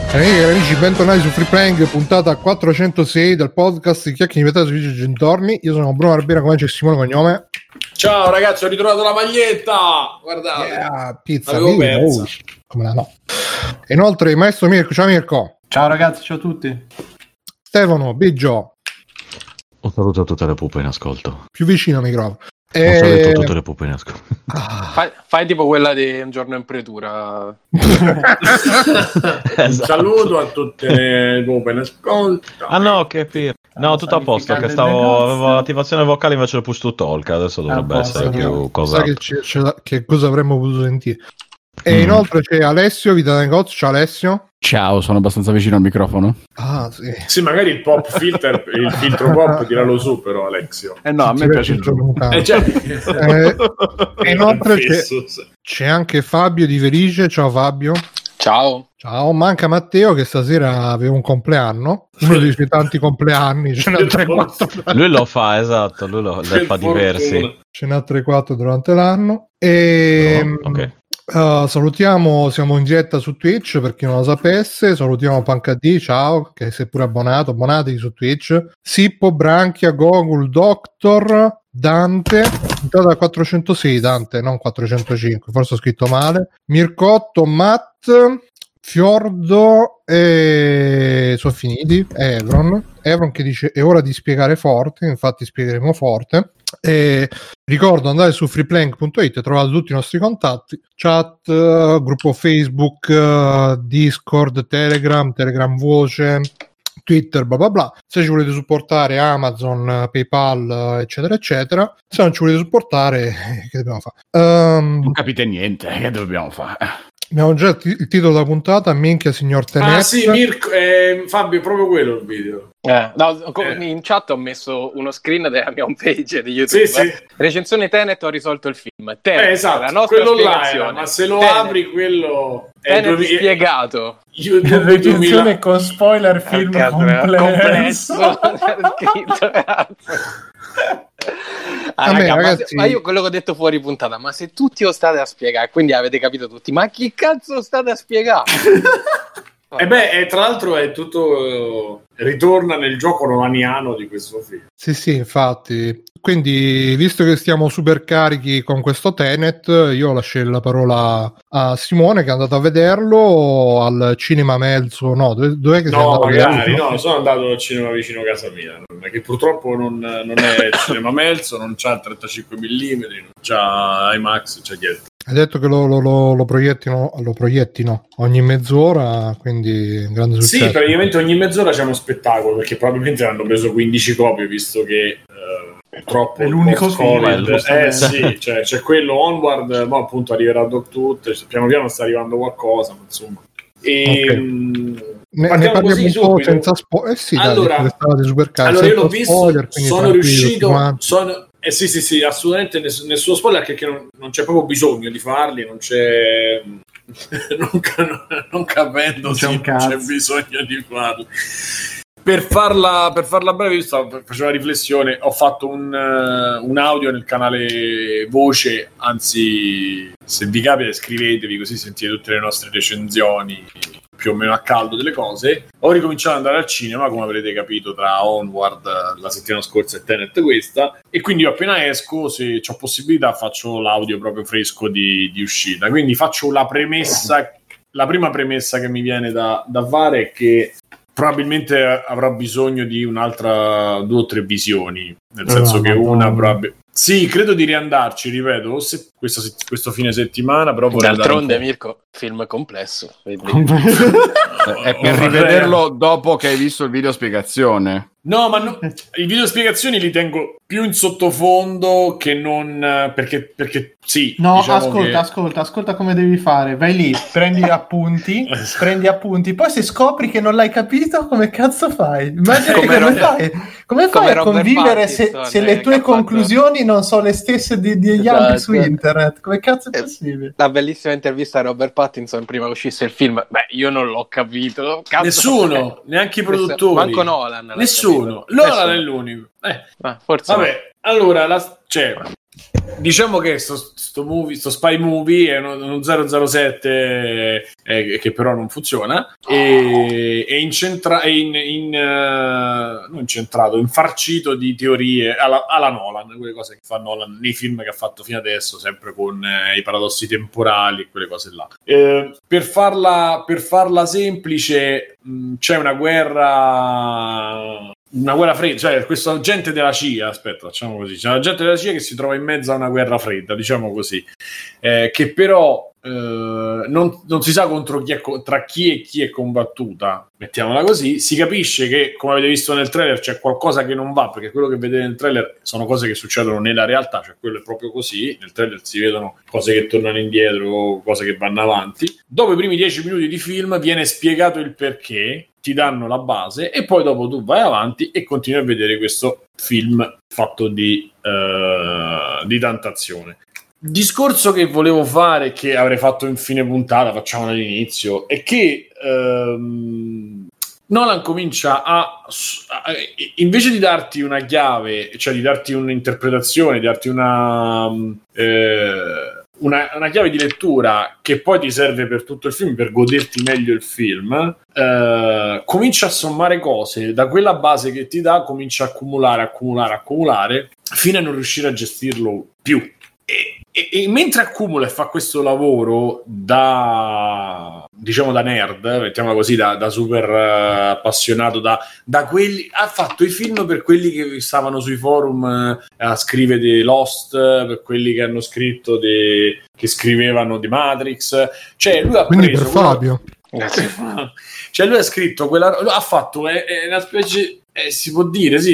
Amiche e amici, bentornati su Free Playing, puntata 406 del podcast di Chiacchiere Inventati su Video Dintorni. Io sono Bruno Barbera, come c'è Simone Cognome. Ciao ragazzi, ho ritrovato la maglietta! Guardate, pizza, l'avevo persa. Come no? E inoltre il maestro Mirko, ciao Mirko. Ciao ragazzi, ciao a tutti. Stefano, Biggio. Un saluto a tutte le pupe in ascolto. Più vicino al microfono. Un saluto a tutte le pupe in ascolto. Fai tipo quella di Un giorno in pretura. Un saluto a tutte le pupe in ascolto. Ah no, che pir. No, tutto a posto, che avevo attivazione vocale invece del push to talk, adesso dovrebbe essere più cosa. Che cosa avremmo potuto sentire? E inoltre c'è Alessio, Vita da Negozio. Ciao Alessio. Ciao, sono abbastanza vicino al microfono. Ah, sì. Sì, magari il pop filter, il filtro pop tiralo su però, Alessio. No, a me piace il gioco. E inoltre c'è anche Fabio di Verice. Ciao Fabio. Ciao. Ciao, manca Matteo che stasera aveva un compleanno, uno dei suoi tanti compleanni, ce n'ha 3-4. Lui lo fa, esatto, lui lo fa diversi. Ce n'ha 3-4 durante l'anno. E ok. Salutiamo, siamo in diretta su Twitch per chi non lo sapesse. Salutiamo PancD, ciao, che sei pure abbonatevi su Twitch. Sippo, Branchia, Gogol, Doctor, Dante, puntata 406, Dante, non 405, forse ho scritto male. Mircotto, Matt, Fiordo e sono finiti. Evron che dice è ora di spiegare forte, infatti spiegheremo forte. E ricordo andare su freeplank.it, trovate tutti i nostri contatti, chat, gruppo Facebook, Discord, Telegram Voce, Twitter, bla bla bla. Se ci volete supportare Amazon, PayPal, eccetera eccetera. Se non ci volete supportare, che dobbiamo fare? Non capite niente, che dobbiamo fare? Abbiamo già il titolo della puntata, minchia signor Tenet. Ah sì, Mirko, Fabio, è proprio quello il video. In chat ho messo uno screen della mia homepage di YouTube. Sì. Recensione Tenet, ho risolto il film. Tenet, esatto, la nostra quello spiegazione. là, ma se lo Tenet. apri quello è Tenet spiegato. Recensione con spoiler film complesso. Scritto, ragazzi, ma io quello che ho detto fuori puntata, ma se tutti lo state a spiegare, quindi avete capito tutti, ma chi cazzo state a spiegare? Tra l'altro è tutto ritorna nel gioco romaniano di questo film. Sì, infatti. Quindi, visto che stiamo super carichi con questo Tenet, io lascio la parola a Simone che è andato a vederlo al Cinema Melzo. No, dov'è che sei andato? Magari, no, sono andato al cinema vicino a casa mia, che purtroppo non è il Cinema Melzo, non c'ha il 35 mm, non c'ha IMAX, c'è dietro. Hai detto che lo proiettino ogni mezz'ora, quindi grande successo. Sì, praticamente ogni mezz'ora c'è uno spettacolo, perché probabilmente hanno preso 15 copie, visto che purtroppo è l'unico film. Sì, cioè, c'è quello Onward, ma appunto arriverà Doctor, piano piano sta arrivando qualcosa, insomma. Ne parliamo un po' senza spoiler. Allora io l'ho visto, sono riuscito. Sì, assolutamente nessuno spoiler, perché non c'è proprio bisogno di farli, non c'è. non capendo se c'è bisogno di farli. Per farla breve, io facevo una riflessione, ho fatto un audio nel canale Voce, anzi se vi capita scrivetevi così sentite tutte le nostre recensioni più o meno a caldo delle cose. Ho ricominciato ad andare al cinema, come avrete capito, tra Onward la settimana scorsa e Tenet questa, e quindi io appena esco, se ho possibilità, faccio l'audio proprio fresco di uscita. Quindi faccio la premessa, la prima premessa che mi viene da fare è che probabilmente avrà bisogno di un'altra 2 o 3 visioni, nel senso che una probabilmente... Sì, credo di riandarci, ripeto, questo fine settimana, però d'altronde Mirko, film complesso. È per rivederlo dopo che hai visto il video spiegazione. No, ma i video spiegazioni li tengo più in sottofondo che non perché sì. No, diciamo ascolta come devi fare. Vai lì, prendi appunti, poi se scopri che non l'hai capito, come cazzo fai? Immagina come fai a convivere se le tue conclusioni non sono le stesse degli altri su internet? Come cazzo è possibile? La bellissima intervista a Robert Pattinson prima che uscisse il film. Beh, io non l'ho capito. Nessuno, neanche i produttori. Manco Nolan. Nessuno. Nolan è l'unico. Forse. Vabbè, allora diciamo che sto spy movie è uno 007 che però non funziona, infarcito di teorie alla Nolan, quelle cose che fa Nolan nei film che ha fatto fino adesso, sempre con i paradossi temporali, quelle cose là. Per farla semplice, c'è una guerra fredda, cioè questo agente della CIA, facciamo così, c'è un agente della CIA che si trova in mezzo a una guerra fredda, diciamo così, che però non si sa tra chi e chi è combattuta, mettiamola così. Si capisce che, come avete visto nel trailer, c'è qualcosa che non va, perché quello che vedete nel trailer sono cose che succedono nella realtà, cioè quello è proprio così. Nel trailer si vedono cose che tornano indietro, cose che vanno avanti. Dopo i primi 10 minuti di film viene spiegato il perché, ti danno la base e poi dopo tu vai avanti e continui a vedere questo film fatto di tanta azione. Discorso che volevo fare, che avrei fatto in fine puntata, facciamo all'inizio, è che Nolan comincia a invece di darti una chiave, cioè di darti un'interpretazione, di darti una chiave di lettura che poi ti serve per tutto il film, per goderti meglio il film, comincia a sommare cose, da quella base che ti dà comincia a accumulare fino a non riuscire a gestirlo più. E mentre accumula e fa questo lavoro da nerd, mettiamola così, da super appassionato, da quelli, ha fatto i film per quelli che stavano sui forum a scrivere di Lost, per quelli che hanno scritto che scrivevano di Matrix, cioè lui ha quindi preso per Fabio. Cioè lui ha scritto ha fatto una specie, si può dire, sì,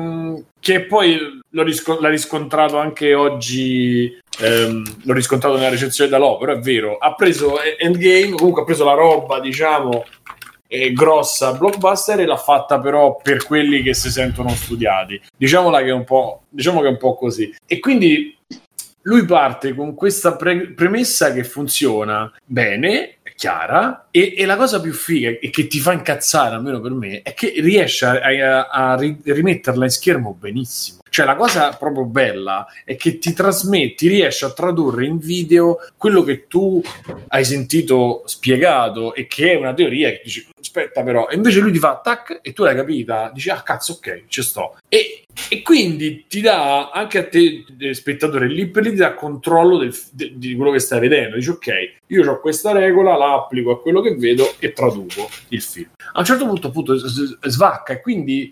che poi l'ha riscontrato anche oggi, l'ho riscontrato nella recensione da Lò, però è vero, ha preso Endgame, comunque ha preso la roba, diciamo, grossa, blockbuster, e l'ha fatta però per quelli che si sentono studiati, diciamo che è un po' così, e quindi lui parte con questa premessa che funziona bene, chiara, e la cosa più figa e che ti fa incazzare, almeno per me, è che riesce a rimetterla in schermo benissimo. Cioè la cosa proprio bella è che ti riesce a tradurre in video quello che tu hai sentito spiegato e che è una teoria che dici aspetta però, e invece lui ti fa tac e tu l'hai capita, dici ah cazzo ok, ci sto, e quindi ti dà anche a te spettatore lì per lì, ti dà controllo di quello che stai vedendo, dici ok, io ho questa regola, la applico a quello che vedo e traduco il film. A un certo punto appunto svacca, e quindi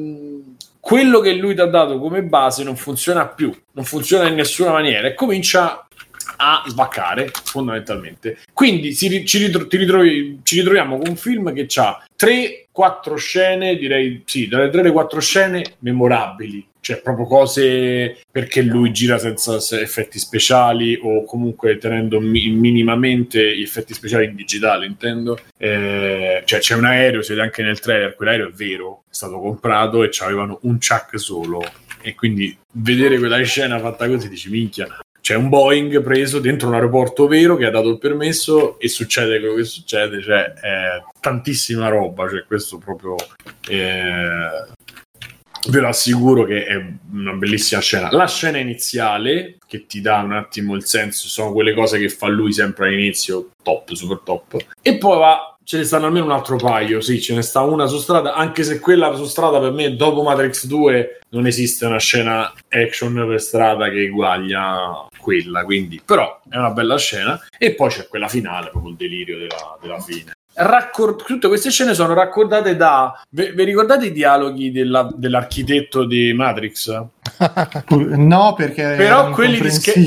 quello che lui ti ha dato come base non funziona più, non funziona in nessuna maniera, e comincia a svaccare fondamentalmente. Quindi ci ritroviamo con un film che ha 3-4 scene, direi sì, dalle 3-4 scene memorabili, cioè proprio cose perché lui gira senza effetti speciali, o comunque tenendo minimamente gli effetti speciali in digitale, intendo. Cioè c'è un aereo, si vede anche nel trailer, quell'aereo è vero, è stato comprato e c'avevano un chuck solo, e quindi vedere quella scena fatta così dici minchia, c'è un Boeing preso dentro un aeroporto vero che ha dato il permesso e succede quello che succede, cioè tantissima roba, cioè questo proprio ve lo assicuro che è una bellissima scena. La scena iniziale che ti dà un attimo il senso, sono quelle cose che fa lui sempre all'inizio, top, super top, e poi ce ne stanno almeno un altro paio, sì, ce ne sta una su strada, anche se quella su strada per me dopo Matrix 2 non esiste una scena action per strada che eguaglia quella, quindi però è una bella scena. E poi c'è quella finale, proprio il delirio della fine. Tutte queste scene sono raccordate da... Vi ricordate i dialoghi dell'architetto di Matrix? No, perché però quelli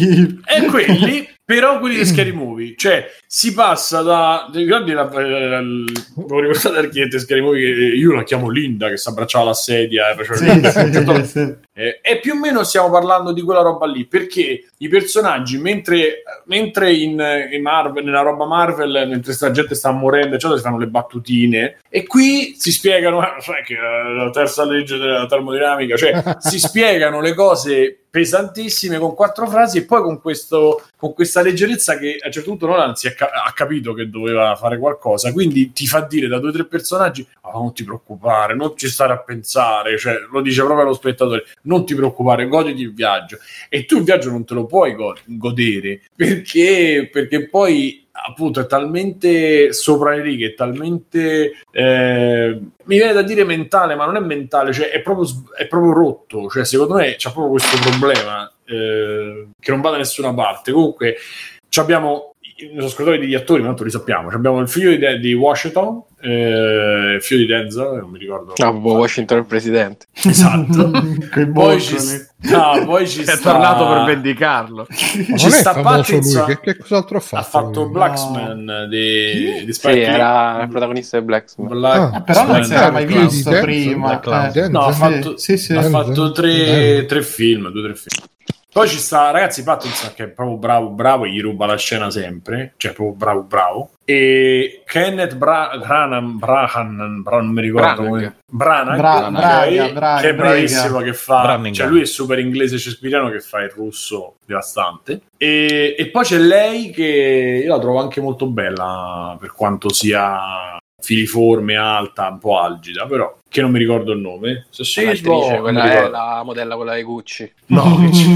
di Scary Movie, cioè si passa da... Ricordi voi ricordate l'architetto di Scary Movie, che io la chiamo Linda, che si abbracciava alla sedia e faceva sì. E più o meno stiamo parlando di quella roba lì, perché i personaggi mentre in Marvel, nella roba Marvel, mentre sta gente sta morendo eccetera, si fanno le battutine, e qui si spiegano che la terza legge della termodinamica, cioè si spiegano le cose pesantissime con 4 frasi, e poi con questa leggerezza che a un certo punto Nolan ha capito che doveva fare qualcosa, quindi ti fa dire da 2 o 3 personaggi non ti preoccupare, non ci stare a pensare, cioè lo dice proprio allo spettatore, non ti preoccupare, goditi il viaggio. E tu il viaggio non te lo puoi godere, perché poi appunto è talmente sopra le righe, è talmente mi viene da dire mentale, ma non è mentale, cioè è proprio rotto, cioè secondo me c'ha proprio questo problema che non va da nessuna parte. Comunque abbiamo lo scordatore degli attori, ma tanto li sappiamo. Abbiamo il figlio di Washington, il figlio di Denzel, non mi ricordo. Washington è il presidente. Esatto. Poi ci è tornato per vendicarlo. Ci sta Pattinson. Che cos'altro ha fatto? Ha fatto Blacksman di Spike Lee. Era il protagonista di Blacksman. Però non si era mai visto prima. No, ha fatto 3 film. Poi ci sta, ragazzi, Pattinson che è proprio bravo, gli ruba la scena sempre, cioè proprio bravo. E Kenneth Branagh, non mi ricordo come. Branagh, che è bravissimo, che fa, cioè lui è super inglese shakespeariano, che fa il russo devastante. E poi c'è lei che io la trovo anche molto bella, per quanto sia filiforme, alta, un po' algida, però che non mi ricordo il nome. Quella è la modella, quella di Gucci. No,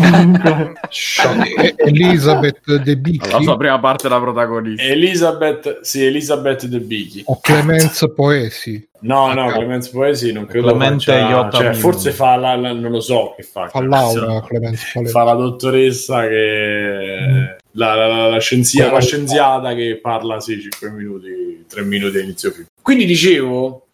Elisabeth Debicki. La sua prima parte la protagonista. Elisabeth Debicki. O Clemence Poesi. No, Clemence Poesi non credo faccia, cioè, forse fa non lo so che fa. Fa Laura Clemence Poesi. Fa la dottoressa che la scienziata che parla 5 minuti, 3 minuti all'inizio film. Quindi dicevo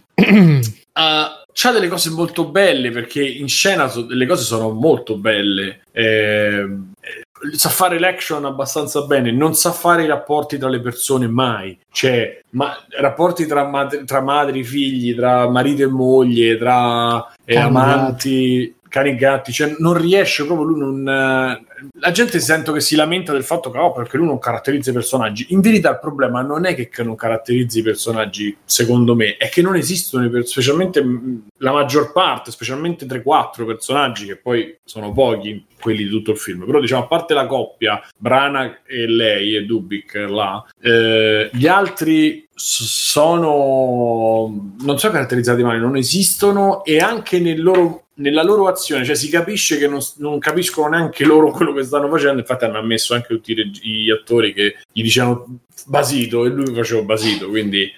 c'ha delle cose molto belle, perché in scena le cose sono molto belle, sa fare l'action abbastanza bene, non sa fare i rapporti tra le persone mai, cioè rapporti tra madri, figli, tra marito e moglie, tra amanti, cani e gatti, cioè non riesce proprio, lui la gente sento che si lamenta del fatto che perché lui non caratterizza i personaggi. In verità il problema non è che non caratterizzi i personaggi, secondo me, è che non esistono, specialmente la maggior parte, specialmente 3-4 personaggi, che poi sono pochi quelli di tutto il film, però diciamo, a parte la coppia Branagh e lei e Dubik là, gli altri non sono caratterizzati male, non esistono, e anche nella loro azione, cioè si capisce che non capiscono neanche loro quello che stanno facendo. Infatti hanno ammesso anche tutti gli attori che gli dicevano basito e lui faceva basito, quindi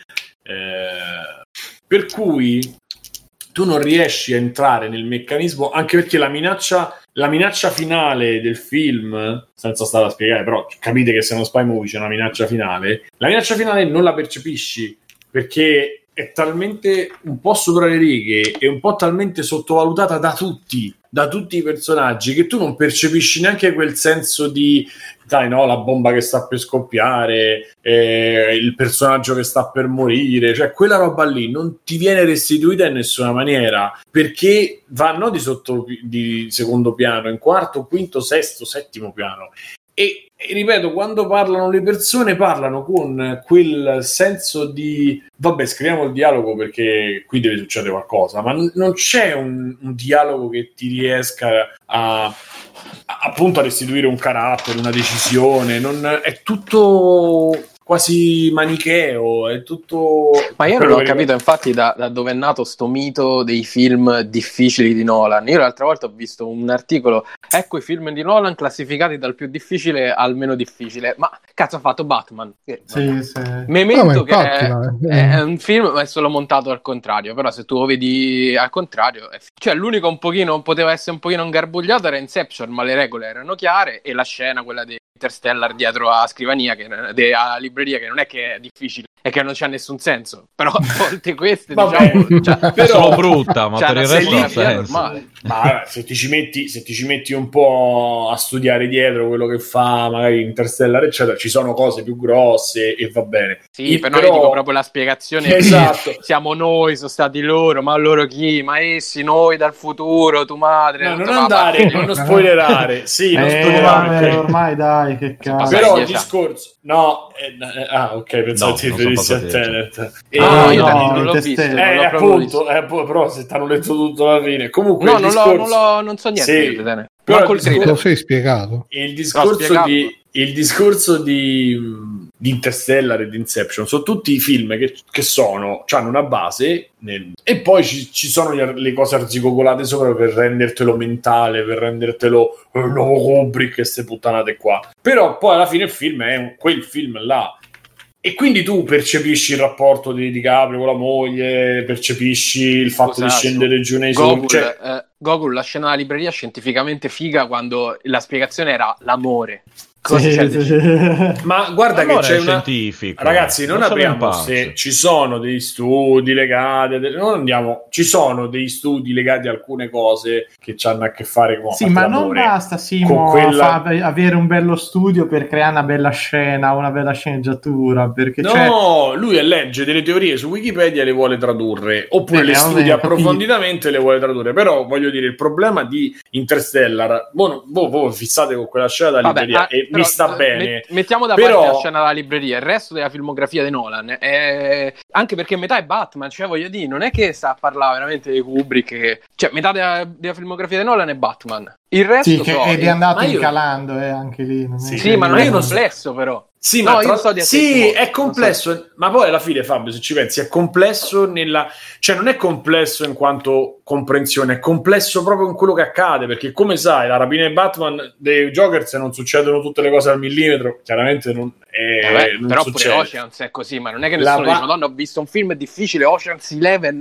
per cui tu non riesci a entrare nel meccanismo, anche perché la minaccia finale del film, senza stare a spiegare, però capite che se non spy movie c'è una minaccia finale, la minaccia finale non la percepisci, perché è talmente un po' sopra le righe e un po' talmente sottovalutata da tutti i personaggi, che tu non percepisci neanche quel senso di la bomba che sta per scoppiare, il personaggio che sta per morire, cioè quella roba lì non ti viene restituita in nessuna maniera, perché vanno di secondo piano, in quarto, quinto, sesto, settimo piano. E ripeto, quando parlano le persone parlano con quel senso di vabbè, scriviamo il dialogo perché qui deve succedere qualcosa, ma non c'è un dialogo che ti riesca appunto a restituire un carattere, una decisione, è tutto quasi manicheo, è tutto. Ma io non ho capito infatti da dove è nato sto mito dei film difficili di Nolan. Io l'altra volta ho visto un articolo, ecco i film di Nolan classificati dal più difficile al meno difficile. Ma cazzo, ha fatto Batman? Sì. Memento che è un film ma è solo montato al contrario, però se tu lo vedi al contrario cioè l'unico un pochino poteva essere un pochino ingarbugliato era Inception, ma le regole erano chiare, e la scena quella di Interstellar dietro a scrivania, a libreria, che non è che è difficile, è che non c'ha nessun senso, però a volte queste diciamo è solo brutta, ma per il resto ha senso. Ma se ti ci metti un po' a studiare dietro quello che fa magari Interstellar eccetera, ci sono cose più grosse e va bene. Sì, però io dico proprio la spiegazione, esatto. Siamo noi, sono stati loro, ma loro chi? Ma essi, noi dal futuro, tu madre. No, non spoilerare. Sì, non spoilerare. Ormai dai, che cazzo. Però il discorso ok, pensavo ti riferissi a Tenet. Io non l'ho visto. Appunto, però se ti hanno letto tutto alla fine. Comunque non so niente di Tenet. Però lo sei spiegato. Il discorso il discorso di Interstellar e di Inception sono tutti i film che hanno una base e poi ci sono le cose arzigogolate sopra per rendertelo mentale, per rendertelo nuovo Kubrick e queste puttanate qua. Però poi alla fine il film è quel film là. E quindi tu percepisci il rapporto di DiCaprio con la moglie, percepisci il fatto di scendere giù nei Gogol, la scena della libreria scientificamente figa quando la spiegazione era l'amore. Ma guarda che c'è scientifico. Ragazzi, non apriamo se ci sono dei studi legati ci sono dei studi legati a alcune cose che hanno a che fare con ma non basta avere un bello studio per creare una bella scena, una bella sceneggiatura, perché lui legge delle teorie su Wikipedia e le vuole tradurre, oppure le studia approfonditamente e le vuole tradurre. Però voglio dire, il problema di Interstellar, voi fissate con quella scena da libreria e mi sta bene. Mettiamo da parte la scena della libreria, il resto della filmografia di Nolan anche perché metà è Batman, cioè voglio dire, non è che sta a parlare veramente di Kubrick, cioè metà della filmografia di Nolan è Batman, il resto ed è andato incalando anche lì, ma non è complesso però. Sì, ma è complesso, ma poi alla fine, Fabio, se ci pensi, è complesso cioè non è complesso in quanto comprensione, è complesso proprio in quello che accade, perché come sai, la rapina di Batman dei Joker, se non succedono tutte le cose al millimetro, chiaramente non però succede. Pure Oceans è così, ma non è che nessuno dice Madonna, ho visto un film difficile, Oceans 11.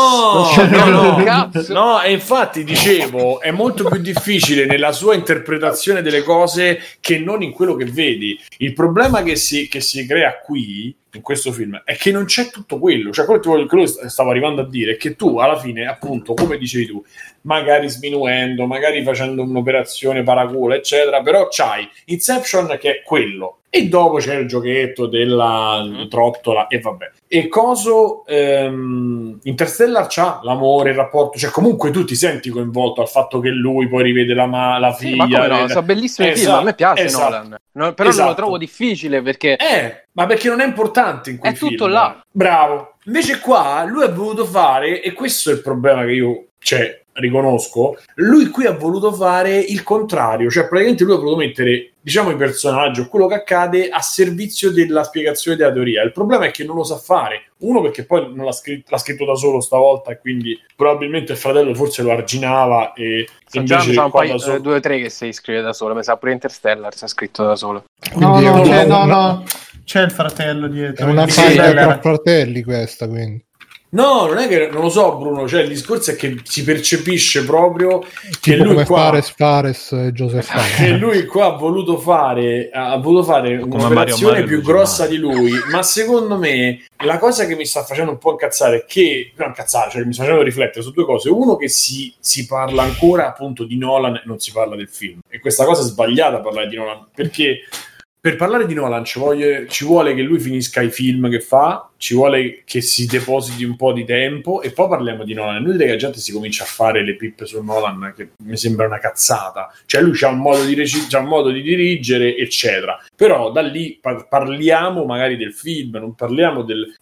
No, e infatti dicevo, è molto più difficile nella sua interpretazione delle cose che non in quello che vedi. Il problema che si crea qui in questo film è che non c'è tutto quello, cioè quello che stavo arrivando a dire è che tu alla fine, appunto, come dicevi tu, magari sminuendo, magari facendo un'operazione paraculo eccetera, però c'hai Inception che è quello e dopo c'è il giochetto della trottola e vabbè. E Interstellar c'ha l'amore, il rapporto, cioè comunque tu ti senti coinvolto al fatto che lui poi rivede la figlia. Ma come no, sono bellissimi film, a me piace Nolan. Però non lo trovo difficile perché ma perché non è importante in quei film. È tutto là. Bravo. Invece qua lui ha voluto fare, e questo è il problema che io riconosco, lui qui ha voluto fare il contrario, cioè praticamente lui ha voluto mettere, diciamo, i personaggi o quello che accade a servizio della spiegazione della teoria. Il problema è che non lo sa fare, uno perché poi non l'ha scritto da solo stavolta e quindi probabilmente il fratello forse lo arginava e invece un paio, 2 o 3 che si scrive da solo, mi sa pure Interstellar si è scritto da solo. No, c'è il fratello dietro, è una faglia tra fratelli questa, quindi no, non è che non lo so, Bruno, cioè il discorso è che si percepisce proprio che tipo lui come qua Fares e Joseph Fares. Che lui qua ha voluto fare un'operazione più grossa di lui, ma secondo me la cosa che mi sta facendo un po' incazzare è che mi sta facendo riflettere su due cose. Uno, che si parla ancora appunto di Nolan e non si parla del film, e questa cosa è sbagliata parlare di Nolan, perché per parlare di Nolan ci vuole che lui finisca i film che fa, ci vuole che si depositi un po' di tempo e poi parliamo di Nolan. Noi che la gente si comincia a fare le pippe su Nolan, che mi sembra una cazzata. Cioè lui c'ha un modo di dirigere, eccetera. Però da lì parliamo magari del film, non parliamo del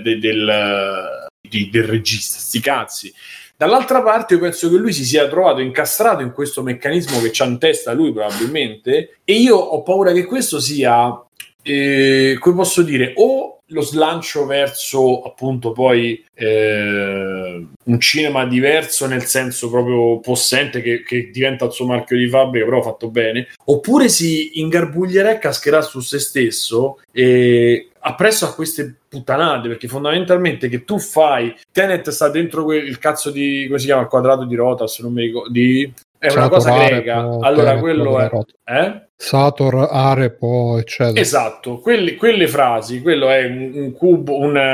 regista, sti cazzi. Dall'altra parte io penso che lui si sia trovato incastrato in questo meccanismo che c'ha in testa lui probabilmente, e io ho paura che questo sia, come posso dire, o lo slancio verso appunto poi un cinema diverso nel senso proprio possente che diventa il suo marchio di fabbrica, però fatto bene, oppure si ingarbuglierà e cascherà su se stesso appresso a queste puttanate, perché fondamentalmente che tu fai Tenet sta dentro il cazzo di, come si chiama, il quadrato di Rotas, non mi ricordo, è una cosa greca, allora Tenet, quello è Sator, Arepo, eccetera. Esatto, quelle frasi, quello è un cubo,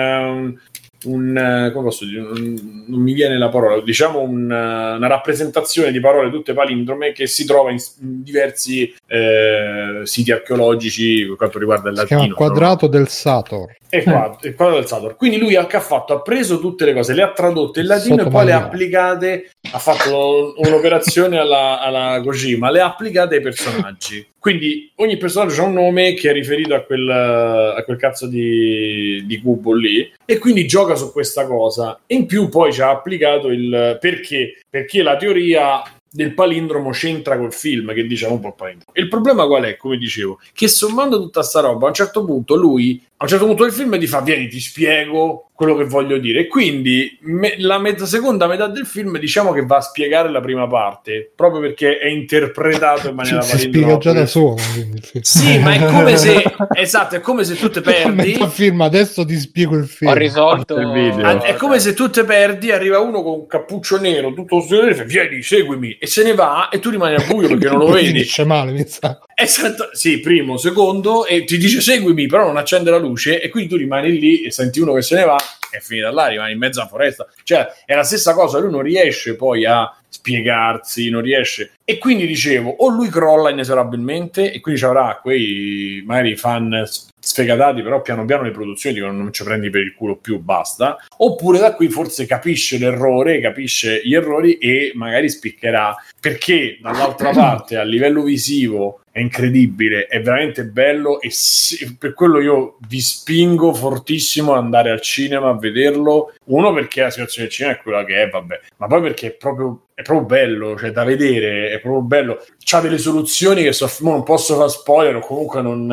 come posso dire, non mi viene la parola, diciamo una rappresentazione di parole tutte palindrome che si trova in diversi siti archeologici per quanto riguarda il latino. Si chiama quadrato del Sator. Il quadrato del Sator. Quindi lui che ha fatto? Ha preso tutte le cose, le ha tradotte in latino e poi le ha applicate, ha fatto un'operazione alla Kojima, le ha applicate ai personaggi. Quindi ogni personaggio ha un nome che è riferito a quel cazzo di cubo lì, e quindi gioca su questa cosa. E in più poi ci ha applicato il perché la teoria del palindromo c'entra col film, che diciamo un po' palindromo. E il problema qual è, come dicevo, che sommando tutta sta roba, a un certo punto del film ti fa: vieni, ti spiego quello che voglio dire. E quindi la seconda metà del film diciamo che va a spiegare la prima parte, proprio perché è interpretato in maniera si spiega già da solo, quindi. Sì, ma è come se è come se tu te perdi il film, adesso ti spiego il film, ho risolto il video. È come se tu te perdi, arriva uno con un cappuccio nero tutto studiato e fa: vieni, seguimi, e se ne va e tu rimani al buio perché non lo vedi. Finisce male, mi sa. Esatto, sì, primo, secondo, e ti dice seguimi, però non accende la luce, e quindi tu rimani lì e senti uno che se ne va, è finita là, rimani in mezzo alla foresta. Cioè, è la stessa cosa, lui non riesce poi a spiegarsi, non riesce. E quindi dicevo, o lui crolla inesorabilmente, e quindi ci avrà quei magari fan sfegatati, però piano piano le produzioni dicono: non ci prendi per il culo più, basta. Oppure da qui forse capisce l'errore, capisce gli errori e magari spiccherà, perché dall'altra parte a livello visivo è incredibile, è veramente bello, e per quello io vi spingo fortissimo ad andare al cinema a vederlo. Uno, perché la situazione del cinema è quella che è, vabbè, ma poi perché è proprio bello, cioè da vedere, è proprio bello. C'ha delle soluzioni che non posso far spoiler, o comunque non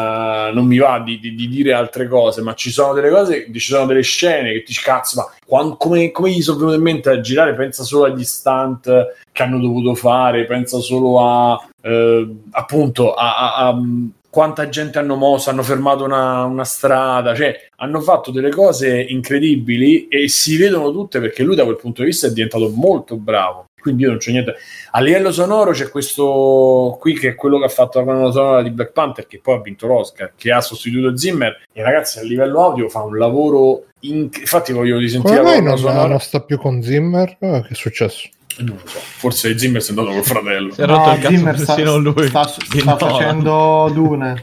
mi va di dire altre cose, ma ci sono delle cose, ci sono delle scene che ti cazzo, ma come gli sono venuto in mente a girare? Pensa solo agli stunt che hanno dovuto fare, pensa solo a appunto a quanta gente hanno mosso, hanno fermato una strada, cioè hanno fatto delle cose incredibili e si vedono tutte, perché lui da quel punto di vista è diventato molto bravo. Quindi io non c'è niente. A livello sonoro c'è questo qui che è quello che ha fatto la colonna sonora di Black Panther, che poi ha vinto l'Oscar, che ha sostituito Zimmer, e ragazzi a livello audio fa un lavoro infatti voglio risentire la colonna sonora. Non sta più con Zimmer? Che è successo? Non lo so, forse Zimmer si è andato col fratello. Si è rotto il cazzo Zimmer lui. sta facendo Dune.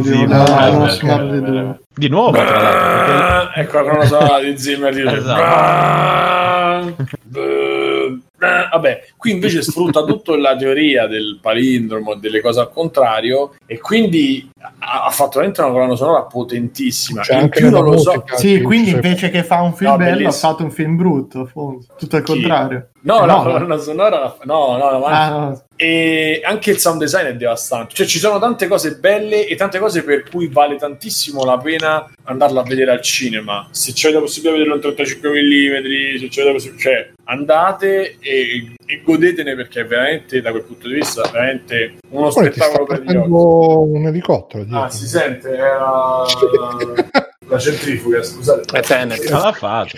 Di nuovo, tra l'altro. Ecco la colonna sonora di Zimmer. Vabbè, qui invece sfrutta tutto la teoria del palindromo, delle cose al contrario, e quindi ha fatto veramente una colonna sonora potentissima. C'è in più non lo so. Sì, quindi invece che fa un film bello, bellissimo, ha fatto un film brutto, tutto al contrario. No, la colonna sonora no. E anche il sound design è devastante, cioè ci sono tante cose belle e tante cose per cui vale tantissimo la pena andarla a vedere al cinema, se c'è la possibilità di vederlo in 35 mm, se c'è la possibilità, cioè andate e godetene, perché è veramente, da quel punto di vista, veramente uno spettacolo per gli occhi. Un elicottero dietro. Si sente, la centrifuga, scusate. È Tenet. L'ha fatto.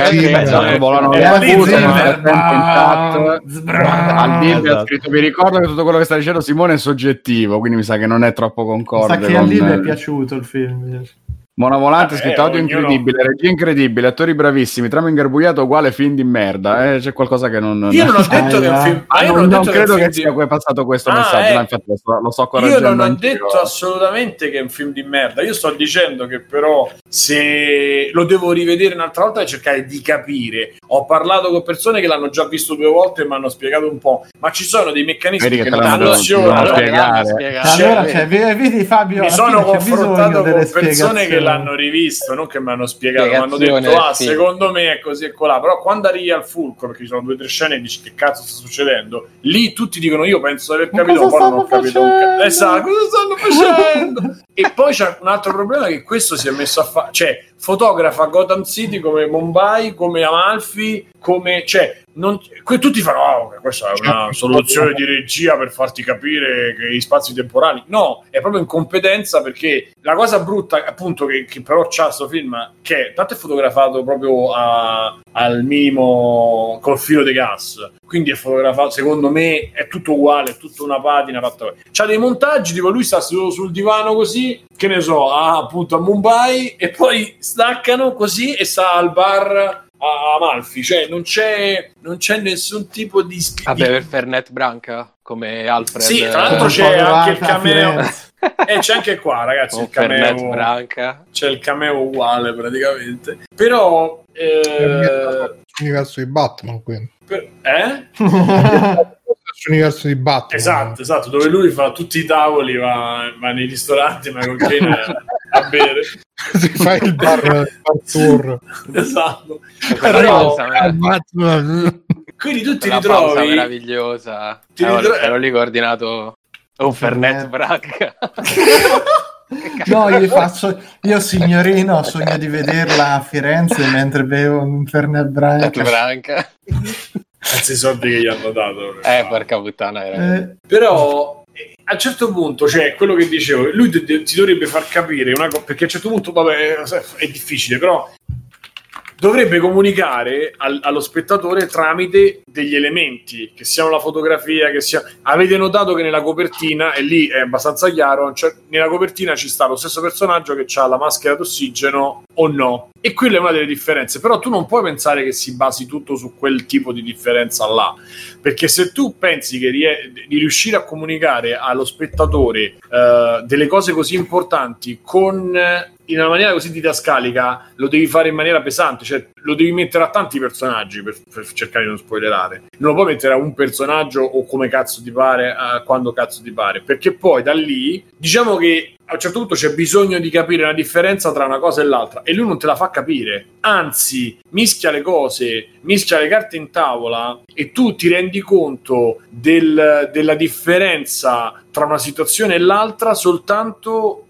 Al ha scritto: vi ricordo che tutto quello che sta dicendo Simone è soggettivo, quindi mi sa che non è troppo concorde. Mi sa che a Lille è piaciuto il film. Mona Volante, scritto audio incredibile, regia incredibile, attori bravissimi, trama ingarbugliata uguale film di merda. C'è qualcosa che non... Io non ho detto che è un film... non credo che sia passato questo messaggio, infatti lo so correggendo. Io non ho detto assolutamente che è un film di merda. Io sto dicendo che però se lo devo rivedere un'altra volta e cercare di capire. Ho parlato con persone che l'hanno già visto 2 volte e mi hanno spiegato un po', ma ci sono dei meccanismi che non funzionano. Allora, vedi Fabio, mi sono confrontato con persone che l'hanno rivisto, non che mi hanno spiegato, mi hanno detto sì, secondo me è così e colà. Però quando arrivi al fulcro, perché ci sono 2 o 3 scene e dici che cazzo sta succedendo, lì tutti dicono io penso di aver capito, poi non ho capito cosa stanno facendo. E poi c'è un altro problema, che questo si è messo a fare, cioè fotografa Gotham City come Mumbai, come Amalfi, come, cioè tutti fanno questa è una soluzione di regia per farti capire che gli spazi temporali, no, è proprio incompetenza, perché la cosa brutta appunto che però c'ha sto film, che tanto è fotografato proprio al minimo col filo di gas, quindi è fotografato, secondo me è tutto uguale, è tutta una patina fatta. C'ha dei montaggi tipo lui sta sul divano così, che ne so, appunto a Mumbai, e poi staccano così e sta al bar a Amalfi, cioè non c'è nessun tipo di vabbè, per Fernet Branca come Alfred. Sì, tra l'altro c'è anche il cameo c'è anche qua, ragazzi, il cameo Branca. C'è il cameo uguale praticamente, però l'universo di Batman, quindi l'universo di Batman, esatto, dove lui fa tutti i tavoli, va nei ristoranti, ma con Kane a bere, si fa il bar tour, esatto. Quindi tu ti ritrovi... pausa meravigliosa. Ero lì coordinato un Fernet Branca. No, io signorino sogno di vederla a Firenze mentre bevo un Fernet Branca. Anzi, i soldi che gli hanno dato. Porca puttana. Però a un certo punto, cioè quello che dicevo, lui ti dovrebbe far capire una cosa, perché a un certo punto, vabbè, è difficile, però dovrebbe comunicare allo spettatore tramite degli elementi, che siano la fotografia, che sia... Avete notato che nella copertina, e lì è abbastanza chiaro, cioè, nella copertina ci sta lo stesso personaggio che ha la maschera d'ossigeno o no, e quella è una delle differenze. Però tu non puoi pensare che si basi tutto su quel tipo di differenza là, perché se tu pensi che di riuscire a comunicare allo spettatore delle cose così importanti in una maniera così didascalica, lo devi fare in maniera pesante, cioè lo devi mettere a tanti personaggi per cercare di non spoilerare. Non lo puoi mettere a un personaggio o come cazzo ti pare, quando cazzo ti pare, perché poi da lì, diciamo che a un certo punto c'è bisogno di capire una differenza tra una cosa e l'altra, e lui non te la fa capire, anzi mischia le cose, mischia le carte in tavola, e tu ti rendi conto della differenza tra una situazione e l'altra soltanto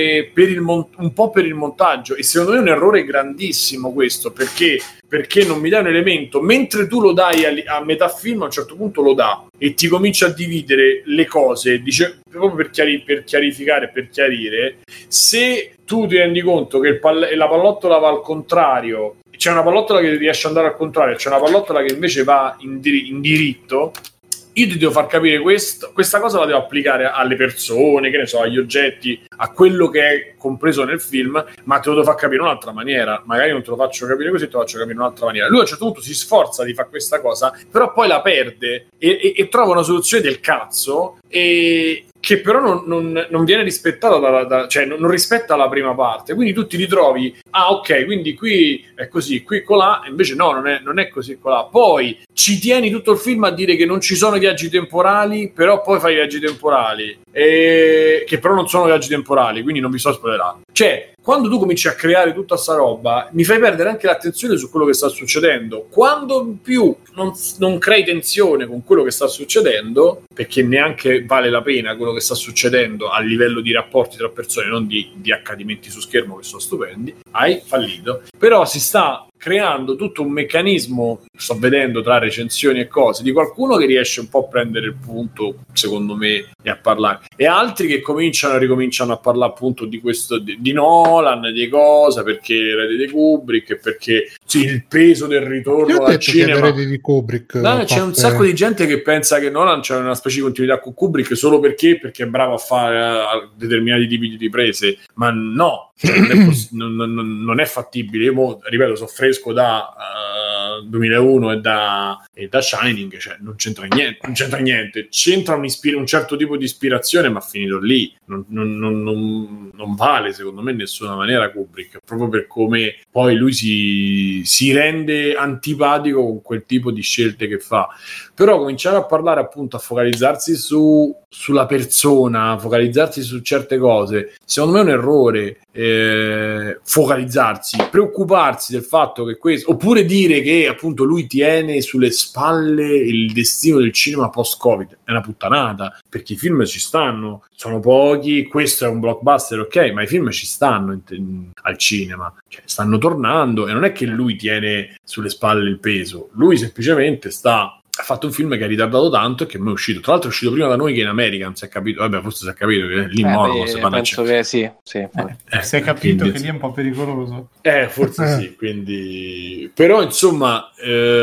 un po' per il montaggio. E secondo me è un errore grandissimo questo, perché non mi dai un elemento, mentre tu lo dai a metà film, a un certo punto lo dà e ti comincia a dividere le cose, dice, proprio per chiarificare, per chiarire. Se tu ti rendi conto che la pallottola va al contrario, c'è una pallottola che riesce ad andare al contrario, c'è una pallottola che invece va in diritto, io ti devo far capire questa cosa, la devo applicare alle persone, che ne so, agli oggetti, a quello che è compreso nel film, ma te lo devo far capire in un'altra maniera. Magari non te lo faccio capire così, te lo faccio capire in un'altra maniera. Lui a un certo punto si sforza di fare questa cosa, però poi la perde e trova una soluzione del cazzo, che però non viene rispettata cioè non rispetta la prima parte. Quindi tu ti ritrovi, ok, quindi qui è così, qui colà, invece no, non è così colà. Poi ci tieni tutto il film a dire che non ci sono viaggi temporali, però poi fai viaggi temporali, che però non sono viaggi temporali, quindi non vi sto spoilerando. Cioè, quando tu cominci a creare tutta sta roba, mi fai perdere anche l'attenzione su quello che sta succedendo. Quando in più non crei tensione con quello che sta succedendo, perché neanche vale la pena quello che sta succedendo a livello di rapporti tra persone, non di accadimenti su schermo che sono stupendi, hai fallito. Però si sta creando tutto un meccanismo, sto vedendo tra recensioni e cose, di qualcuno che riesce un po' a prendere il punto, secondo me, e a parlare, e altri che ricominciano a parlare appunto di questo, di Nolan, di cosa, perché Rede di Kubrick, perché sì, il peso del ritorno al cinema. Di Kubrick, no, c'è un sacco di gente che pensa che Nolan c'è una specie di continuità con Kubrick solo perché è bravo a fare determinati tipi di riprese, ma no, cioè non è fattibile. Io ripeto, sono fresco da 2001 e da Shining, cioè non c'entra niente, c'entra un certo tipo di ispirazione, ma finito lì non vale secondo me in nessuna maniera Kubrick, proprio per come poi lui si rende antipatico con quel tipo di scelte che fa. Però cominciare a parlare, appunto, a focalizzarsi sulla persona, focalizzarsi su certe cose, secondo me è un errore. Focalizzarsi, preoccuparsi del fatto che questo, oppure dire che appunto lui tiene sulle spalle il destino del cinema post-Covid, è una puttanata, perché i film ci stanno, sono pochi, questo è un blockbuster, ok, ma i film ci stanno al cinema, cioè stanno tornando, e non è che lui tiene sulle spalle il peso, lui semplicemente ha fatto un film che ha ritardato tanto e che mai è uscito. Tra l'altro è uscito prima da noi che in America, non si è capito. Vabbè, forse si è capito che lì penso che sì. Si è capito che lì è un po' pericoloso. Forse sì, quindi... Però, insomma,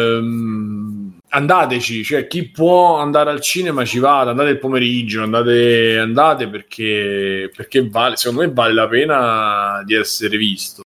andateci, cioè chi può andare al cinema ci vada, andate il pomeriggio, andate perché vale, secondo me vale la pena di essere visto.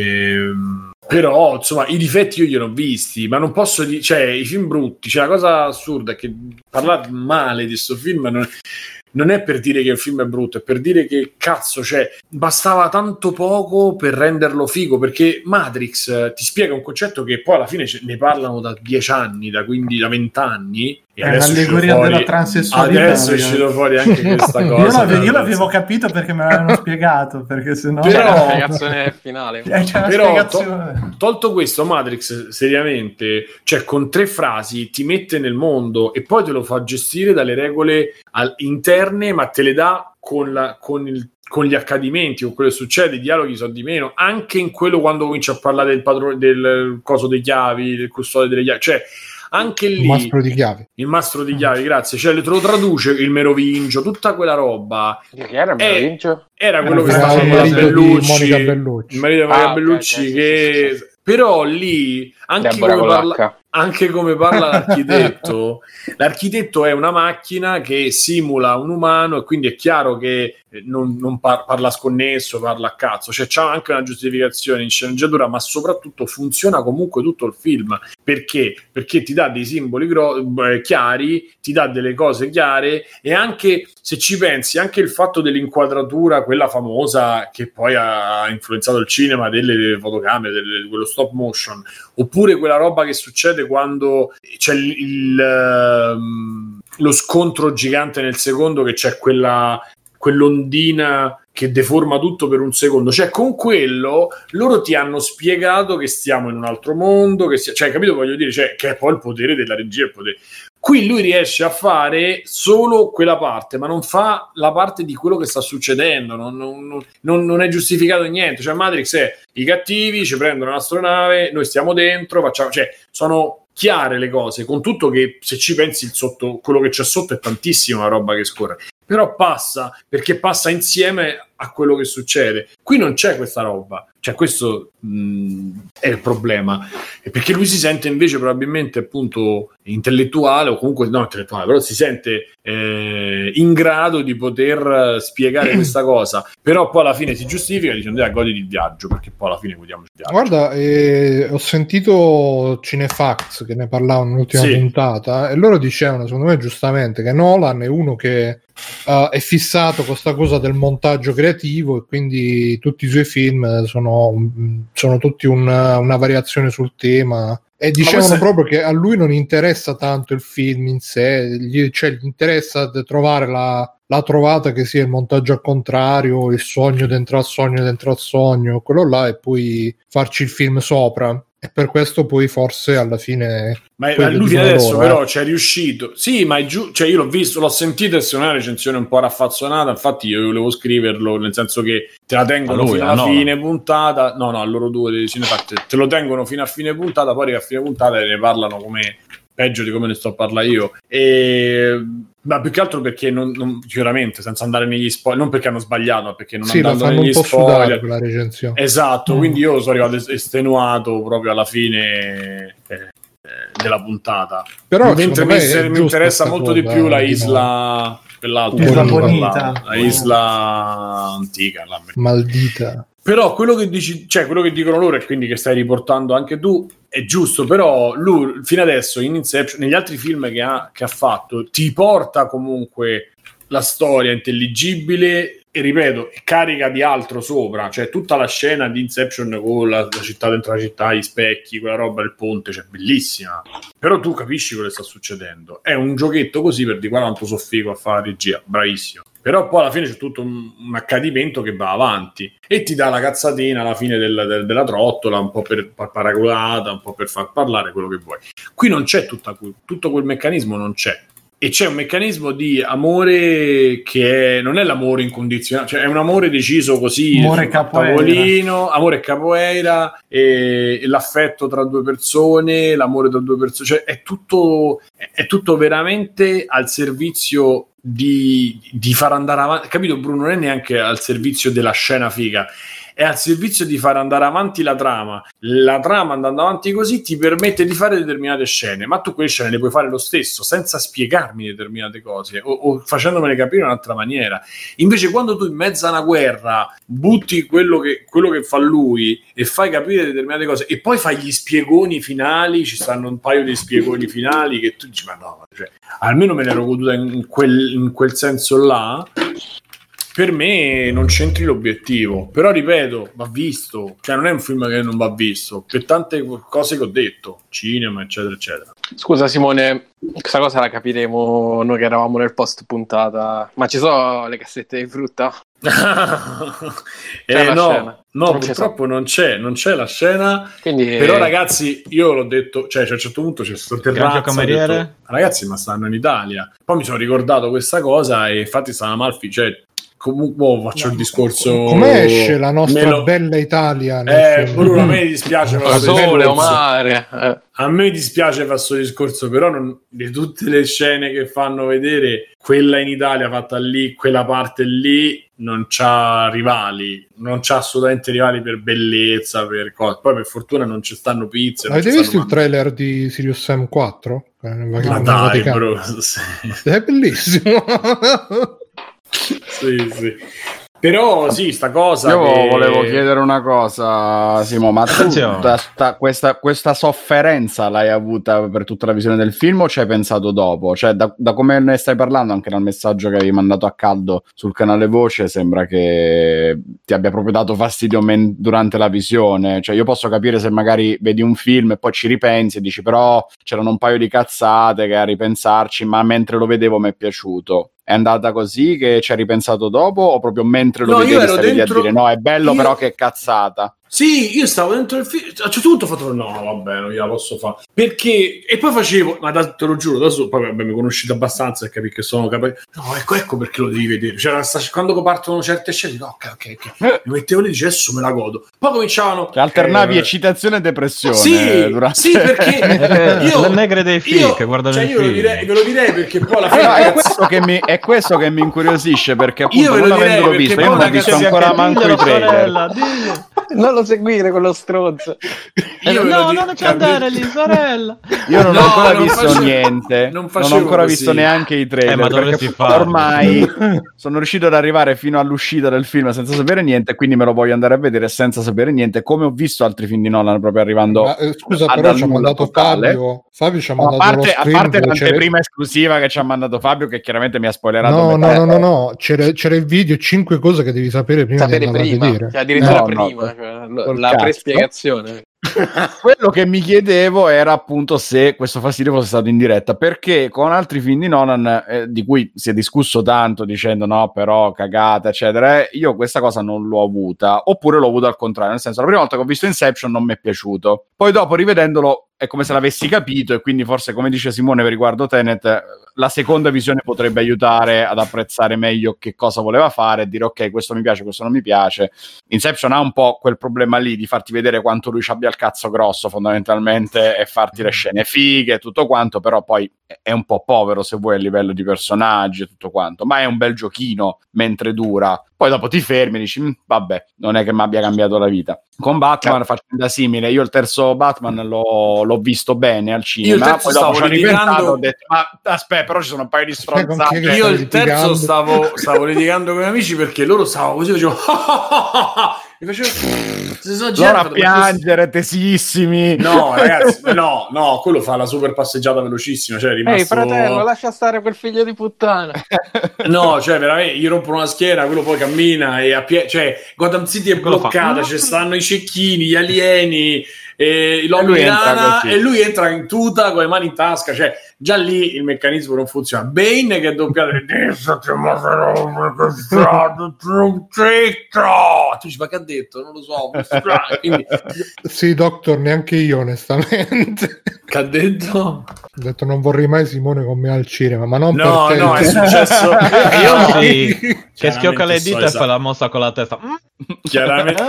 Però insomma i difetti io li ho visti, ma non posso dire, cioè i film brutti, cioè la cosa assurda è che parlare male di questo film non è per dire che il film è brutto, è per dire che cazzo, cioè bastava tanto poco per renderlo figo, perché Matrix ti spiega un concetto che poi alla fine ne parlano da 10 anni, quindi da 20 anni, E è un'allegoria della transessualità. Adesso è uscito fuori anche questa cosa. Io l'avevo capito perché me l'avevano spiegato, perché sennò c'è la spiegazione finale. Però tolto questo, Matrix seriamente, cioè con 3 frasi ti mette nel mondo e poi te lo fa gestire dalle regole interne, ma te le dà con gli accadimenti, con quello che succede, i dialoghi sono di meno, anche in quello quando comincia a parlare del padrone, del coso dei chiavi, del custode delle chiavi, cioè anche lì il mastro di chiavi, grazie, cioè te lo traduce il Merovingio, tutta quella roba. Che era il Merovingio? Era quello che stava con Monica Bellucci, il marito di Monica Bellucci, che sì. Però lì anche come parla l'architetto è una macchina che simula un umano e quindi è chiaro che non parla sconnesso, parla a cazzo, cioè c'ha anche una giustificazione in sceneggiatura, ma soprattutto funziona comunque tutto il film. Perché ti dà dei simboli chiari, ti dà delle cose chiare, e anche, se ci pensi, anche il fatto dell'inquadratura, quella famosa che poi ha influenzato il cinema, delle fotocamere, quello stop motion, oppure quella roba che succede quando c'è lo scontro gigante nel secondo, che c'è quell'ondina che deforma tutto per un secondo, cioè con quello loro ti hanno spiegato che stiamo in un altro mondo, cioè capito, voglio dire, cioè, che è poi il potere della regia, il potere. Qui lui riesce a fare solo quella parte, ma non fa la parte di quello che sta succedendo, non è giustificato niente. Cioè Matrix è i cattivi, ci prendono l'astronave, noi stiamo dentro, facciamo, cioè sono chiare le cose, con tutto che se ci pensi quello che c'è sotto è tantissima roba che scorre, però passa insieme a quello che succede. Qui non c'è questa roba, cioè questo è il problema, perché lui si sente invece probabilmente appunto intellettuale, o comunque non intellettuale, però si sente in grado di poter spiegare questa cosa, però poi alla fine si giustifica dicendo goditi il viaggio, perché poi alla fine godiamo il viaggio. Guarda, ho sentito Cinefax che ne parlavano nell'ultima puntata, e loro dicevano, secondo me giustamente, che Nolan è uno che è fissato con questa cosa del montaggio creativo, e quindi tutti i suoi film sono tutti una variazione sul tema, e dicevano proprio che a lui non interessa tanto il film in sé, gli interessa trovare la trovata che sia il montaggio al contrario, il sogno dentro al sogno, quello là, e poi farci il film sopra. E per questo poi forse alla fine, ma lui fino adesso però ci è riuscito, sì, ma cioè io l'ho sentito, e se è una recensione un po' raffazzonata, infatti io volevo scriverlo, nel senso che te la tengono fino alla fine puntata, no, a loro due dei Cinefatti te lo tengono fino a fine puntata, poi a fine puntata ne parlano come peggio di come ne sto a parlare io, ma più che altro perché non sicuramente, senza andare negli spoiler, non perché hanno sbagliato, ma perché non andando negli spoiler, la recensione. Esatto, quindi io sono arrivato estenuato proprio alla fine della puntata, però mentre mi interessa molto di più la isla, quell'altra la isla antica, maldita. Però quello che dici, cioè quello che dicono loro, e quindi che stai riportando anche tu, è giusto. Però lui fino adesso in Inception, negli altri film che ha fatto, ti porta comunque la storia intelligibile, e ripeto, carica di altro sopra, cioè tutta la scena di Inception con la città dentro la città, gli specchi, quella roba del ponte, cioè bellissima, però tu capisci quello che sta succedendo. È un giochetto così per di quanto sono figo a fare la regia, bravissimo, però poi alla fine c'è tutto un accadimento che va avanti e ti dà la cazzatina alla fine della trottola, un po' per paraculata, un po' per far parlare quello che vuoi. Qui non c'è tutto quel meccanismo, non c'è. E c'è un meccanismo di amore che non è l'amore incondizionato, cioè è un amore deciso così, amore tavolino, amore capoeira, e l'affetto tra due persone, l'amore tra due persone, cioè è tutto veramente al servizio di far andare avanti, capito Bruno? Non è neanche al servizio della scena figa, è al servizio di far andare avanti la trama andando avanti così ti permette di fare determinate scene, ma tu quelle scene le puoi fare lo stesso senza spiegarmi determinate cose o facendomele capire in un'altra maniera. Invece quando tu in mezzo a una guerra butti quello che fa lui e fai capire determinate cose e poi fai gli spiegoni finali, ci stanno un paio di spiegoni finali che tu dici ma no, cioè, almeno me ne ero goduta in quel senso là. per me non c'entri l'obiettivo, però ripeto, va visto, cioè non è un film che non va visto per tante cose che ho detto, cinema eccetera eccetera. Scusa Simone, questa cosa la capiremo noi che eravamo nel post puntata, ma ci sono le cassette di frutta? No, purtroppo non c'è la scena. Quindi, però ragazzi, io l'ho detto, cioè a un certo punto c'è stato terrazzo, cameriere. Detto, ragazzi, ma stanno in Italia. Poi mi sono ricordato questa cosa e infatti stava Amalfi, cioè comunque faccio il discorso. Come esce la nostra bella Italia? Bruno, a me dispiace sole o mare. A me dispiace fare questo discorso, però di tutte le scene che fanno vedere, quella in Italia fatta lì, quella parte lì non c'ha rivali, non c'ha assolutamente rivali per bellezza, per cose. Poi per fortuna non ci stanno pizze. Avete visto il trailer di Sirius Sam 4? Ma dai, bro, sì. È bellissimo. Sì. Però sì, sta cosa. Io volevo chiedere una cosa, Simo, ma tu questa sofferenza l'hai avuta per tutta la visione del film o ci hai pensato dopo? Cioè, da come ne stai parlando, anche dal messaggio che avevi mandato a caldo sul canale Voce, sembra che ti abbia proprio dato fastidio durante la visione. Cioè, io posso capire se magari vedi un film e poi ci ripensi e dici però c'erano un paio di cazzate che a ripensarci, ma mentre lo vedevo mi è piaciuto. È andata così che ci hai ripensato dopo o proprio mentre lo vedevi stavi dentro... a dire no, è bello però che cazzata? Sì, io stavo dentro il film, a un certo punto ho fatto no, vabbè, non gliela posso fare, perché, e poi facevo, ma te lo giuro, adesso poi vabbè, mi conoscete abbastanza e capì che sono capace, no, ecco perché lo devi vedere, cioè quando partono certe scene, no, ok, mi mettevo lì e dicevo, adesso me la godo, poi cominciavano... Cioè, alternavi eccitazione e depressione. Sì, perché io... Le negre dei film che guardano il film. Ve lo direi perché poi alla fine... è questo che mi incuriosisce, perché appunto non avendolo visto, io non ho visto ancora manco i trailer. Non lo seguire quello stronzo. Non c'è andare lì, sorella. Io non ho ancora visto niente. Non ho ancora visto neanche i trailer. Ma dovresti farlo. Ormai sono riuscito ad arrivare fino all'uscita del film senza sapere niente, quindi me lo voglio andare a vedere senza sapere niente. Come ho visto altri film di Nolan proprio arrivando. Scusa, però ci ha mandato Fabio ci ha mandato a parte l'anteprima esclusiva che ci ha mandato Fabio, che chiaramente mi ha spoilerato. No. C'era il video 5 cose che devi sapere prima di andare a vedere. Cioè, addirittura prima. La prespiegazione. Quello che mi chiedevo era appunto se questo fastidio fosse stato in diretta, perché con altri film di Nolan di cui si è discusso tanto dicendo no però cagata eccetera, io questa cosa non l'ho avuta, oppure l'ho avuta al contrario, nel senso la prima volta che ho visto Inception non mi è piaciuto, poi dopo rivedendolo è come se l'avessi capito e quindi forse, come dice Simone per riguardo Tenet, la seconda visione potrebbe aiutare ad apprezzare meglio che cosa voleva fare e dire ok, questo mi piace, questo non mi piace. Inception ha un po' quel problema lì di farti vedere quanto lui ci abbia il cazzo grosso fondamentalmente e farti le scene fighe e tutto quanto, però poi è un po' povero se vuoi a livello di personaggi e tutto quanto, ma è un bel giochino mentre dura. Poi dopo ti fermi e dici vabbè, non è che mi abbia cambiato la vita. Con Batman facendo simile, io il terzo Batman l'ho visto bene al cinema, poi dopo ci ho ripensato, ho detto ma aspetta, però ci sono un paio di stronzate. Io il terzo stavo litigando con i miei amici perché loro stavano così, facevo mi facevo loro a piangere tesissimi. No ragazzi, no, quello fa la super passeggiata velocissima, cioè è rimasto... Ehi fratello, lascia stare quel figlio di puttana. No, cioè veramente gli rompono la schiena, quello poi cammina e cioè Gotham City è bloccata, ci stanno i cecchini, gli alieni l'uomo di lana e lui entra in tuta con le mani in tasca, cioè già lì il meccanismo non funziona. Bane che è doppiato tu dici ma che ha detto? Non lo so. Quindi... sì, Doctor, neanche io onestamente. Che ha detto? Ho detto non vorrei mai Simone con me al cinema, ma non perché... No, è successo. Io sì, che schiocca le dita e fa la mossa con la testa. Chiaramente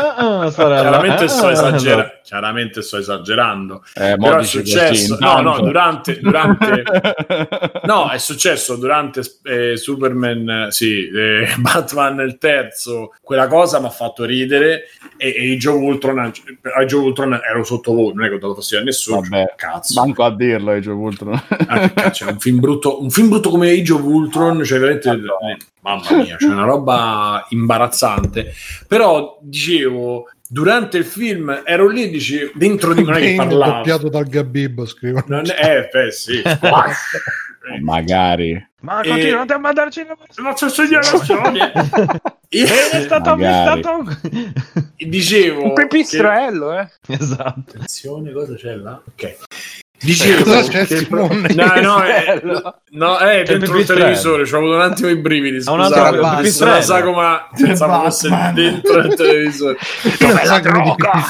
sto esagerando. Però è successo. Durante no, è successo durante Superman, Batman il terzo. Quella cosa mi ha fatto ridere e Age of Ultron ero sotto voi, non è che ho dato fastidio a nessuno. Vabbè, cazzo. Manco a dirlo Age of Ultron. Cioè, un film brutto come Age of Ultron, cioè veramente mamma mia, c'è una roba imbarazzante. Però dicevo, durante il film ero lì, dici, dentro di me non è che parlavo. Doppiato dal Gabibbo, scrivo. Sì. Magari. Ma continuate a mandarci la storia. È stato avvistato. Dicevo un pipistrello, Esatto. Attenzione, cosa c'è là? Ok. Dicevo c'è Simone? Dentro il televisore c'ho avuto un attimo i brividi, scusate, la sagoma pensavo fosse dentro il televisore. Dove la droga?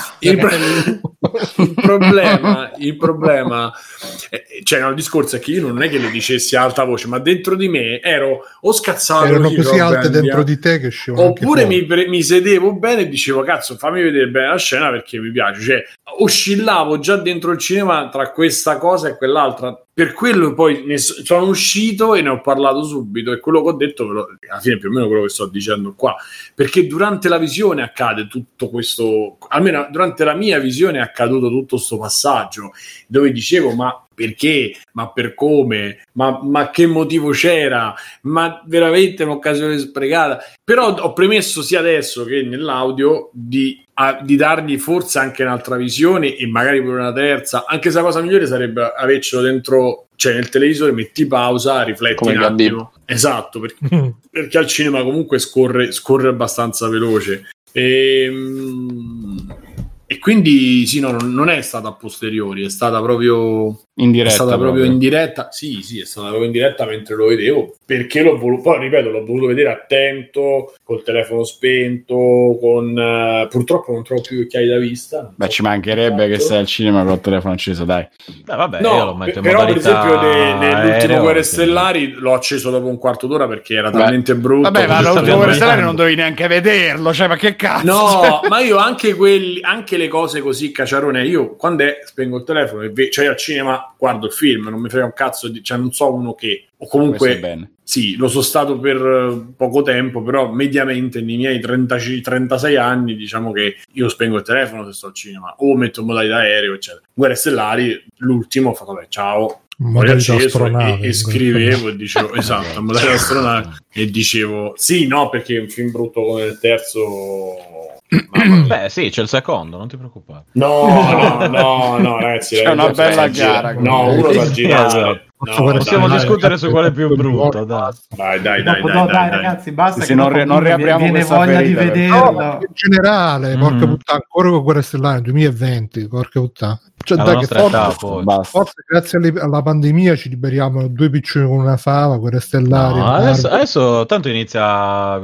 Il problema cioè il discorso è che io non è che le dicessi a alta voce, ma dentro di me ero o scazzato, erano così alte dentro di te che scivano, oppure mi sedevo bene e dicevo cazzo, fammi vedere bene la scena perché mi piace, cioè oscillavo già dentro il cinema tra questa cosa e quell'altra. Per quello poi ne sono uscito e ne ho parlato subito, e quello che ho detto alla fine più o meno quello che sto dicendo qua, perché durante la visione accade tutto questo, almeno durante la mia visione è accaduto tutto questo passaggio dove dicevo ma perché, ma per come, ma che motivo c'era, ma veramente un'occasione sprecata. Però ho premesso sia adesso che nell'audio di dargli forse anche un'altra visione e magari pure una terza, anche se la cosa migliore sarebbe avercelo dentro, cioè nel televisore, metti pausa, rifletti come un attimo. Esatto, perché al cinema comunque scorre abbastanza veloce. E quindi sì, no, non è stata a posteriori, è stata proprio in diretta. È stata proprio in diretta. Sì, è stata proprio in diretta mentre lo vedevo, perché l'ho voluto vedere attento, col telefono spento, purtroppo non trovo più occhiali da vista. Beh, ci mancherebbe che sei al cinema con il telefono acceso, dai. Vabbè, no, io lo metto in però per esempio nell'ultimo Guerre sì. Stellari l'ho acceso dopo un quarto d'ora perché era talmente brutto. Vabbè, ma l'ultimo Guerre Stellari non dovevi neanche vederlo, cioè, ma che cazzo? No, ma io anche le cose così cacciarone, io quando spengo il telefono e cioè al cinema guardo il film, non mi frega un cazzo cioè non so uno che, o comunque sì, lo sono stato per poco tempo, però mediamente nei miei 36 anni diciamo che io spengo il telefono se sto al cinema o metto in modalità aereo eccetera. Guerre Stellari l'ultimo ho fatto vabbè ciao, ho acceso e scrivevo e dicevo esatto, modalità astronave e dicevo sì, no, perché è un film brutto come il terzo. Beh sì, c'è il secondo, non ti preoccupare. No ragazzi, c'è una bella gara. No, uno da girare. Possiamo discutere su quale è più brutto. Dai, ragazzi, basta. Se non riapriamo viene voglia di vederlo. No, in generale, porca puttana, ancora con Guerre Stellari 2020, porca puttana. Cioè, dai, che forse grazie alla pandemia ci liberiamo 2 piccioni con una fava, Guerre Stellari. No, adesso tanto inizia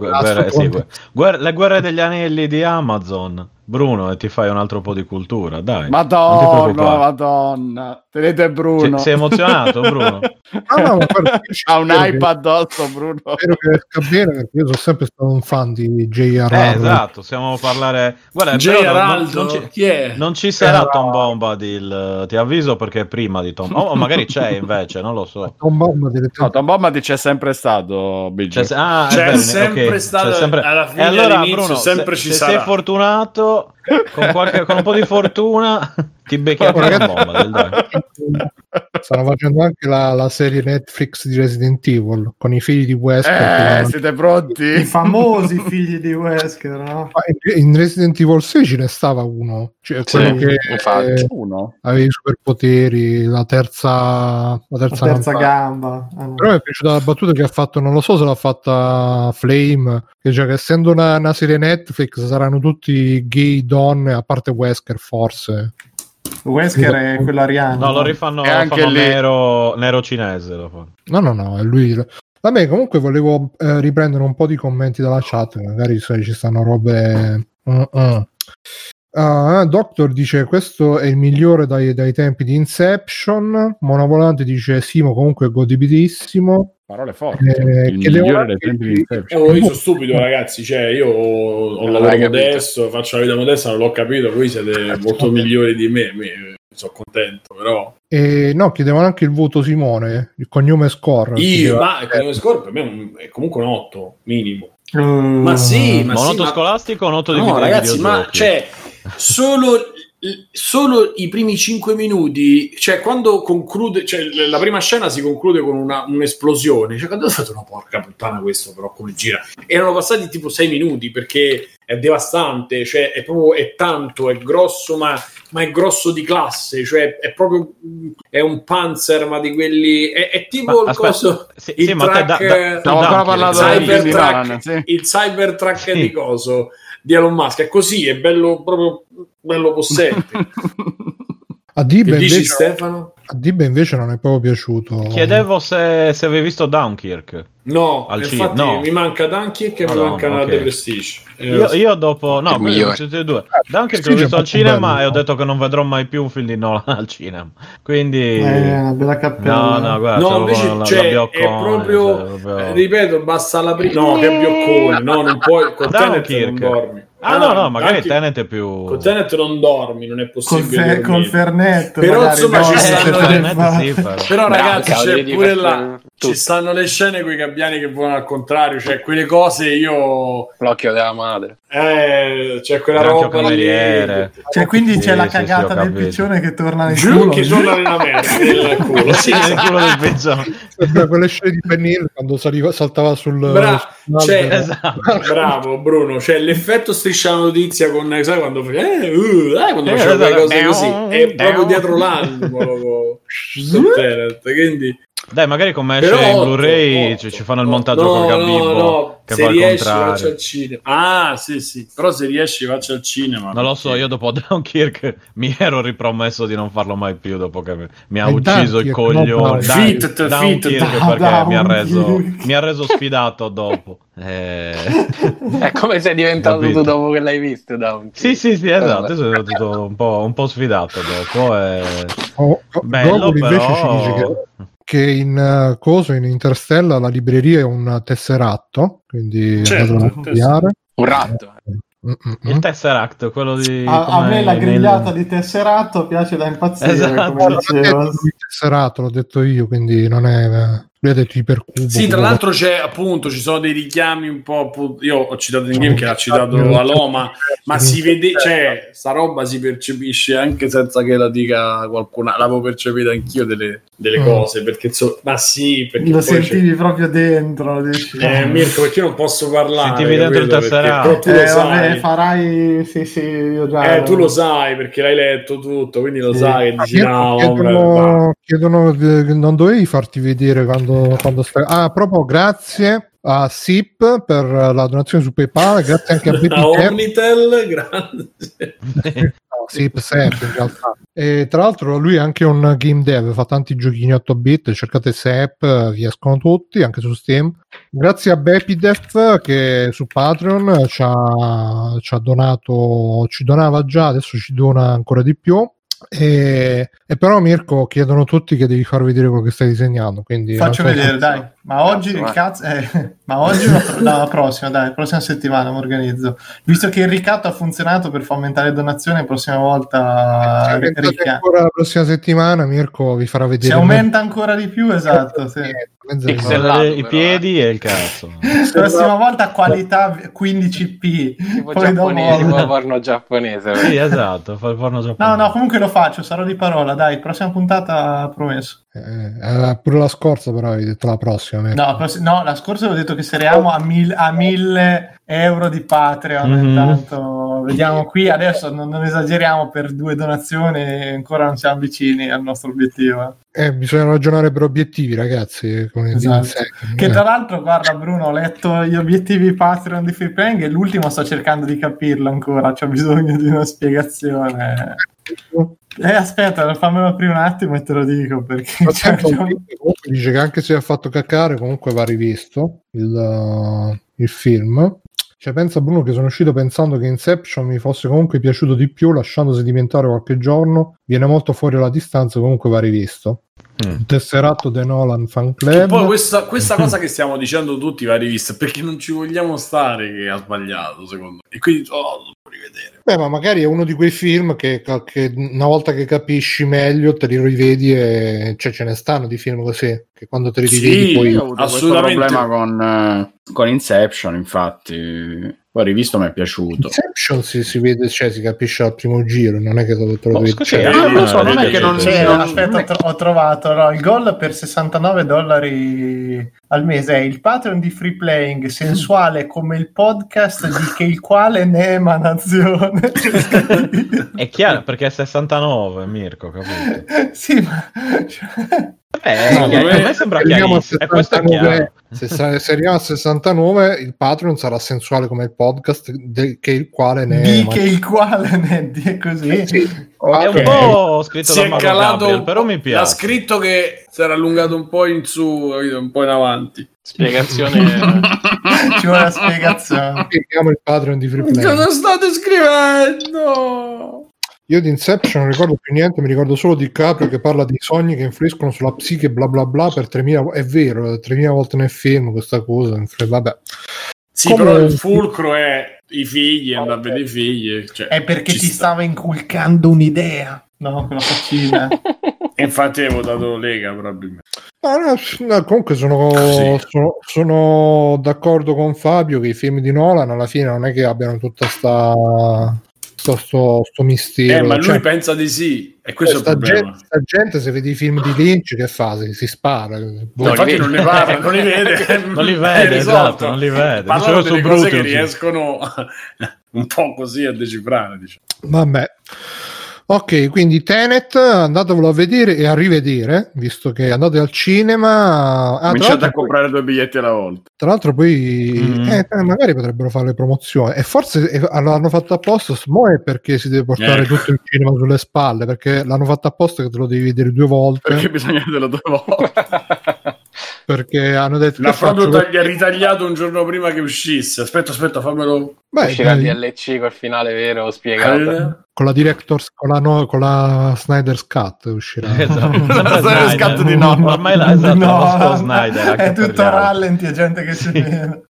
le guerre degli anelli di Amazon. Bruno, e ti fai un altro po' di cultura, dai. Madonna, tenete Bruno. Sei emozionato, Bruno? No, ha un iPad addosso, Bruno. Spero che esca bene, perché io sono sempre stato un fan di J.R.R. Esatto, stiamo a parlare. Guarda, non ci sarà Tom Bombadil, ti avviso, perché prima di Tom. O magari c'è invece, non lo so. Tom Bombadil c'è sempre sempre stato alla fine, allora Bruno, sempre se sei fortunato con un po' di fortuna ti becchi anche la bomba dai. Stanno facendo anche la serie Netflix di Resident Evil con i figli di Wesker. Siete pronti? I famosi figli di Wesker, no? In Resident Evil 6 ce ne stava uno, cioè quello che aveva i superpoteri, la terza gamba. Però mi è piaciuta la battuta che ha fatto, non lo so se l'ha fatta Flame, che cioè che essendo una serie Netflix saranno tutti gay donne, a parte Wesker forse. Wesker è quello ariano. No, lo rifanno anche nero cinese. Lo fanno. No, è lui. Vabbè, comunque volevo riprendere un po' di commenti dalla chat, magari ci stanno robe. Doctor dice questo è il migliore dai tempi di Inception. Monovolante dice Simo comunque è godibilissimo. Parole forti. Il migliore dei tempi di Inception. Io sono stupido, ragazzi, cioè io ho un lavoro modesto, faccio la vita modesta, non l'ho capito, voi siete molto migliori di me, sono contento, però no, chiedevano anche il voto Simone, il cognome score. Il cognome score per me è comunque un 8 minimo. Ma sì, ma un 8 scolastico o un 8 di no, ragazzi, ma cioè solo solo i primi 5 minuti, cioè quando conclude, cioè la prima scena si conclude con un'esplosione, cioè quando ho fatto una porca puttana questo però come gira, erano passati tipo 6 minuti perché è devastante, cioè è proprio, è tanto, è grosso ma è grosso di classe, cioè è proprio, è un Panzer ma di quelli, è tipo il coso, il Cybertruck di coso di Elon Musk, è così, è bello, proprio bello possente. A Dibbe invece, Stefano? A Dibbe invece non è proprio piaciuto. Chiedevo se avevi visto Dunkirk. No, infatti no. Mi manca Dunkirk e mi manca The Prestige. Io dopo tutti e due. Dunkirk l'ho visto al cinema e ho detto che non vedrò mai più un film di Nolan al cinema. Quindi una bella cappella. No, guarda, invece è proprio ripeto, basta la prima. No, che bioccone. No, non puoi con Dunkirk non dormi. No, magari Tenet è più. Con Tenet non dormi, non è possibile. Col Fernetto. Però insomma ci stanno. Però ragazzi, c'è pure là. Ci stanno le scene con i gabbiani che volano al contrario, cioè quelle cose io. L'occhio della madre. C'è quella roba cameriere. Cioè, quindi c'è la cagata del piccione che torna nel culo. Che torna nella merda nel culo. Sì, nel culo del piccione. Quelle scene di Penny quando saltava sul. Bravo Bruno, cioè l'effetto striscia la notizia con sai quando faceva le cose così è proprio dietro l'angolo. Quindi dai, magari come esce in Blu-ray ci fanno il montaggio con Gabibbo che se va al riesci contrario. faccio al cinema. Sì, però se riesci faccio al cinema. Non lo so, io dopo Dunkirk mi ero ripromesso di non farlo mai più dopo che mi ha ucciso il coglione. Dunkirk perché mi ha reso sfidato dopo. È come sei diventato tu dopo che l'hai visto, Dunkirk. Sì, esatto, sono stato un po' sfidato dopo. Bello, però ci dice che in Interstellar la libreria è un tesseratto, quindi un ratto. Il Tesseract, quello di a me la grigliata di Tesseratto piace da impazzire. Esatto. Il Tesseratto l'ho detto io, quindi non è vedete ipercubo. Sì, tra l'altro c'è appunto, ci sono dei richiami un po'. Io ho citato in game che ha citato la Loma, ma si vede, cioè, sta roba si percepisce anche senza che la dica qualcuno. L'avevo percepita anch'io delle cose, perché ma sì, perché lo sentivi proprio dentro. Mirko, perché io non posso parlare. Sentivi dentro il Tesseract. Tu lo sai. Vabbè, farai sì, io già. Tu lo sai perché l'hai letto tutto, quindi lo sai che dici chiedono non dovevi farti vedere quando stai. Proprio grazie a SIP per la donazione su PayPal, grazie anche a Omnitel, grazie. SIP sempre in realtà. E tra l'altro lui è anche un game dev, fa tanti giochini 8-bit, cercate SEP, vi escono tutti anche su Steam. Grazie a Bepidef che su Patreon ci ha donato, ci donava già, adesso ci dona ancora di più. E però Mirko chiedono tutti che devi far vedere quello che stai disegnando, quindi faccio vedere, dai. Ma oggi ma oggi la prossima settimana mi organizzo, visto che il ricatto ha funzionato per far aumentare le donazioni, la prossima volta ancora la prossima settimana Mirko vi farà vedere, si aumenta ancora di più, esatto, sì. I piedi e il cazzo. La prossima volta qualità 15p tipo poi giapponese, tipo porno giapponese. Sì, esatto, fa il porno giapponese. No, comunque lo faccio, sarò di parola, dai, prossima puntata promesso. Pure la scorsa però avevi detto la prossima. No, la scorsa avevo detto che saremo a 1.000 euro di Patreon, intanto vediamo qui, adesso non esageriamo, per 2 donazioni ancora non siamo vicini al nostro obiettivo. Bisogna ragionare per obiettivi, ragazzi, esatto. Che tra l'altro, guarda Bruno, ho letto gli obiettivi Patreon di Freeplaying e l'ultimo sto cercando di capirlo ancora, c'ho bisogno di una spiegazione. Aspetta, fammelo prima un attimo e te lo dico, perché dice che anche se ha fatto cacare comunque va rivisto il film. Cioè, pensa Bruno che sono uscito pensando che Inception mi fosse comunque piaciuto di più, lasciando sedimentare qualche giorno, viene molto fuori alla distanza, comunque va rivisto. Tesseratto The Nolan Fan Club. Poi questa cosa che stiamo dicendo tutti va rivista, perché non ci vogliamo stare che ha sbagliato, secondo me. e quindi lo rivedere. Beh, ma magari è uno di quei film che una volta che capisci meglio te li rivedi, e cioè ce ne stanno di film così che quando te li rivedi poi... Io ho avuto questo problema con Inception, infatti poi rivisto mi è piaciuto. Inception si vede, cioè si capisce al primo giro, non è che te lo vedi. Non è che non c'era. Aspetta, ho trovato il goal per $69 al mese è il Patreon di Free Playing, sensuale come il podcast di che il quale ne è emanazione. È chiaro perché è 69, Mirko, capito? Sì, ma a me sembra chiarissimo. Questo è chiaro. Se arriviamo a 69, il Patreon sarà sensuale come il podcast che il quale ne di che il quale ne è così. Sì. Okay. È un po' scritto da Mario Gabriel, però mi piace. L'ha scritto che si era allungato un po' in su, un po' in avanti. Spiegazione. Ci vuole la spiegazione. Spieghiamo il Patreon di Free Play. Cosa state scrivendo? Io di Inception non ricordo più niente, mi ricordo solo DiCaprio che parla di sogni che influiscono sulla psiche bla bla bla per 3000, è vero, 3000 volte nel film questa cosa, vabbè. Sì, però il fulcro è i figli, andare a vedere i figli. Cioè, è perché ti stava inculcando un'idea, no? Quella faccina. E infatti hai votato Lega, probabilmente. No, comunque sono d'accordo con Fabio che i film di Nolan alla fine non è che abbiano tutta sto mistero, ma lui pensa di sì, e questo è il problema. Sta gente se vede i film di Lynch che fa? Si spara. Infatti non ne parla, non li vede, non li vede, esatto, non li vede. Parlano delle cose che riescono un po' così a decifrare, diciamo. Vabbè. Ok, quindi Tenet andatevelo a vedere e a rivedere, visto che andate al cinema. Cominciate a comprare 2 biglietti alla volta. Tra l'altro poi magari potrebbero fare le promozioni. E forse l'hanno fatto apposta, mo è perché si deve portare tutto il cinema sulle spalle, perché l'hanno fatto apposta che te lo devi vedere 2 volte. Perché bisogna vederlo 2 volte. Perché hanno detto l'ha proprio ritagliato un giorno prima che uscisse. Aspetta, fammelo. Uscirà il DLC col finale vero spiegato. Con la Director's con la Snyder's Cut uscirà. Esatto. La Snyder's Cut di no. Ormai esatto, Snyder, è tutto rallenti, è gente che si vede.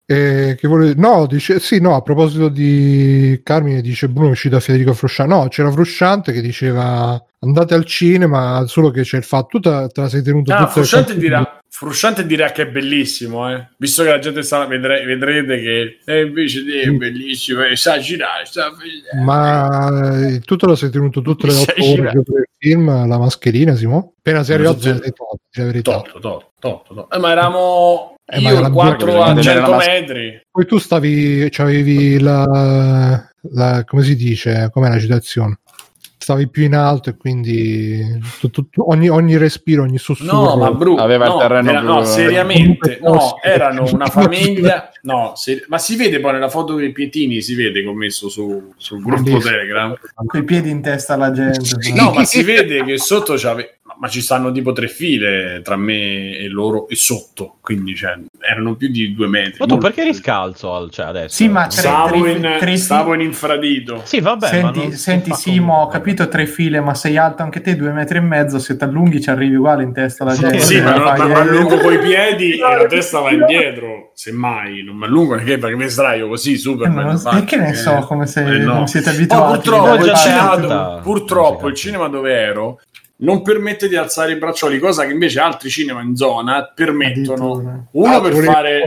A proposito di Carmine dice Bruno è uscito a Federico Frusciante. No, c'era Frusciante che diceva andate al cinema, solo che c'è il fatto te la sei tenuto Frusciante dirà che è bellissimo, visto che la gente vedrete che invece è bellissimo, sa girare, ma tu te lo sei tenuto tutte le 8 ore del film, la mascherina, Simo? Appena sei arrivato sei tolto. Ma eravamo io 4 a 100 metri. Poi tu c'avevi la come si dice, com'è la citazione? Stavi più in alto e quindi ogni respiro, ogni sussurro aveva il terreno seriamente erano una famiglia ma si vede poi nella foto dei pietini, si vede che ho messo sul gruppo Telegram coi piedi in testa alla gente. Ma si vede che sotto ma ci stanno tipo 3 file tra me e loro e sotto, quindi erano più di 2 metri. Ma tu perché eri scalzo adesso? Sì, ma stavo in infradito. Sì, vabbè. Senti Simo, ho capito 3 file, ma sei alto anche te 2,5 metri, se ti allunghi ci arrivi uguale in testa alla gente. Sì, ma non allungo coi piedi e la testa va indietro, semmai non mi allungo perché mi sdraio così super. Perché ne so come non siete abituati. Purtroppo il cinema dove ero non permette di alzare i braccioli, cosa che invece altri cinema in zona permettono. Uno per fare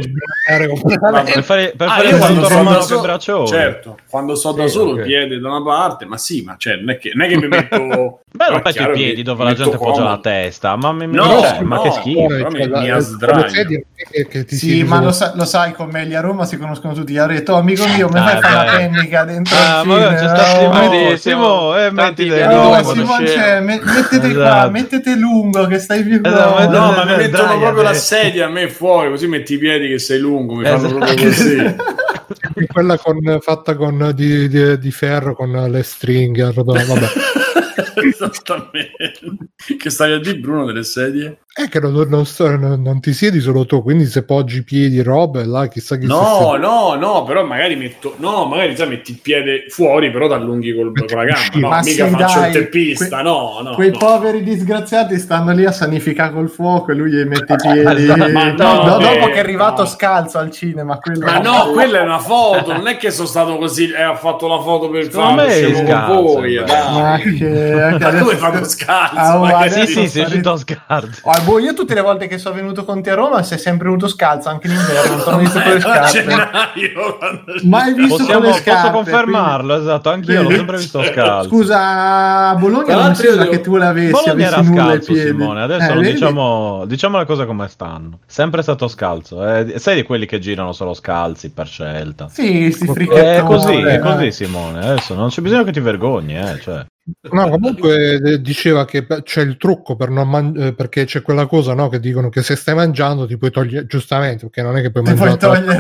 quando sto da solo, certo, quando sto da solo il piede da una parte, ma non è che mi metto beh, non metti i piedi dove la gente poggia la testa, ma che schifo, mi asdraio. Sì, ma lo sai come a Roma si conoscono tutti. Ha detto amico mio, mi fai fare la tecnica dentro il Simo, mettete lungo che stai più ma mi mettono proprio la sedia a me fuori, così metti i piedi che sei lungo, mi fanno proprio così. Quella fatta con di ferro con le stringhe vabbè. Esattamente. Che stai a dire, Bruno, delle sedie? che non ti siedi solo tu, quindi se poggi i piedi e robe là, chissà chi no, però magari metti il piede fuori, però ti allunghi con la gamba. No, mica faccio il teppista, quei poveri disgraziati stanno lì a sanificare col fuoco e lui gli mette i piedi. Dopo che è arrivato scalzo al cinema. Quella è una foto, non è che sono stato così e ha fatto la foto per fare con voi. Ma come fanno scalzo? Sì, sei uscito scalzo. Io tutte le volte che sono venuto con te a Roma sei sempre venuto scalzo, anche in inverno. Non sono visto con le scarpe. Mai visto con le scarpe. Posso confermarlo, esatto, anch'io l'ho sempre visto scalzo. Scusa, a Bologna non sembra che tu l'avessi. Bologna era scalzo, Simone. Adesso diciamo le cose come stanno. Sempre stato scalzo. Sei di quelli che girano solo scalzi per scelta. Sì, si fricchettoni. È così, Simone. Adesso non c'è bisogno che ti vergogni, cioè. No, comunque diceva che c'è il trucco per non perché c'è quella cosa, no, che dicono che se stai mangiando ti puoi togliere, giustamente, perché non è che puoi mangiare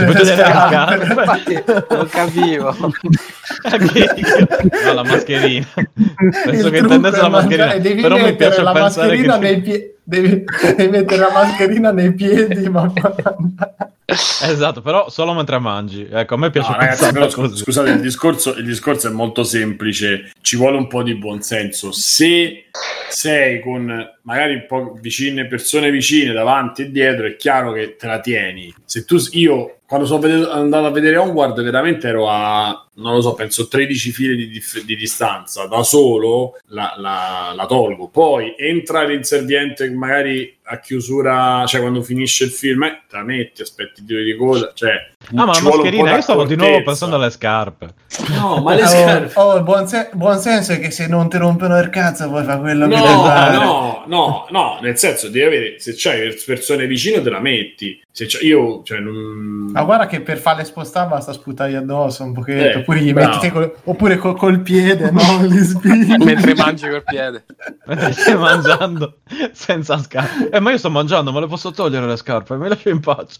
non capivo. No, la mascherina. Penso che intendesse la mascherina, però mi piace la pensare mascherina che devi mettere la mascherina nei piedi, ma esatto, però solo mentre mangi. Ecco, a me piace ragazzi, però, scusate, il discorso è molto semplice, ci vuole un po' di buonsenso. Se sei con magari un po' persone vicine davanti e dietro, è chiaro che te la tieni. Io quando sono andato a vedere Onward veramente ero a, non lo so, penso 13 file di distanza, da solo la tolgo, poi entra l'inserviente magari a chiusura, cioè quando finisce il film te la metti, aspetti il tiro di coda, cioè ma la mascherina, io stavo di nuovo pensando alle scarpe. No, ma le scarpe il buon senso è che se non ti rompono il cazzo poi fa quello che no, nel senso devi avere, se c'hai persone vicine te la metti, se io ma guarda che per farle spostare basta sputargli addosso un pochetto, oppure gli metti oppure col piede, no? Li spingi mentre mangi col piede. Stai mangiando senza scarpe. Ma io sto mangiando, ma le posso togliere le scarpe? Mi lascio in pace.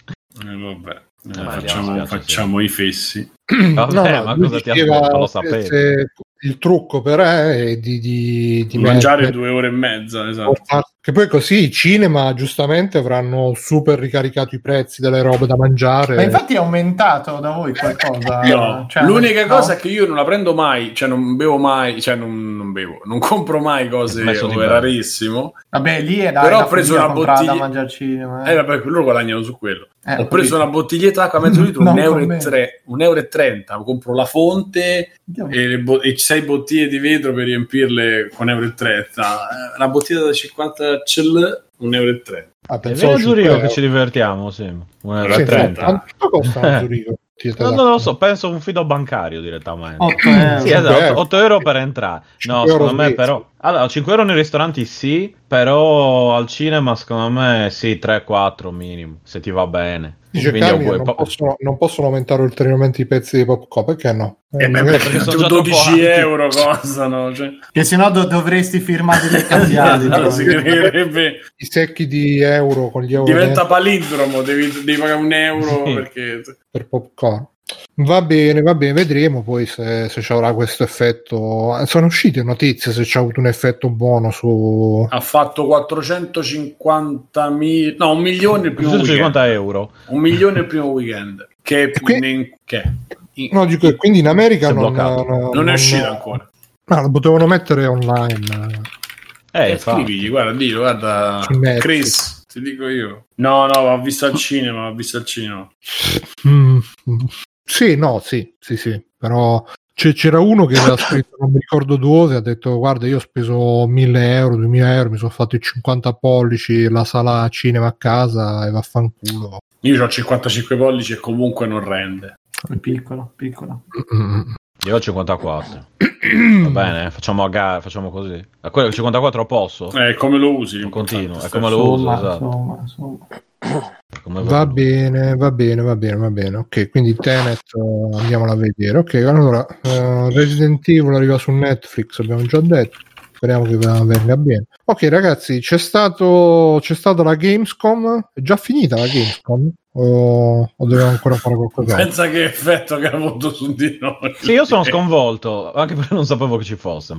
Facciamo i fessi. Vabbè, ma cosa ti aspetta? Lo sapevo. Il trucco però è di mangiare 2 ore e mezza, esatto. Che poi così i cinema giustamente avranno super ricaricato i prezzi delle robe da mangiare. Ma infatti è aumentato da voi qualcosa? No, cioè, l'unica cosa è che io non la prendo mai, cioè non bevo mai, cioè non bevo, non compro mai cose, è rarissimo. Vabbè, lì è però ho preso una bottiglia da mangiare cinema. Vabbè, loro guadagnano su quello. Ho preso una bottiglietta d'acqua a mezzo litro, 1,30 €. Compro la fonte e 6 bottiglie di vetro per riempirle con 1,30 €. Una bottiglia da 50 cl, 1,30 €. È vero Zurigo che ci divertiamo, sì. 1,30 €. Quanto costa Zurigo? Non lo so, penso un fido bancario direttamente. 8 €. Sì, esatto, 8 € per entrare. No, secondo me però... Allora, 5 € nei ristoranti sì, però al cinema secondo me sì, 3-4 minimo, se ti va bene. Dice Carmine, non possono aumentare ulteriormente i pezzi di popcorn, perché no? Perché sono 12 € costano, cioè. Che sennò dovresti firmare delle cambiali. I secchi di euro con gli euro diventa palindromo, devi pagare €1 sì, perché per popcorn. Va bene, vedremo poi se ci avrà questo effetto. Sono uscite notizie se c'ha avuto un effetto buono su... Ha fatto 450.000, no, 1 milione il primo 450 €. 1 milione il primo weekend. No, dico, quindi in America non è uscito ancora. No, lo potevano mettere online. Scrivigli, guarda Chris, ti dico io. No, l'ho visto al cinema, Sì, però c'era uno che aveva scritto, non mi ricordo dove, ha detto guarda io ho speso 1.000 €, 2.000 €, mi sono fatto i 50 pollici, la sala cinema a casa e vaffanculo. Io ho 55 pollici e comunque non rende. È piccolo. Io ho 54. Va bene, facciamo a gara, facciamo così. A quello 54 posso? Come lo usi? Continuo, è come lo uso, esatto. Va bene. Ok, quindi Tenet andiamolo a vedere. Ok, allora Resident Evil arriva su Netflix, abbiamo già detto. Speriamo che venga bene. Ok, ragazzi, c'è stata la Gamescom. È già finita la Gamescom? O dobbiamo ancora fare qualcosa? Pensa che effetto che ha avuto su di noi. Sì, io sono sconvolto, anche perché non sapevo che ci fosse, ma vabbè.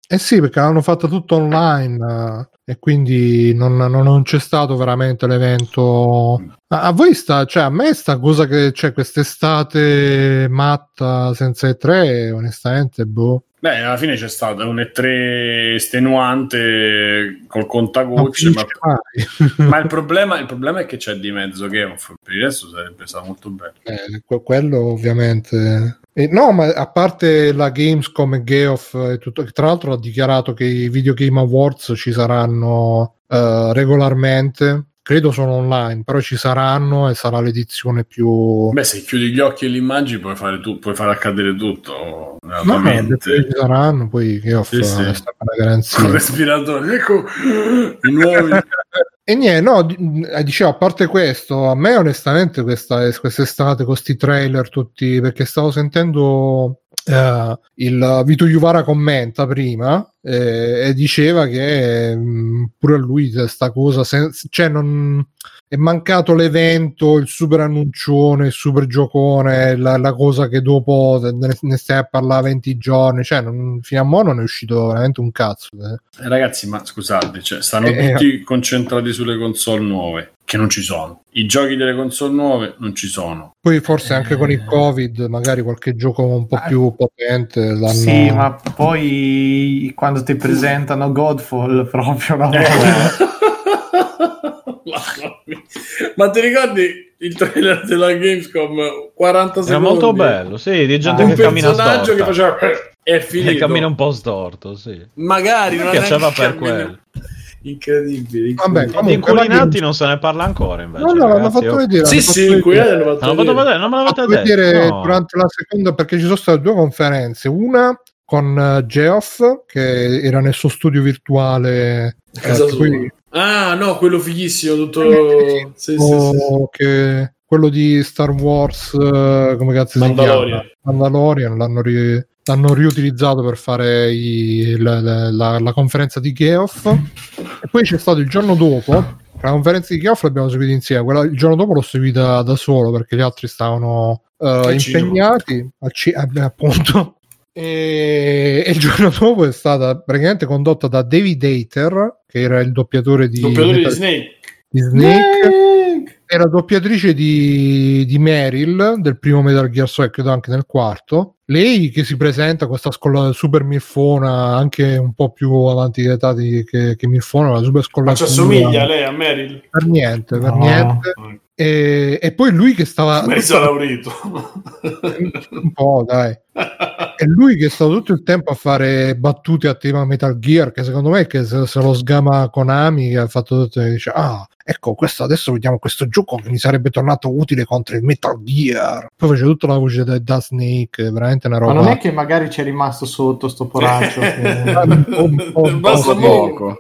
sì, perché l'hanno fatto tutto online e quindi non c'è stato veramente l'evento. A voi cioè a me sta cosa che c'è quest'estate matta senza E3, onestamente, boh. Beh, alla fine c'è stato un E3 estenuante col contagocce, ma il problema è che c'è di mezzo Geoff, per il resto sarebbe stato molto bello. Quello ovviamente. No, ma a parte la Gamescom e Geoff e tutto, tra l'altro ha dichiarato che i Video Game Awards ci saranno regolarmente. Credo sono online, però ci saranno e sarà l'edizione più... Beh, se chiudi gli occhi e l'immagini puoi fare accadere tutto. Ci saranno, poi che offre una garanzia. Con respiratore, ecco, i nuovi... E niente, no, dicevo, a parte questo, a me onestamente quest'estate con sti trailer tutti, perché stavo sentendo il Vito Juvara commenta prima e diceva che pure a lui sta cosa cioè non è mancato l'evento, il super annuncione, il super giocone, la cosa che dopo ne stai a parlare 20 giorni, cioè fino a mo' non è uscito veramente un cazzo. Ragazzi, ma scusate, cioè, stanno tutti concentrati sulle console nuove, che non ci sono. I giochi delle console nuove non ci sono. Poi forse anche con il Covid magari qualche gioco un po' più potente l'hanno... Sì, ma poi quando ti presentano Godfall proprio una volta... Ma ti ricordi il trailer della Gamescom 40 secondi? Era molto bello, sì, di gente che cammina storta. Un personaggio che faceva è finito. E cammina un po' storto, sì. Magari non piaceva per quello. Incredibile. Vabbè, di Inquinati non se ne parla ancora invece. No, l'hanno fatto vedere. Sì, Inquinati l'hanno fatto vedere. Non me l'avete detto. Durante la seconda, perché ci sono state 2 conferenze, una con Geoff che era nel suo studio virtuale. Ah, no, quello fighissimo, tutto sì. Che quello di Star Wars, come cazzo si chiama? Mandalorian l'hanno riutilizzato per fare la conferenza di Geoff. E poi c'è stato il giorno dopo la conferenza di Geoff, l'abbiamo seguita insieme. Il giorno dopo l'ho seguita da solo perché gli altri stavano impegnati appunto. E il giorno dopo è stata praticamente condotta da David Hayter, che era il doppiatore di Snake. Era doppiatrice di Meryl del primo Metal Gear Solid, credo anche nel quarto. Lei che si presenta con questa super milfona, anche un po' più avanti di età che milfona, la super scollatura. Ma ci assomiglia lei a Meryl? Per niente. E poi lui che stava esaurito un po', dai. E lui che sta tutto il tempo a fare battute a tema Metal Gear, che secondo me è che se lo sgama Konami, che ha fatto tutto e dice ecco, adesso vediamo questo gioco che mi sarebbe tornato utile contro il Metal Gear. Poi fece tutta la voce da Snake, veramente una roba. Ma non è che magari c'è rimasto sotto sto poraccio basta poco.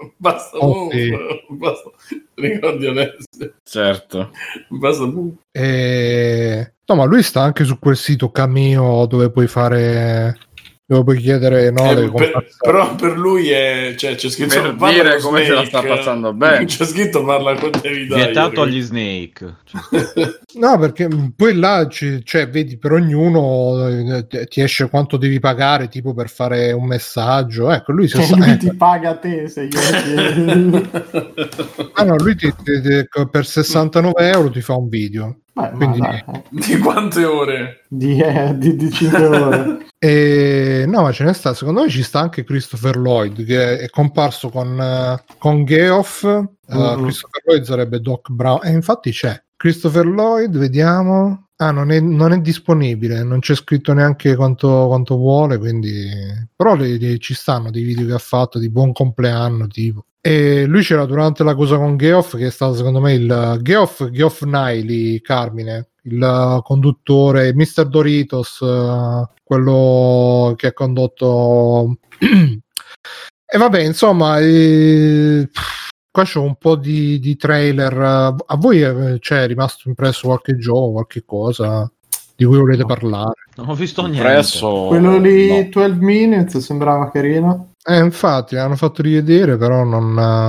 Ricordi Alessio? Certo. Basta poco. No, ma lui sta anche su quel sito Cameo dove puoi chiedere però per lui c'è scritto per dire come Snake, se la sta passando bene. C'è scritto parla con David Ayer, vietato agli Snake. No, perché poi là vedi, per ognuno ti esce quanto devi pagare tipo per fare un messaggio. Ecco, lui ti paga a te se io lui per 69 euro ti fa un video. Quindi, di quante ore? Di 5 ore. No, ma ce ne sta. Secondo me ci sta anche Christopher Lloyd, che è comparso con Geoff. Christopher Lloyd sarebbe Doc Brown, e infatti c'è Christopher Lloyd. Vediamo. Non è disponibile, non c'è scritto neanche quanto vuole, quindi però ci stanno dei video che ha fatto di buon compleanno tipo. E lui c'era durante la cosa con Geoff, che è stato secondo me il Geoff Niley, Carmine, il conduttore, Mr. Doritos, quello che ha condotto e vabbè, insomma, qua c'è un po' di trailer. A voi c'è rimasto impresso qualche gioco, qualche cosa di cui volete parlare? Non ho visto niente. Quello lì, 12 Minutes, sembrava carino. Infatti l'hanno fatto rivedere, però non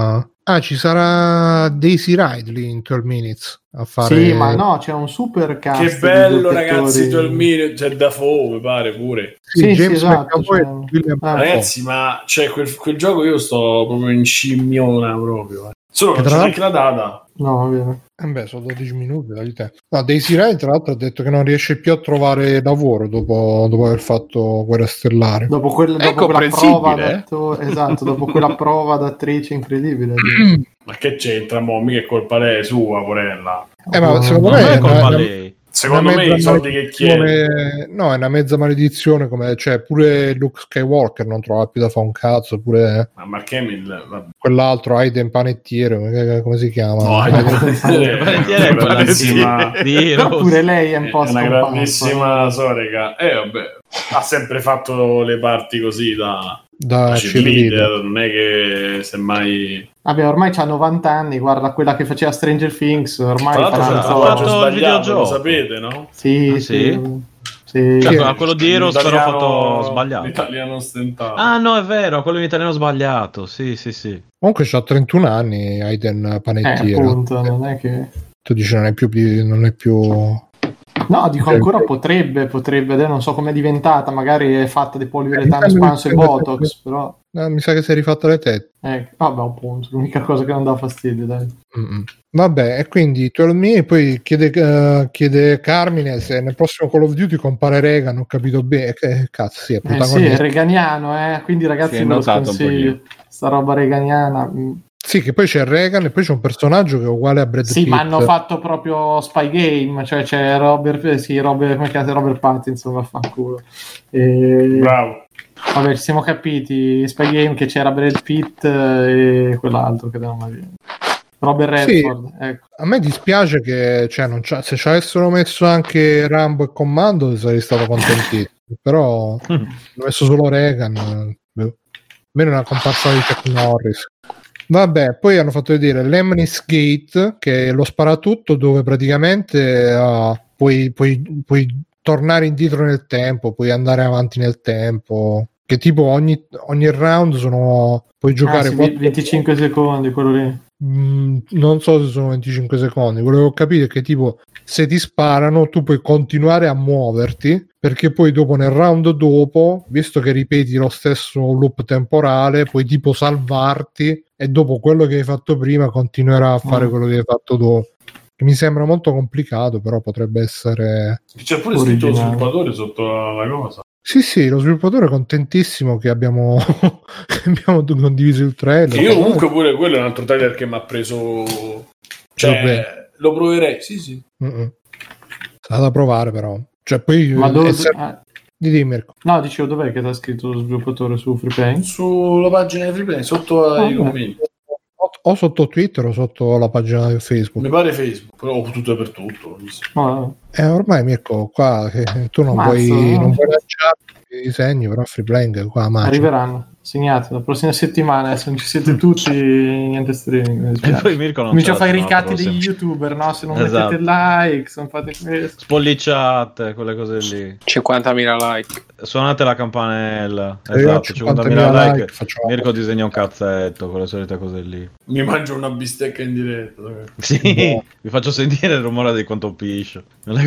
ci sarà Daisy Ridley in 12 Minutes a fare... Sì, ma no, c'è un super cast. Che bello, ragazzi, 12 Minutes, c'è Dafoe, mi pare pure. Sì, James esatto, ragazzi, ma cioè quel gioco io sto proprio in scimmiona proprio. Solo che c'è anche la data. No, vero. Sono 12 minuti dai te. No, Daisy Ridley tra l'altro ha detto che non riesce più a trovare lavoro dopo aver fatto Guerra Stellare. Dopo quella prova esatto, dopo quella prova d'attrice incredibile. Ma che c'entra, mo? Mica è colpa lei sua, porella. Ma secondo me è colpa lei. Secondo me i soldi che chiede, no, è una mezza maledizione, come cioè pure Luke Skywalker non trova più da fare un cazzo, pure Mark Hamill, quell'altro Aiden Panettiere, come si chiama? No, Panettiere è quell'anzima pure lei è un po' una grandissima sorega. Vabbè, ha sempre fatto le parti così da cheerleader, non è che semmai... Vabbè, ormai c'ha 90 anni, guarda quella che faceva Stranger Things, ormai ha fatto il videogioco, lo sapete, no? Sì. Cioè, quello di Heroes però fatto sbagliato. L'italiano stentato. Ah no, è vero, quello in italiano sbagliato. Sì. Comunque c'ha 31 anni Aiden Panettiere. Appunto, non è che... Tu dici non è più... No, dico ancora potrebbe, adesso non so com'è diventata, magari è fatta di poliuretano espanso e Botox, però... mi sa che si è rifatta le tette. Vabbè, appunto, l'unica cosa che non dà fastidio, dai. Vabbè, e quindi 12 Minutes, poi chiede Carmine se nel prossimo Call of Duty compare Reagan, ho capito bene, che cazzo, sì, è protagonista. Sì, è reganiano, quindi ragazzi ve lo sconsiglio, sta roba reganiana... Sì, che poi c'è Reagan e poi c'è un personaggio che è uguale a Brad Pitt. Sì, ma hanno fatto proprio Spy Game, cioè c'è Robert Pattinson, vaffanculo. Bravo. Vabbè, ci siamo capiti, Spy Game, che c'era Brad Pitt e quell'altro che devono dire. Robert Redford, sì, ecco. A me dispiace che se ci avessero messo anche Rambo e Commando sarei stato contentissimo, però hanno messo solo Reagan, almeno una comparsa di Chuck Norris. Vabbè, poi hanno fatto vedere Lemnis Gate, che è lo sparatutto dove praticamente puoi tornare indietro nel tempo, puoi andare avanti nel tempo, che tipo ogni round puoi giocare 25 secondi, quello lì. Non so se sono 25 secondi, volevo capire che tipo se ti sparano tu puoi continuare a muoverti, perché poi dopo nel round dopo, visto che ripeti lo stesso loop temporale, puoi tipo salvarti e dopo quello che hai fatto prima continuerà a fare quello che hai fatto dopo. Mi sembra molto complicato, però potrebbe essere... C'è pure scritto lo sviluppatore sotto la cosa. Sì, lo sviluppatore è contentissimo che abbiamo condiviso il trailer. Io comunque pure quello è un altro trailer che mi ha preso... Cioè, lo proverei, sì. Sarà da provare però. Cioè poi... Ma dove... Dimmi, Mirko. No, dicevo, dov'è che ti ha scritto lo sviluppatore su Freeplay? Sulla pagina di Freeplay, sotto ai commenti. O sotto Twitter o sotto la pagina di Facebook. Mi pare Facebook, però tutto e per tutto. Ormai Mirko, qua tu non vuoi lanciare i disegni, però Freeplaying qua arriveranno. Segnate, la prossima settimana, se non ci siete tutti, niente streaming. E poi Mirko non comincia a fare i ricatti degli youtuber, no? Se non mettete like, se non fate questo. Spolliciate, quelle cose lì. 50.000 like. Suonate la campanella. Esatto, 50.000 like. Mirko disegna un cazzetto, quelle solite cose lì. Mi mangio una bistecca in diretta. Sì, vi faccio sentire il rumore di quanto piscio.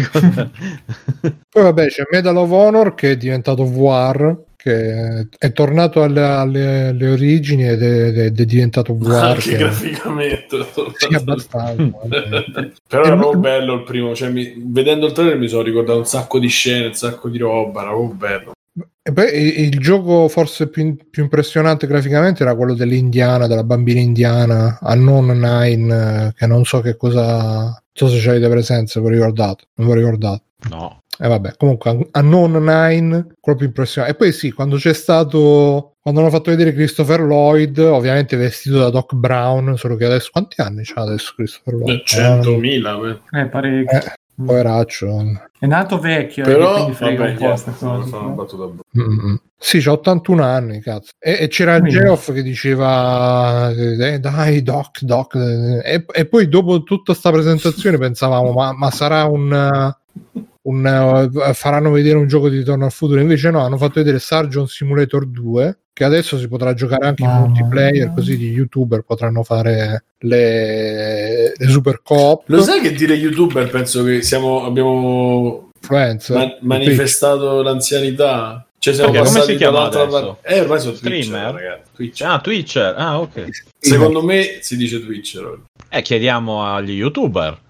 Poi vabbè, c'è Medal of Honor che è diventato VR, che è tornato alle origini ed è diventato VR. Anche graficamente. Sì, abbastanza. Però era proprio bello il primo, cioè vedendo il trailer mi sono ricordato un sacco di scene, un sacco di roba, era proprio bello. E poi il gioco forse più impressionante graficamente era quello dell'indiana, della bambina indiana, Unknown Nine, che non so che cosa... Non so se ci avete presenza, non vi ho ricordato. No. Vabbè, comunque Unknown Nine, quello più impressionante. E poi sì, quando hanno fatto vedere Christopher Lloyd, ovviamente vestito da Doc Brown, solo che adesso quanti anni c'ha adesso Christopher Lloyd? 100.000. Parecchio. Poveraccio. È nato vecchio, però quindi frega un po' Sì, c'ha 81 anni, cazzo. E c'era Geoff che diceva dai Doc e poi dopo tutta sta presentazione pensavamo ma sarà un faranno vedere un gioco di Ritorno al Futuro, invece no, hanno fatto vedere Surgeon Simulator 2, che adesso si potrà giocare anche in multiplayer, così gli youtuber potranno fare le super coop. Lo sai che dire youtuber penso che abbiamo manifestato l'anzianità? Cioè siamo come si chiama adesso? Ormai sono streamer? Twitcher. Twitcher. Ok. Secondo me si dice Twitcher. Chiediamo agli youtuber.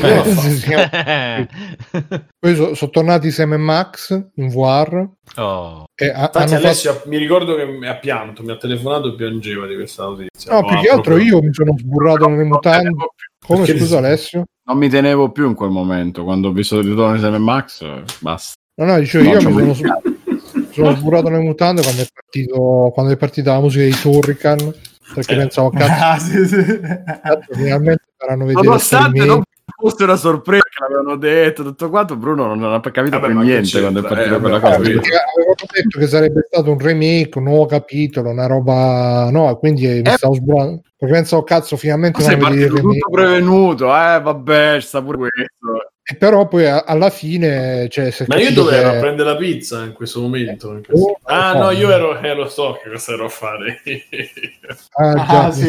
Poi sono tornati Sam e Max in VR. Infatti Alessio mi ricordo che mi ha pianto, mi ha telefonato e piangeva di questa notizia. No, più che altro io mi sono sburrato nelle mutande. Come, scusa Alessio? Non mi tenevo più in quel momento, quando ho visto il ritorno di Sam e Max, basta. No, dicevo, io mi sono sburrato nelle mutande quando è partita la musica di Turrican, perché pensavo cazzo, finalmente faranno vedere. Nonostante non fosse una sorpresa che l'avevano detto tutto quanto, Bruno non ha capito più niente quando è partita quella cosa. Perché avevano detto che sarebbe stato un remake, un nuovo capitolo, una roba, no, quindi mi stavo sburrando perché pensavo cazzo finalmente sei partito tutto prevenuto, vabbè, sta pure questo. E però poi alla fine, cioè, ma io dove ero a prendere la pizza in questo momento? No, io lo so che cosa ero a fare. Sì.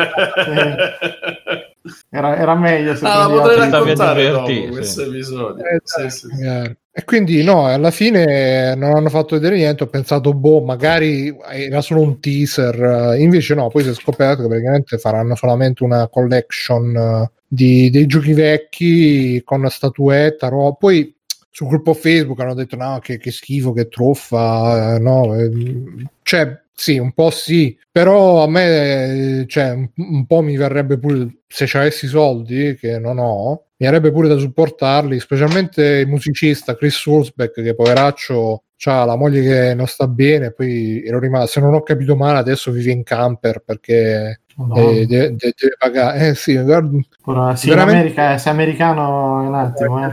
Era meglio se potrei raccontare dopo questo episodio. Sì. E quindi no, alla fine non hanno fatto vedere niente, ho pensato magari era solo un teaser, invece no, poi si è scoperto che praticamente faranno solamente una collection dei giochi vecchi con statuetta, poi sul gruppo Facebook hanno detto no, che schifo, che truffa, no, cioè sì, un po' sì, però a me un po' mi verrebbe pure, se ci avessi soldi, che non ho, mi verrebbe pure da supportarli, specialmente il musicista Chris Hulsbeck, che poveraccio c'ha la moglie che non sta bene, poi ero rimasto, se non ho capito male adesso vive in camper perché deve pagare. Sì, guarda, sì, in America, se americano è un attimo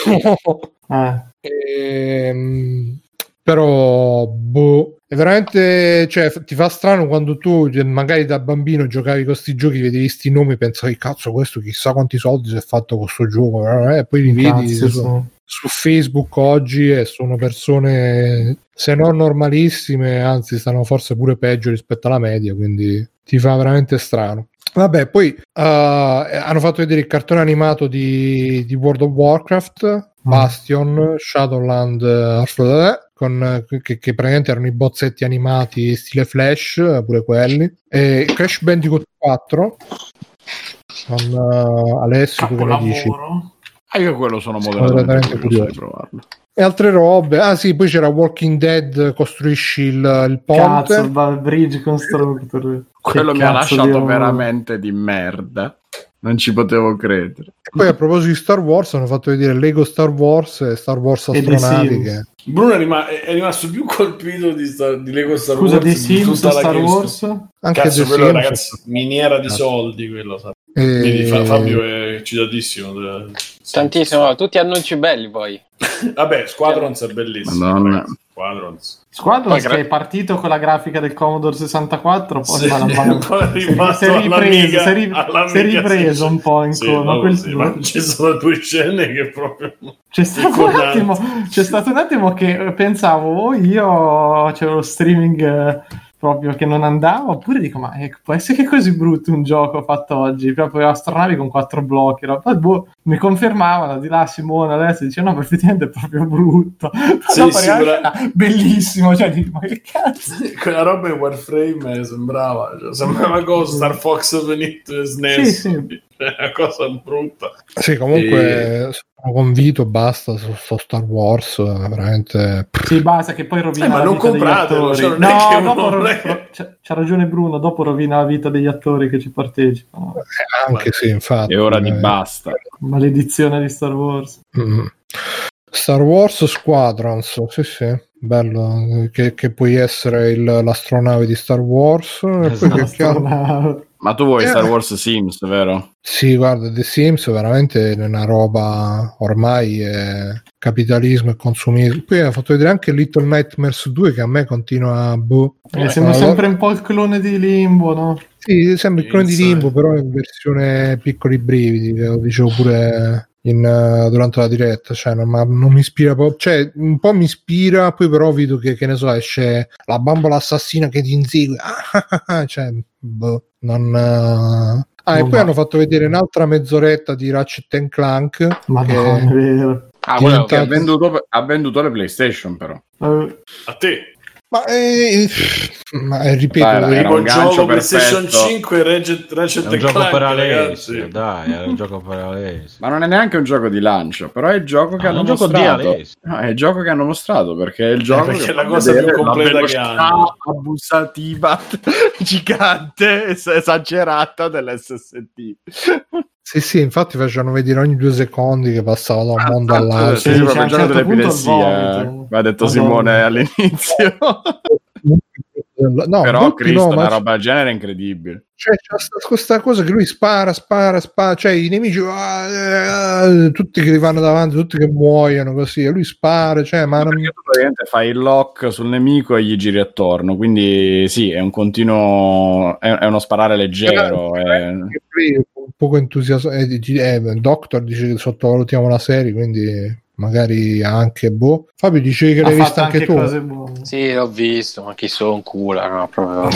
però è veramente, cioè, ti fa strano quando tu magari da bambino giocavi con questi giochi, vedevi sti nomi, pensavi cazzo questo chissà quanti soldi si è fatto con questo gioco, e poi li vedi su Facebook oggi e sono persone se non normalissime, anzi stanno forse pure peggio rispetto alla media, quindi ti fa veramente strano. Vabbè, poi hanno fatto vedere il cartone animato di World of Warcraft, Bastion, Shadowland, che praticamente erano i bozzetti animati stile Flash, pure quelli, e Crash Bandicoot 4 con Alessio, tu che ne dici? Io quello sono moderatamente curioso di provarlo. E altre robe, sì, poi c'era Walking Dead, costruisci il ponte. Cazzo, il Bridge Constructor. Quello mi ha lasciato veramente di merda. Non ci potevo credere. E poi a proposito di Star Wars hanno fatto vedere Lego Star Wars e Star Wars Astronautiche. Bruno è rimasto più colpito di Lego Star Wars. Scusa, di Sims Star Wars? Anche cazzo, quello Sims. Ragazzi, miniera di soldi quello, sa. Quindi Fabio è eccitatissimo. Tantissimo, tutti annunci belli poi. Vabbè, Squadrons è bellissimo. Madonna. Squadrons che è partito con la grafica del Commodore 64, poi si è ripreso un po' in ma ci sono due scene che proprio c'è stato un attimo che pensavo io c'era lo streaming proprio che non andava, oppure dico ma può essere che è così brutto un gioco fatto oggi, proprio astronavi con 4 blocchi, poi mi confermavano di là Simone adesso dice no, effettivamente è proprio brutto, bellissimo, cioè dico ma che cazzo, quella roba in Warframe sembrava cosa Star Fox Benito SNES, una cosa brutta. Sì, comunque sono convinto, basta su Star Wars, veramente. Sì, basta che poi rovina ma la non vita compratelo, degli attori. C'ha ragione Bruno, dopo rovina la vita degli attori che ci partecipano. Anche sì, infatti. È ora di basta. Maledizione di Star Wars. Star Wars Squadrons, sì, bello, che puoi essere l'astronave di Star Wars. E poi ma tu vuoi Star Wars Sims, vero? Sì, guarda, The Sims veramente è una roba, ormai è capitalismo e consumismo. Poi ha fatto vedere anche Little Nightmares 2 che a me continua sembra sempre un po' il clone di Limbo, no? Sì, sembra il clone di Limbo, però in versione piccoli brividi, lo dicevo pure durante la diretta, cioè non mi ispira proprio, cioè un po' mi ispira, poi però vedo che ne so, esce la bambola assassina che ti insegue, cioè non e poi hanno fatto vedere un'altra mezz'oretta di Ratchet & Clank, ma che no, è vero. Che ha venduto le PlayStation, però a te. Ma ripeto, era un gioco PlayStation 5 Ratchet è un gioco per Alessio, dai, è un gioco per Alessio. Ma non è neanche un gioco di lancio, però è il gioco che hanno mostrato. No, è il gioco che hanno mostrato, perché è il gioco perché è la cosa più completa che hanno. Abusativa gigante esagerata dell'SSD. Sì, infatti facevano vedere ogni 2 secondi che passava da un mondo all'altro. Sì, proprio il gioco dell'epilessia, ha detto Simone all'inizio. No, però Cristo, una roba del genere è incredibile. Cioè, c'è questa cosa che lui spara, cioè i nemici tutti che gli vanno davanti, tutti che muoiono così, e lui spara, cioè, ma non... tu praticamente fai il lock sul nemico e gli giri attorno, quindi sì, è un continuo, è uno sparare leggero. Un poco entusiasmo. Doctor dice che sottovalutiamo la serie, quindi magari anche Fabio dicevi che l'hai vista anche tu. Sì, l'ho visto, ma chi sono un culo, no, proprio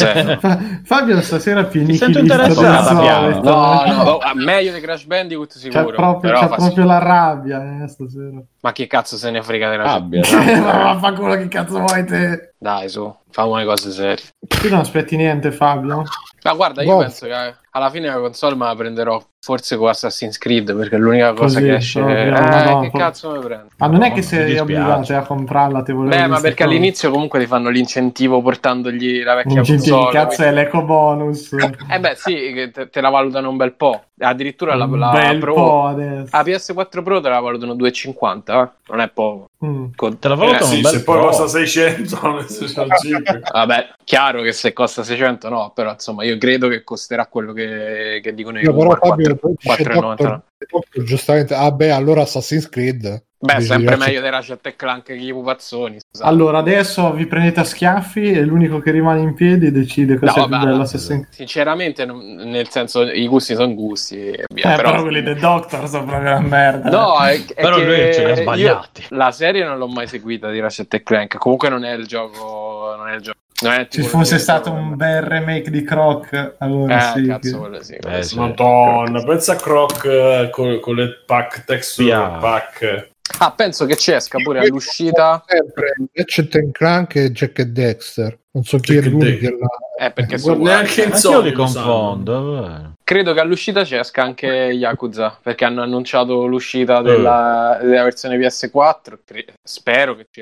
Fabio stasera più sento interessato. No, meglio di Crash Bandicoot sicuro. C'è proprio la rabbia stasera. Ma che cazzo se ne frega della rabbia? Fa quello che cazzo vuoi te. Dai, su, famo le cose serie. Tu non aspetti niente, Fabio? Ma guarda, io penso che alla fine la console me la prenderò forse con Assassin's Creed, perché è l'unica cosa che esce. Che cazzo me prendo? Ma non è che sei obbligato a comprarla, te volevo ma perché all'inizio comunque ti fanno l'incentivo portandogli la vecchia console. Cazzo è l'eco bonus. Sì, te la valutano un bel po'. Addirittura la Pro po' adesso. La PS4 Pro te la valutano 2,50, non è poco. Te la valutano un bel se poi costa 600 vabbè, chiaro che se costa 600 no, però insomma io credo che costerà quello che dicono io, però 4,99. Giustamente, allora Assassin's Creed. Beh, sempre meglio di Ratchet & Clank che gli pupazzoni. Scusate. Allora, adesso vi prendete a schiaffi e l'unico che rimane in piedi decide cosa è più bello. Sinceramente, nel senso, i gusti sono gusti. Però quelli del Doctor sono proprio una merda. No, però lui ce li ha sbagliati. La serie non l'ho mai seguita di Ratchet & Clank. Comunque non è il gioco. Ci fosse stato un bel remake di Croc, allora sì. Cazzo, sì. Madonna, pensa a Croc con le pack texture pack. Penso che ci esca pure all'uscita sempre Ratchet & Clank e Jack e Dexter. Non so chi è lui che perché sono neanche in io li confondo. Credo che all'uscita ci esca anche Yakuza, perché hanno annunciato l'uscita della versione PS4. Spero che ci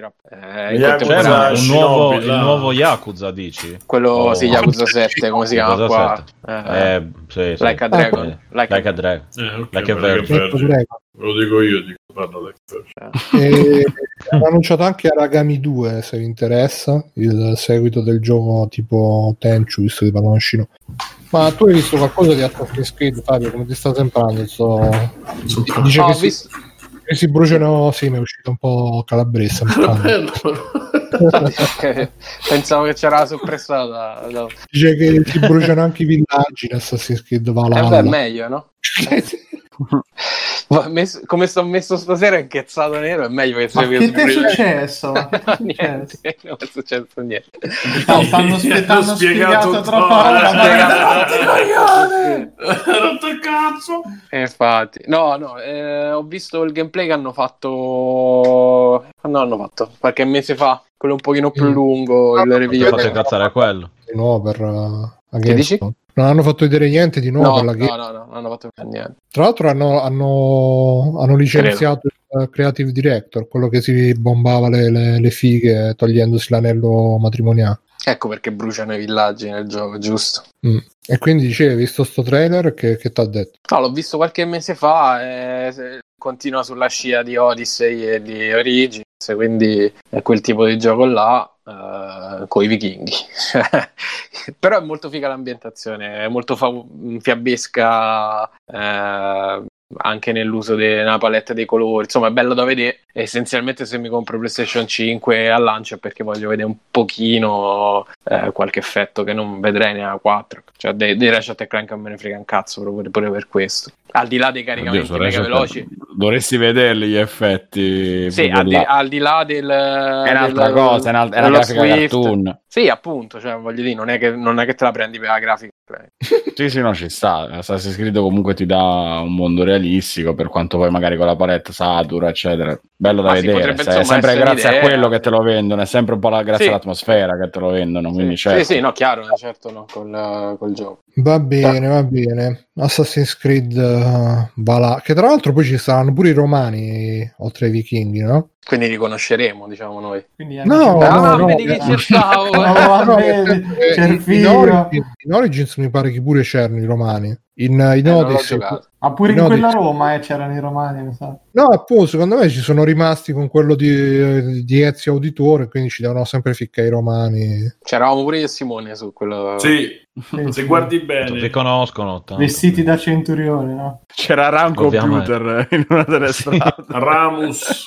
il nuovo Yakuza, dici? Quello sì, Yakuza 7, come si chiama qua? Sì. Like a Dragon. Like a Dragon. Like a Virgin. Lo dico io, hanno annunciato anche Aragami 2, se vi interessa, il seguito del gioco tipo Tenchu, visto che parlano scino. Ma tu hai visto qualcosa di Assassin's Creed, Fabio? Come ti sta sembrando? Dice che si bruciano. Sì, mi è uscito un po' calabrese. Pensavo che c'era la soppressata. No. Dice che si bruciano anche i villaggi in Assassin's Creed Valhalla. È meglio, no? Come sto messo stasera incazzato nero, è meglio che sia. Ma che ti è successo? Niente, non è successo niente. T'hanno spiegato troppo. Rotto il cazzo. Infatti, no, ho visto il gameplay che hanno fatto. Hanno fatto qualche mese fa, quello un pochino più lungo. Il review. Fate cazzare quello. Di nuovo per che dici? Non hanno fatto vedere niente di nuovo per la game. No, non hanno fatto vedere niente. Tra l'altro hanno licenziato il creative director, quello che si bombava le fighe togliendosi l'anello matrimoniale. Ecco perché bruciano i villaggi nel gioco, giusto? E quindi dicevi, visto sto trailer, che ti ha detto? No, l'ho visto qualche mese fa, continua sulla scia di Odyssey e di Origins, quindi è quel tipo di gioco là. Con i vichinghi. Però è molto figa l'ambientazione, è molto fiabesca, anche nell'uso della palette dei colori, insomma è bello da vedere. Essenzialmente se mi compro PlayStation 5 al lancio è perché voglio vedere un pochino qualche effetto che non vedrei nella 4. Cioè dei Ratchet & Clank non me ne frega un cazzo pure per questo. Al di là dei caricamenti mega veloci, dovresti vederli gli effetti. Sì, al di là del è un'altra cosa, è una grafica Swift. Cartoon. Sì, appunto, cioè voglio dire, non è che te la prendi per la grafica. Sì, no, ci sta. Assassin's Creed comunque ti dà un mondo realistico, per quanto poi magari con la palette satura, eccetera. Bello da vedere. È sempre grazie a quello che te lo vendono, è sempre un po' grazie all'atmosfera che te lo vendono. Quindi sì, no, chiaro, certo, no, col gioco. Va bene. Assassin's Creed Valhalla, che tra l'altro poi ci saranno pure i romani oltre ai vichinghi, no? Quindi li conosceremo, diciamo noi. Vedi che cercavo. In Origins mi pare che pure c'erano i romani. In Odyssey, ma pure in quella Roma c'erano i romani, mi sa. No, appunto, secondo me ci sono rimasti con quello di Ezio Auditore, quindi ci devono sempre ficcare i romani. C'eravamo pure io e Simone su quello. Sì. Se guardi bene ti conoscono tanto. Vestiti da centurione, no? C'era Ram Computer in una delle strade. Ramus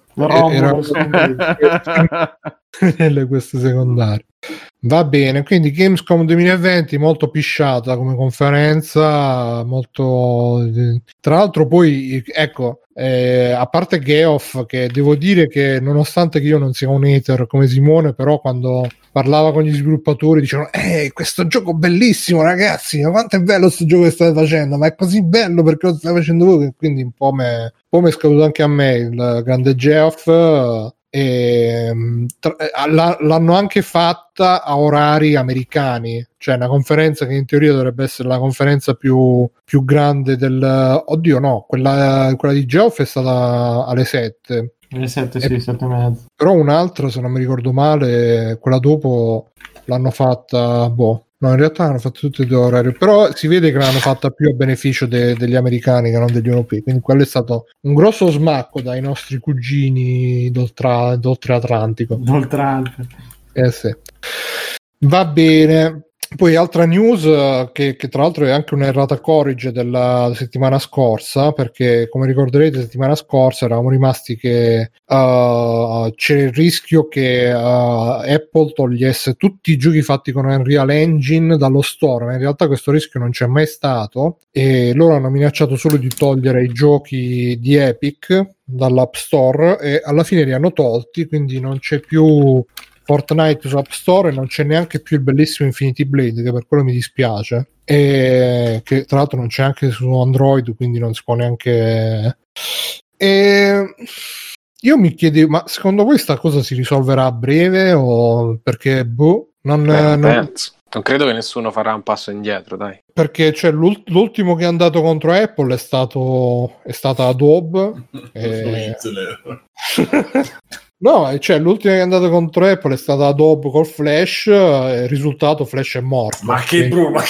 nelle queste secondarie. Va bene, quindi Gamescom 2020 molto pisciata come conferenza, molto, tra l'altro poi ecco, a parte Geoff, che devo dire che nonostante che io non sia un hater come Simone, però quando parlava con gli sviluppatori dicevano questo gioco bellissimo ragazzi, ma quanto è bello questo gioco che state facendo, ma è così bello perché lo state facendo voi, quindi un po' mi è scaduto anche a me il grande Geoff. L'hanno anche fatta a orari americani, cioè una conferenza che in teoria dovrebbe essere la conferenza più grande oddio no, quella di Geoff è stata alle 7. Alle 7, sì, 7:30. Però un'altra, se non mi ricordo male, quella dopo l'hanno fatta no, in realtà hanno fatto tutte e due orari, però si vede che l'hanno fatta più a beneficio degli americani che non degli europei, quindi quello è stato un grosso smacco dai nostri cugini d'oltre Atlantico. Sì. Va bene. Poi altra news che tra l'altro è anche un'errata corrige della settimana scorsa, perché come ricorderete settimana scorsa eravamo rimasti che c'è il rischio che Apple togliesse tutti i giochi fatti con Unreal Engine dallo store, ma in realtà questo rischio non c'è mai stato e loro hanno minacciato solo di togliere i giochi di Epic dall'App Store e alla fine li hanno tolti, quindi non c'è più Fortnite su App Store e non c'è neanche più il bellissimo Infinity Blade, che per quello mi dispiace, e che tra l'altro non c'è anche su Android, quindi non si può neanche. E io mi chiedevo, ma secondo voi sta cosa si risolverà a breve o perché non credo che nessuno farà un passo indietro, dai, perché cioè, l'ultimo che è andato contro Apple è stata Adobe No, cioè l'ultimo che è andato contro Apple è stata Adobe col Flash, il risultato Flash è morto. Ma che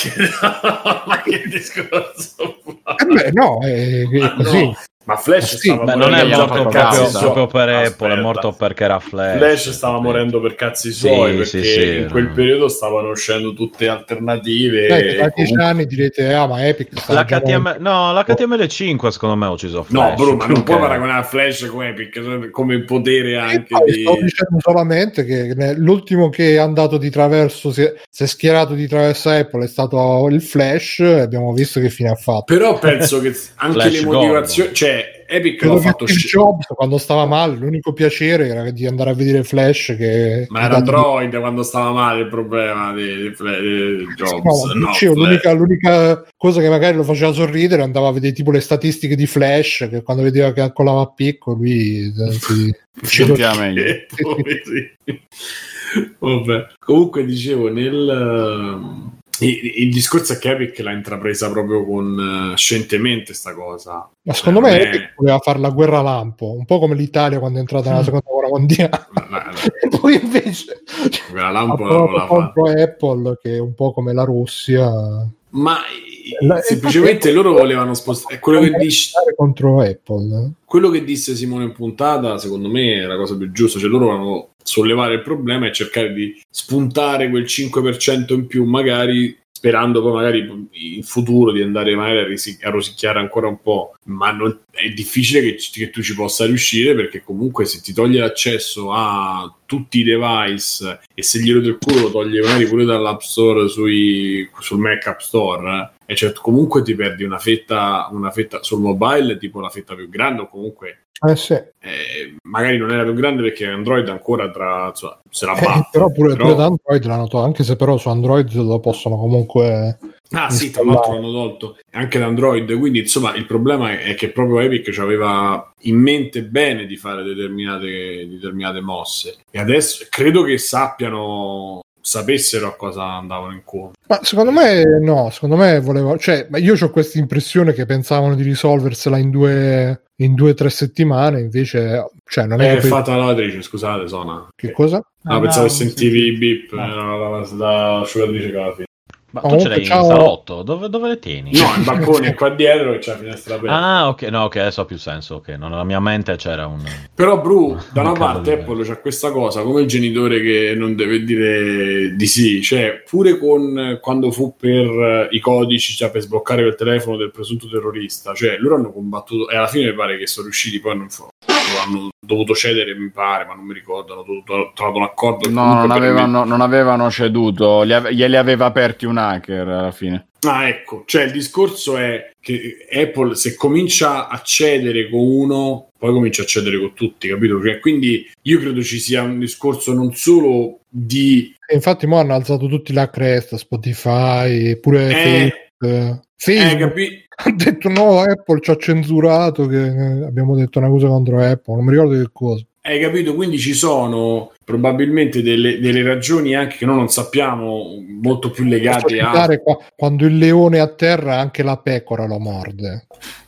discorso? No, è così. No. Ma Flash stava non è morto proprio per Apple, è morto perché era Flash. Flash stava morendo per cazzi suoi, perché in quel periodo stavano uscendo tutte alternative. Da 10 anni direte, ma Epic l'HTML5 secondo me ha ucciso Flash. No, bro, ma non puoi paragonare Flash con Epic come potere anche Stavo dicendo solamente che l'ultimo che è andato di traverso, si è schierato di traverso Apple è stato il Flash, e abbiamo visto che fine ha fatto. Però penso che anche Flash le motivazioni, cioè Epic l'ha fatto Jobs quando stava male, l'unico piacere era di andare a vedere Flash ma era Android quando stava male il problema di Jobs. L'unica cosa che magari lo faceva sorridere, andava a vedere tipo le statistiche di Flash, che quando vedeva che calcolava a picco lui sì. Vabbè. Comunque dicevo il discorso è che Epic l'ha intrapresa proprio scientemente sta cosa. Ma secondo me Epic voleva fare la guerra lampo, un po' come l'Italia quando è entrata nella seconda guerra mondiale. E poi invece la lampo contro Apple, che è un po' come la Russia. Ma semplicemente loro volevano spostare quello che dice contro Apple. Quello che disse Simone in puntata, secondo me è la cosa più giusta, cioè loro volevano sollevare il problema e cercare di spuntare quel 5% in più, magari sperando poi magari in futuro di andare magari a rosicchiare ancora un po', ma è difficile che tu ci possa riuscire, perché comunque se ti toglie l'accesso a tutti i device e se glielo del culo lo toglie magari pure dall'App Store sul Mac App Store, e cioè comunque ti perdi una fetta sul mobile, tipo la fetta più grande, o comunque sì. Magari non era più grande perché Android ancora se la batte, però pure da Android l'hanno tolto, anche se però su Android lo possono comunque sì, tra l'altro l'hanno tolto anche da Android, quindi insomma il problema è che proprio Epic aveva in mente bene di fare determinate mosse, e adesso credo che sapessero a cosa andavano incontro. Ma secondo me volevano, cioè, ma io ho questa impressione che pensavano di risolversela in 2-3 settimane, invece cioè non è fatta lavatrice, scusate, Sona. Che cosa? Pensavo che sentivi i beep la asciugatrice che alla fine. Ma tu ce l'hai in salotto? Dove le tieni? No, il balcone è qua dietro e c'è la finestra aperta. Ah, ok, no, ok, adesso ha più senso. Ok, nella mia mente c'era un. Però, Bru, da una parte Apple c'ha questa cosa, come il genitore che non deve dire di sì, cioè pure quando fu per i codici, cioè per sbloccare il telefono del presunto terrorista, cioè loro hanno combattuto e alla fine mi pare che sono riusciti, poi hanno dovuto cedere, mi pare, ma non mi ricordo, hanno trovato un accordo. No, non avevano ceduto, glieli aveva aperti un hacker alla fine. Ah, ecco, cioè il discorso è che Apple, se comincia a cedere con uno, poi comincia a cedere con tutti, capito? Cioè, quindi io credo ci sia un discorso non solo di... infatti mo hanno alzato tutti la cresta, Spotify, pure Facebook. Ha detto no, Apple ci ha censurato, che abbiamo detto una cosa contro Apple, non mi ricordo che cosa. Hai capito? Quindi ci sono probabilmente delle ragioni anche che noi non sappiamo, molto più legate a... Quando il leone è a terra anche la pecora lo morde.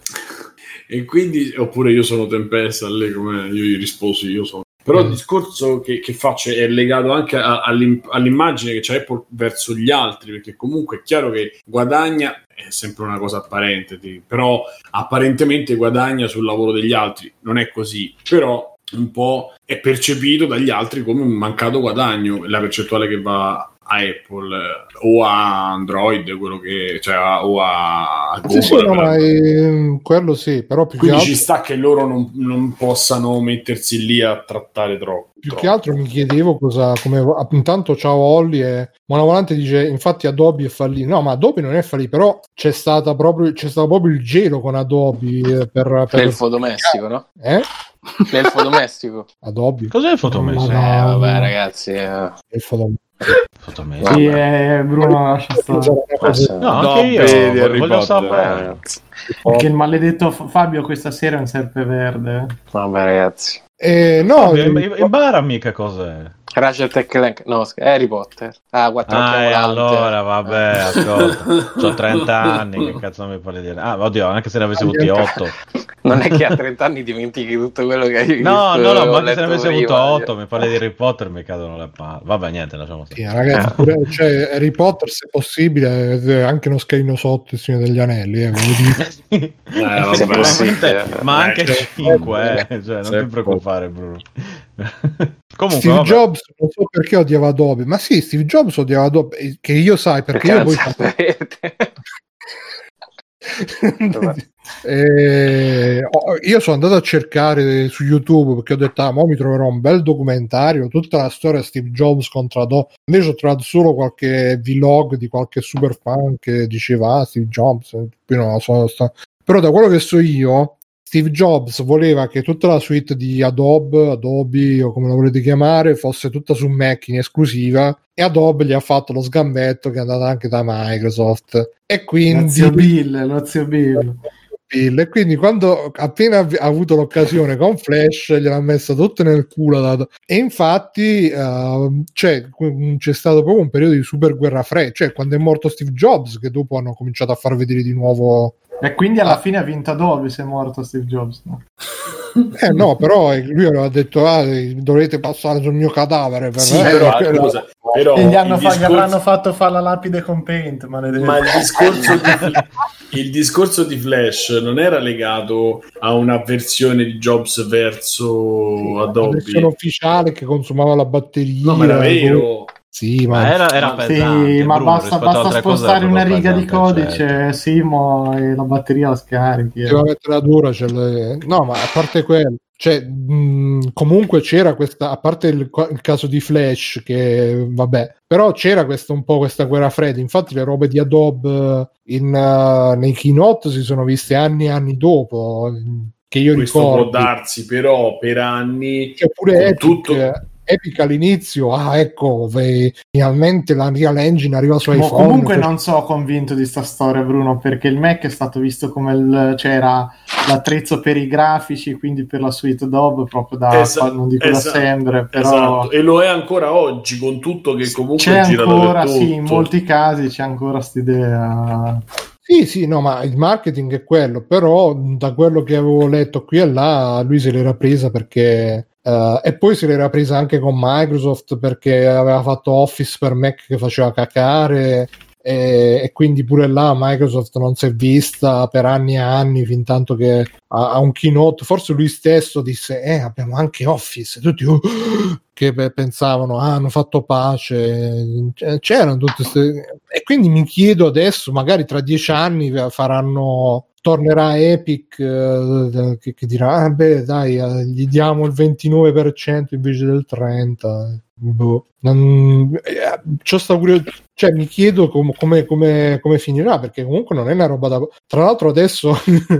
E quindi, oppure io sono Tempesta, lei come io gli risposi, io sono... Però il discorso che faccio è legato anche all'immagine che c'è Apple verso gli altri, perché comunque è chiaro che guadagna, è sempre una cosa apparente, però apparentemente guadagna sul lavoro degli altri, non è così, però un po' è percepito dagli altri come un mancato guadagno, la percentuale che va a Apple o a Android, quello che o a Google. Sì, no, ma quello sì, però più quindi che altro... ci sta che loro non possano mettersi lì a trattare troppo. Più che altro mi chiedevo intanto ciao Olli e Monavolante dice infatti Adobe è fallito. No, ma Adobe non è fallito, però c'è stato proprio il gelo con Adobe per l'elfo domestico, no? L'elfo domestico. Adobe. Cos'è il fotomestico? Vabbè ragazzi, elfo domestico. Sì, Bruno lascia stare. No, anche io voglio sapere. Perché il maledetto Fabio questa sera è un serpeverde. Vabbè ragazzi. No, imparami che cos'è. Ratchet & Clank, no, Harry Potter. 4 occhi allora vabbè, ascolta, c'ho 30 anni, che cazzo mi parli dire? Oddio, anche se ne avessi avuti 8. Non è che a 30 anni dimentichi tutto quello che hai visto. No, ma anche se ne avessi avuto 8, mi parli di Harry Potter, mi cadono le palle. Vabbè, niente, lasciamo stare. Sì, ragazzi, cioè, Harry Potter, se possibile, è anche uno scalino sotto il Signore degli Anelli, ma anche 5, cioè, non ti preoccupare, Bruno. Comunque, Steve Jobs, non so perché odiava Adobe, ma sì, Steve Jobs odiava Adobe, che io sai perché io poi io sono andato a cercare su YouTube perché ho detto mo mi troverò un bel documentario, tutta la storia Steve Jobs contro Adobe. Invece ho trovato solo qualche vlog di qualche super fan che diceva Steve Jobs, però da quello che so io Steve Jobs voleva che tutta la suite di Adobe o come la volete chiamare fosse tutta su Mac in esclusiva, e Adobe gli ha fatto lo sgambetto che è andato anche da Microsoft, e quindi lo zio Bill. E quindi quando appena ha avuto l'occasione con Flash gliel'ha messa tutto nel culo, e infatti c'è stato proprio un periodo di super guerra fredda, cioè quando è morto Steve Jobs che dopo hanno cominciato a far vedere di nuovo. E quindi alla fine ha vinto Adobe se è morto Steve Jobs, no? No, però lui aveva detto dovete passare sul mio cadavere per però e gli avranno fatto fare la lapide con Paint, maledetto. Ma il discorso di Flash non era legato a una versione di Jobs verso Adobe, una versione ufficiale che consumava la batteria. No, ma era vero. Sì, ma era pesante, sì, ma basta spostare una riga di codice, Simo, e la batteria la scarichi. Deve mettere la dura, no, ma a parte quello, cioè, comunque c'era questa, a parte il caso di Flash, che vabbè, però c'era un po' questa guerra fredda. Infatti le robe di Adobe nei keynote si sono viste anni e anni dopo, che io questo ricordo. Può darsi, però per anni c'è pure Epic all'inizio, ecco, finalmente la Real Engine arriva su iPhone. Comunque non so convinto di sta storia, Bruno, perché il Mac è stato visto come c'era l'attrezzo per i grafici, quindi per la suite Adobe, proprio da non dico da sempre, però esatto. E lo è ancora oggi, con tutto che comunque c'è ancora, sì, in molti casi c'è ancora quest'idea. Sì, no, ma il marketing è quello, però da quello che avevo letto qui e là, lui se l'era presa perché e poi se l'era presa anche con Microsoft perché aveva fatto Office per Mac che faceva cacare, e quindi pure là Microsoft non si è vista per anni e anni, fin tanto che a un keynote forse lui stesso disse abbiamo anche Office, tutti che pensavano hanno fatto pace, c'erano tutte e quindi mi chiedo adesso, magari tra 10 anni tornerà Epic che dirà dai, gli diamo il 29% invece del 30%. C'ho sta curiosità, cioè mi chiedo come finirà, perché comunque non è una roba tra l'altro adesso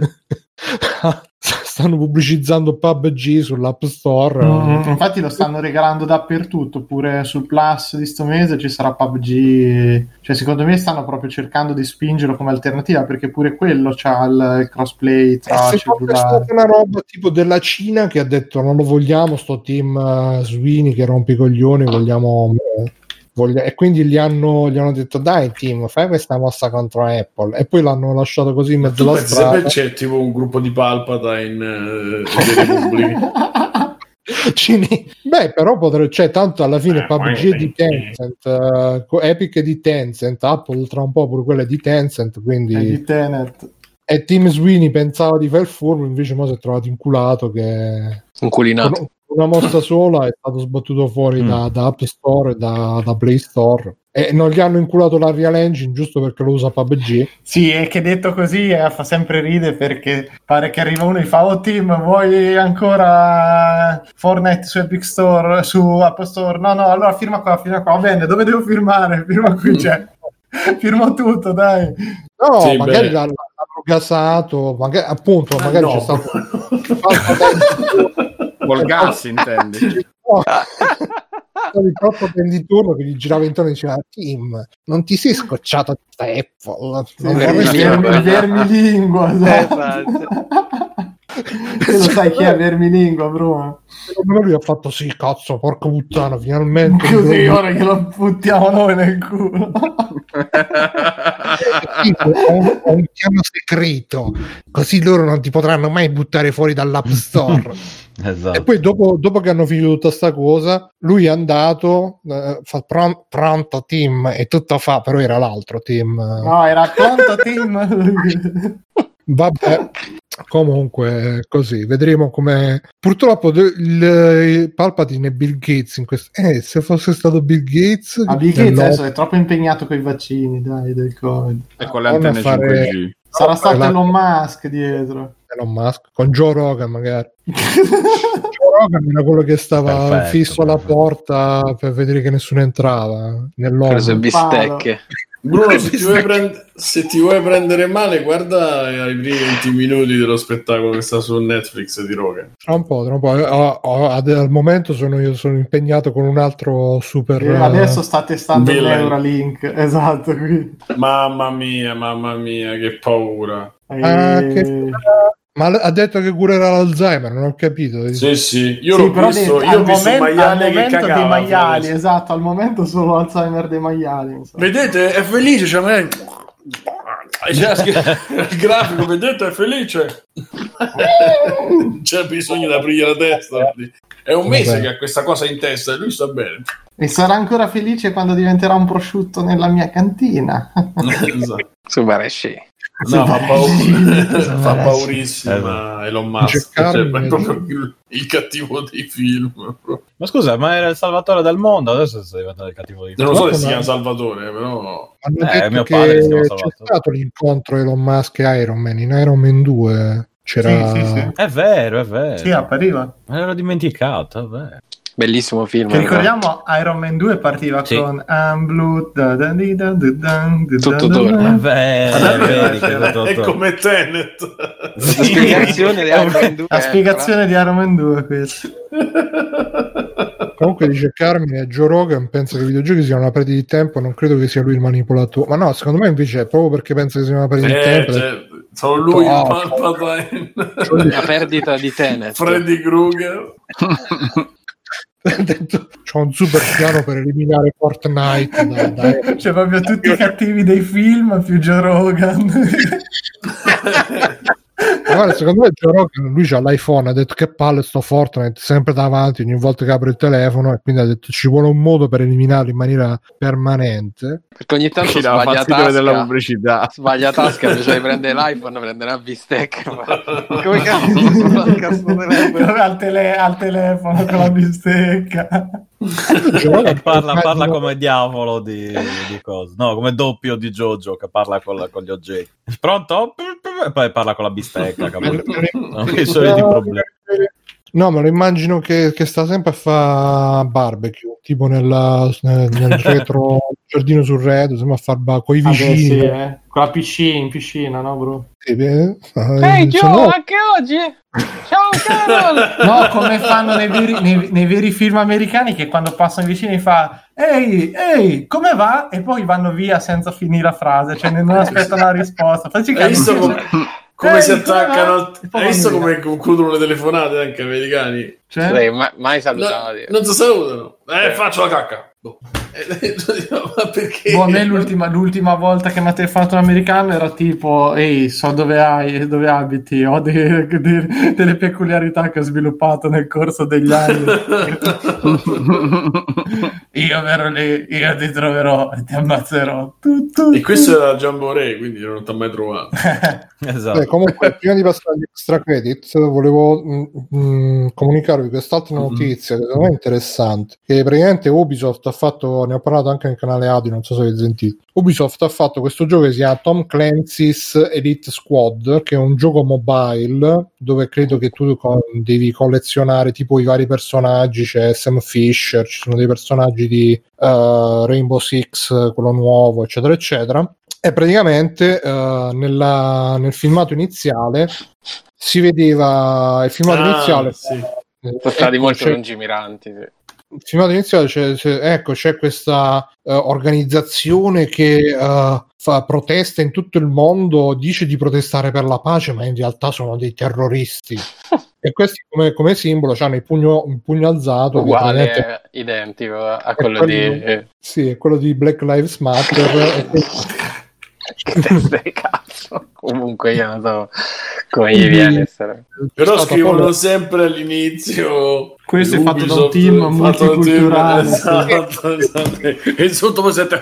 stanno pubblicizzando PUBG sull'App Store. Infatti lo stanno regalando dappertutto, pure sul Plus di sto mese ci sarà PUBG, cioè secondo me stanno proprio cercando di spingerlo come alternativa, perché pure quello c'ha il crossplay tra cellulari. È stata una roba tipo della Cina che ha detto non lo vogliamo sto team Sweeney che rompe i coglioni, vogliamo e quindi gli hanno detto dai team, fai questa mossa contro Apple, e poi l'hanno lasciato così in mezzo alla strada. C'è tipo un gruppo di Palpatine Beh, però cioè tanto alla fine PUBG è di Tencent, Epic è di Tencent, Apple tra un po' pure quella è di Tencent, quindi è di Tenet. E Tim Sweeney pensava di fare il furbo, invece mo si è trovato inculato, che inculinato. Una mossa sola è stato sbattuto fuori da App Store e da Play Store, e non gli hanno inculato la Real Engine giusto perché lo usa PUBG. Sì, e che detto così fa sempre ridere, perché pare che arriva uno e fa Tim, vuoi ancora Fortnite su Epic Store, su App Store? No, allora firma qua, va bene, dove devo firmare? Firma qui, c'è. Firmo tutto, dai. No, sì, magari l'hanno gasato, magari c'è stato col gas, intendi? Il troppo venditurno che gli girava intorno e diceva Tim, non ti sei scocciato a Apple? Vermilingua, te lo sai chi è Vermilingua, Bruno? Lui ha fatto sì, cazzo, porca puttana, finalmente così ora che lo buttiamo noi nel culo. Ho un piano segreto, così loro non ti potranno mai buttare fuori dall'App Store. Esatto. E poi dopo che hanno finito tutta sta cosa, lui è andato, fa pronto Tim, e tutto fa, però era l'altro Tim. No, era pronto Tim. Vabbè, comunque così vedremo come purtroppo il Palpatine e Bill Gates in questo se fosse stato Bill Gates, Bill Gates adesso è troppo impegnato con i vaccini, dai, del Covid e con le antenne 5G. Sarà stato Elon Musk dietro, Elon Musk con Joe Rogan magari. Joe Rogan era quello che stava fisso alla porta per vedere che nessuno entrava nell'uomo. Preso bistecche. Bruno, se ti vuoi prendere male, guarda ai primi 20 minuti dello spettacolo che sta su Netflix di Rogan. Tra un po'. Al momento sono impegnato con un altro super. Adesso sta testando l'Euralink, esatto. Qui. Mamma mia, che paura. Ma ha detto che curerà l'Alzheimer, non ho capito. Sì, io l'ho visto, io ho visto maiali che cagava. Dei maiali, esatto, al momento solo Alzheimer dei maiali. Insomma. Vedete, è felice, cioè, il grafico, vedete, è felice. C'è bisogno di aprire la testa. È un mese che ha questa cosa in testa e lui sta bene. E sarà ancora felice quando diventerà un prosciutto nella mia cantina. Esatto. Super esci. No, fa paurissima Elon Musk, cioè, è proprio il cattivo dei film. Ma scusa, ma era il salvatore del mondo, adesso sei diventato il cattivo dei film. Non so se si chiama Salvatore, però hanno detto mio padre c'è stato l'incontro Elon Musk e Iron Man in Iron Man 2. C'era... Sì. È vero. Sì, appariva. Me l'ero dimenticato, è vero. Bellissimo film. Che ricordiamo, Iron Man 2 partiva con I'm Blue. Tutto d'oro. È vero. È come Tenet. La spiegazione di Iron Man 2. La spiegazione di Iron Man 2 questa. Comunque dice Carmine, Joe Rogan pensa che i videogiochi siano una perdita di tempo, non credo che sia lui il manipolatore. Ma no, secondo me invece è proprio perché pensa che sia una perdita di tempo. Sono lui il Palpatine. Una perdita di Tenet. Freddy Krueger. C'ho un super piano per eliminare Fortnite. C'è proprio tutti i cattivi dei film più Joe Rogan. Guarda, secondo me Joe Rogan, lui c'ha l'iPhone, ha detto che palle sto Fortnite sempre davanti ogni volta che apre il telefono, e quindi ha detto ci vuole un modo per eliminarlo in maniera permanente, perché ogni tanto sbaglia tasca invece di prendere l'iPhone, prendere una bistecca. Come cazzo al telefono con la bistecca. parla come diavolo di cosa, no, come doppio di Jojo che parla con gli oggetti. Pronto? E poi parla con la bistecca, i soliti problemi. No, me lo immagino che sta sempre a fare barbecue, tipo nel retro giardino sul retro, sembra a far con i vicini. Con la piscina, no, bro? Ehi Joe, anche oggi? Ciao Carol! No, come fanno nei veri film americani, che quando passano vicini fa ehi, come va? E poi vanno via senza finire la frase, cioè non aspettano la risposta. Hai visto come si attaccano? Hai visto come concludono le telefonate anche americani? Cioè? Mai salutati. Non si salutano. Faccio la cacca. Ma perché? A me l'ultima volta che mi ha telefonato un americano era tipo ehi, so dove abiti, ho delle peculiarità che ho sviluppato nel corso degli anni. Io verrò lì, io ti troverò e ti ammazzerò. E questo era Jamboree, quindi non ti ho mai trovato. Esatto. Comunque, prima di passare agli extra credit, volevo comunicarvi quest'altra notizia che secondo me è interessante, che praticamente Ubisoft ha fatto, ne ho parlato anche nel canale Audio, non so se avete sentito. Ubisoft ha fatto questo gioco che si chiama Tom Clancy's Elite Squad, che è un gioco mobile dove credo che tu devi collezionare tipo i vari personaggi. C'è Sam Fisher, ci sono dei personaggi di Rainbow Six, quello nuovo, eccetera eccetera. E praticamente nel filmato iniziale si vedeva il filmato iniziale sono stati molto lungimiranti. Il filmato iniziale c'è questa organizzazione che fa protesta in tutto il mondo, dice di protestare per la pace, ma in realtà sono dei terroristi. E questi come simbolo hanno il pugno alzato, uguale, identico a quello di sì, è quello di Black Lives Matter. Che testa di cazzo. Comunque io non so come gli viene essere. Però scrivono sempre all'inizio questo è fatto da un team multiculturale. Esatto. E sotto voi siete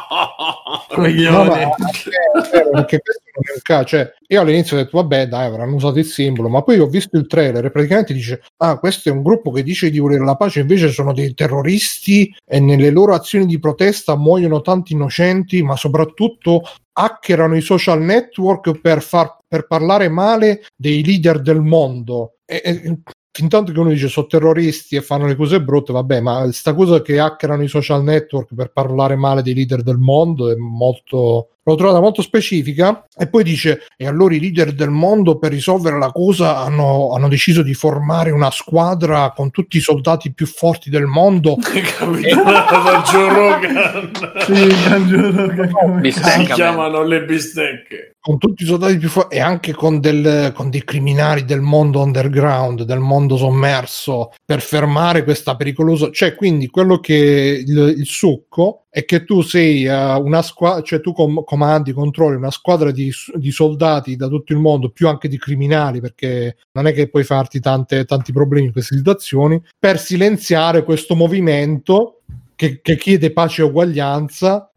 coglioni. Perché questo non è un caso. Cioè, io all'inizio ho detto vabbè dai, avranno usato il simbolo, ma poi ho visto il trailer e praticamente dice questo è un gruppo che dice di volere la pace, invece sono dei terroristi e nelle loro azioni di protesta muoiono tanti innocenti, ma soprattutto hackerano i social network per parlare male dei leader del mondo. E fintanto che uno dice sono terroristi e fanno le cose brutte, vabbè, ma sta cosa che hackerano i social network per parlare male dei leader del mondo è molto, l'ho trovata molto specifica. E poi dice e allora i leader del mondo per risolvere la cosa hanno deciso di formare una squadra con tutti i soldati più forti del mondo. Da Joe Rogan. Joe Rogan. Si chiamano le bistecche. Con tutti i soldati più forti e anche con dei criminali del mondo underground, del mondo sommerso, per fermare questa pericolosa. Cioè, quindi quello che il succo è che tu sei una squadra, cioè tu controlli una squadra di soldati da tutto il mondo, più anche di criminali, perché non è che puoi farti tanti problemi in queste situazioni, per silenziare questo movimento che chiede pace e uguaglianza,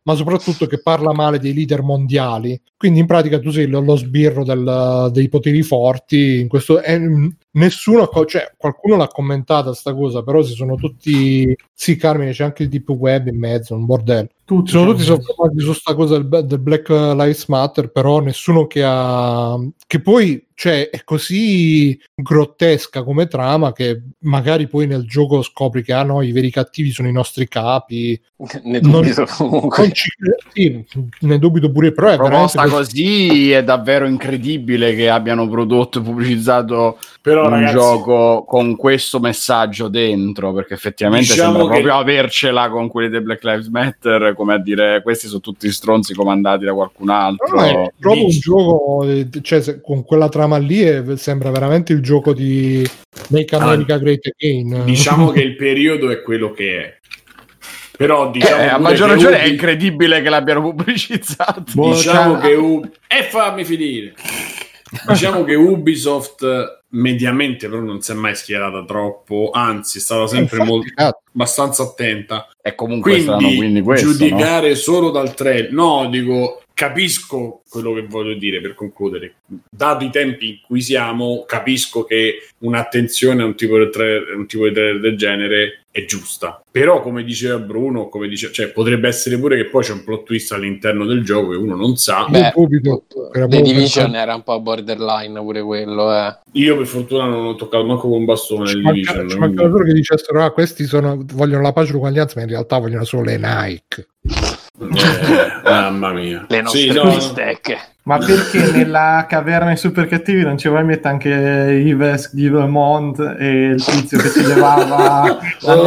ma soprattutto che parla male dei leader mondiali. Quindi in pratica tu sei lo sbirro dei poteri forti. In questo nessuno, cioè qualcuno l'ha commentata sta cosa, però si sono tutti, sì Carmine, c'è anche il deep web in mezzo, un bordello. Tutti soffermati su sta cosa del Black Lives Matter, però nessuno che poi, cioè, è così grottesca come trama che magari poi nel gioco scopri che no, i veri cattivi sono i nostri capi. Ne dubito comunque. Sì, ne dubito pure, però è proposta così è davvero incredibile che abbiano prodotto e pubblicizzato un gioco con questo messaggio dentro, perché effettivamente sembra proprio avercela con quelli del Black Lives Matter, come a dire questi sono tutti stronzi comandati da qualcun altro. No, è proprio un gioco, cioè, con quella trama lì sembra veramente il gioco di Make America Great Again. Diciamo che il periodo è quello che è. Però diciamo a maggior ragione è incredibile che l'abbiano pubblicizzato. Diciamo che fammi finire. Diciamo che Ubisoft mediamente però non si è mai schierata troppo, anzi è stata sempre abbastanza attenta. E comunque quindi questo, giudicare solo dal trailer. No, dico, capisco quello che voglio dire per concludere. Dato i tempi in cui siamo, capisco che un'attenzione a un tipo di trailer del genere è giusta. Però, come diceva Bruno, cioè, potrebbe essere pure che poi c'è un plot twist all'interno del gioco che uno non sa. The Division era un po' borderline pure quello. Io per fortuna non ho toccato manco con un bastone il Division. Ci manca solo che dicessero questi vogliono la pace e l'uguaglianza, ma in realtà vogliono solo le Nike. Mamma mia, le nostre stecche. Ma perché nella caverna dei super cattivi non ci vuoi mettere anche Yves Guillemont e il tizio che si levava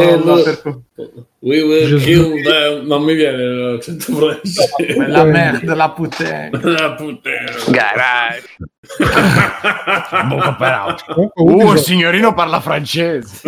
We will kill them. Non mi viene l'accento francese. La merda, la puttana. La puttana. Garage. Il signorino parla francese.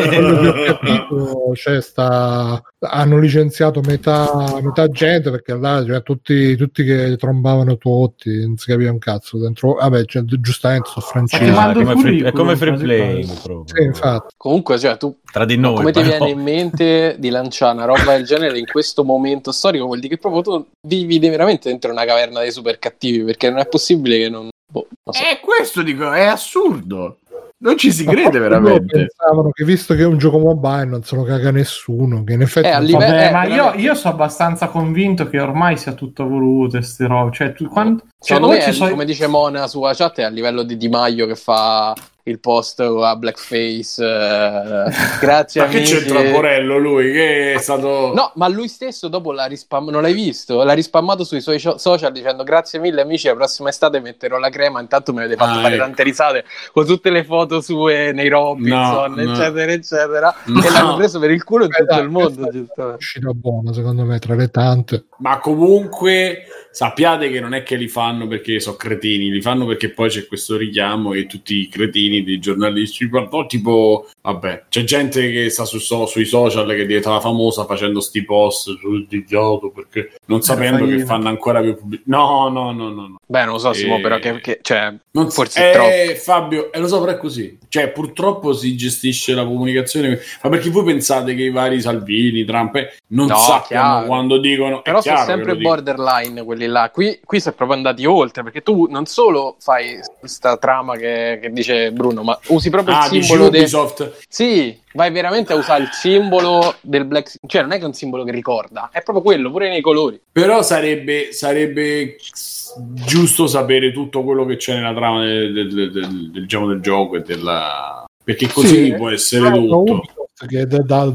Cioè hanno licenziato metà gente, perché là cioè, tutti che trombavano tutti, non si capiva un cazzo dentro. Vabbè, cioè, giustamente sono francesi. È come free play. Sì, infatti. Comunque, cioè, tu tra di noi, come ti viene in mente di lanciare una roba del genere in questo momento storico? Vuol dire che proprio tu vivi veramente dentro una caverna dei super cattivi, perché non è possibile che non so. Questo dico, è assurdo. Non ci si crede veramente. Pensavano che visto che è un gioco mobile non se lo caga nessuno, che in effetti ma io sono abbastanza convinto che ormai sia tutto voluto ste robe. Cioè, secondo me come dice Mona sulla chat, è a livello di Di Maio che fa il post a blackface, grazie ma amici. Che c'entra Borello lui che è stato ma lui stesso dopo l'ha non l'hai visto? L'ha rispammato sui suoi social dicendo grazie mille amici, la prossima estate metterò la crema, intanto mi avete fatto fare tante risate con tutte le foto sue nei Robinson eccetera eccetera e l'hanno preso per il culo in tutto il mondo. È uscita buona secondo me tra le tante, ma comunque sappiate che non è che li fanno perché sono cretini, li fanno perché poi c'è questo richiamo e tutti i cretini dei giornalisti, tipo vabbè, c'è gente che sta sui social che diventa famosa facendo sti post sul dichiato perché non sapendo che fanno ancora più pubblico. No. Beh, non lo so Simo, però che cioè non forse è troppo. Fabio, lo so, però è così. Cioè, purtroppo si gestisce la comunicazione, ma perché voi pensate che i vari Salvini, Trump non sappiano quando dicono, però sono sempre borderline quelli là. Qui si è proprio andati oltre, perché tu non solo fai questa trama che dice Bruno, ma usi proprio il simbolo di Ubisoft. Sì, vai veramente a usare il simbolo del Black, cioè non è che è un simbolo che ricorda, è proprio quello, pure nei colori. Però sarebbe giusto sapere tutto quello che c'è nella trama del gioco e della, perché così può essere tutto. Che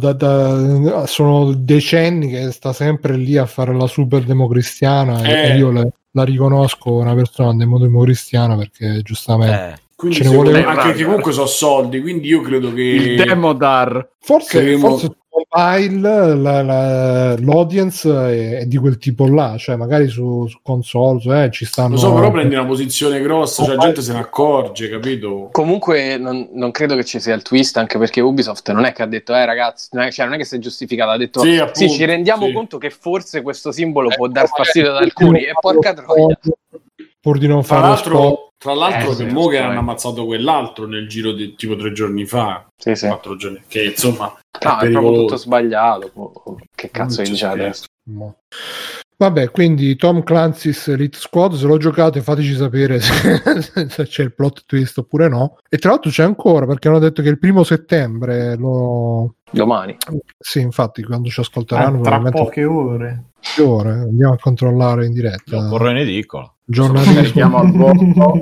sono decenni che sta sempre lì a fare la super democristiana e io la riconosco una persona democristiana perché giustamente quindi ce ne vuole anche che comunque sono soldi, quindi io credo che il Demodar forse mobile l'audience è di quel tipo là, cioè magari su console ci stanno. Lo so, però prendi una posizione grossa, cioè la gente se ne accorge, capito? Comunque non credo che ci sia il twist, anche perché Ubisoft non è che ha detto ragazzi, non è che si è giustificato, ha detto sì, ci rendiamo conto che forse questo simbolo può dar fastidio ad alcuni e porca troia, pur di non fare tra l'altro che mo che hanno ammazzato quell'altro nel giro di tipo 3 giorni fa, 4 giorni, che insomma è proprio tutto sbagliato. Che cazzo dice adesso? Vabbè, quindi Tom Clancy's Elite Squad, se lo giocate fateci sapere se c'è il plot twist oppure no. E tra l'altro c'è ancora, perché hanno detto che il 1 settembre domani. Sì, infatti quando ci ascolteranno tra poche ore andiamo a controllare in diretta. Lo corro in edicola. Giornalismo al volo.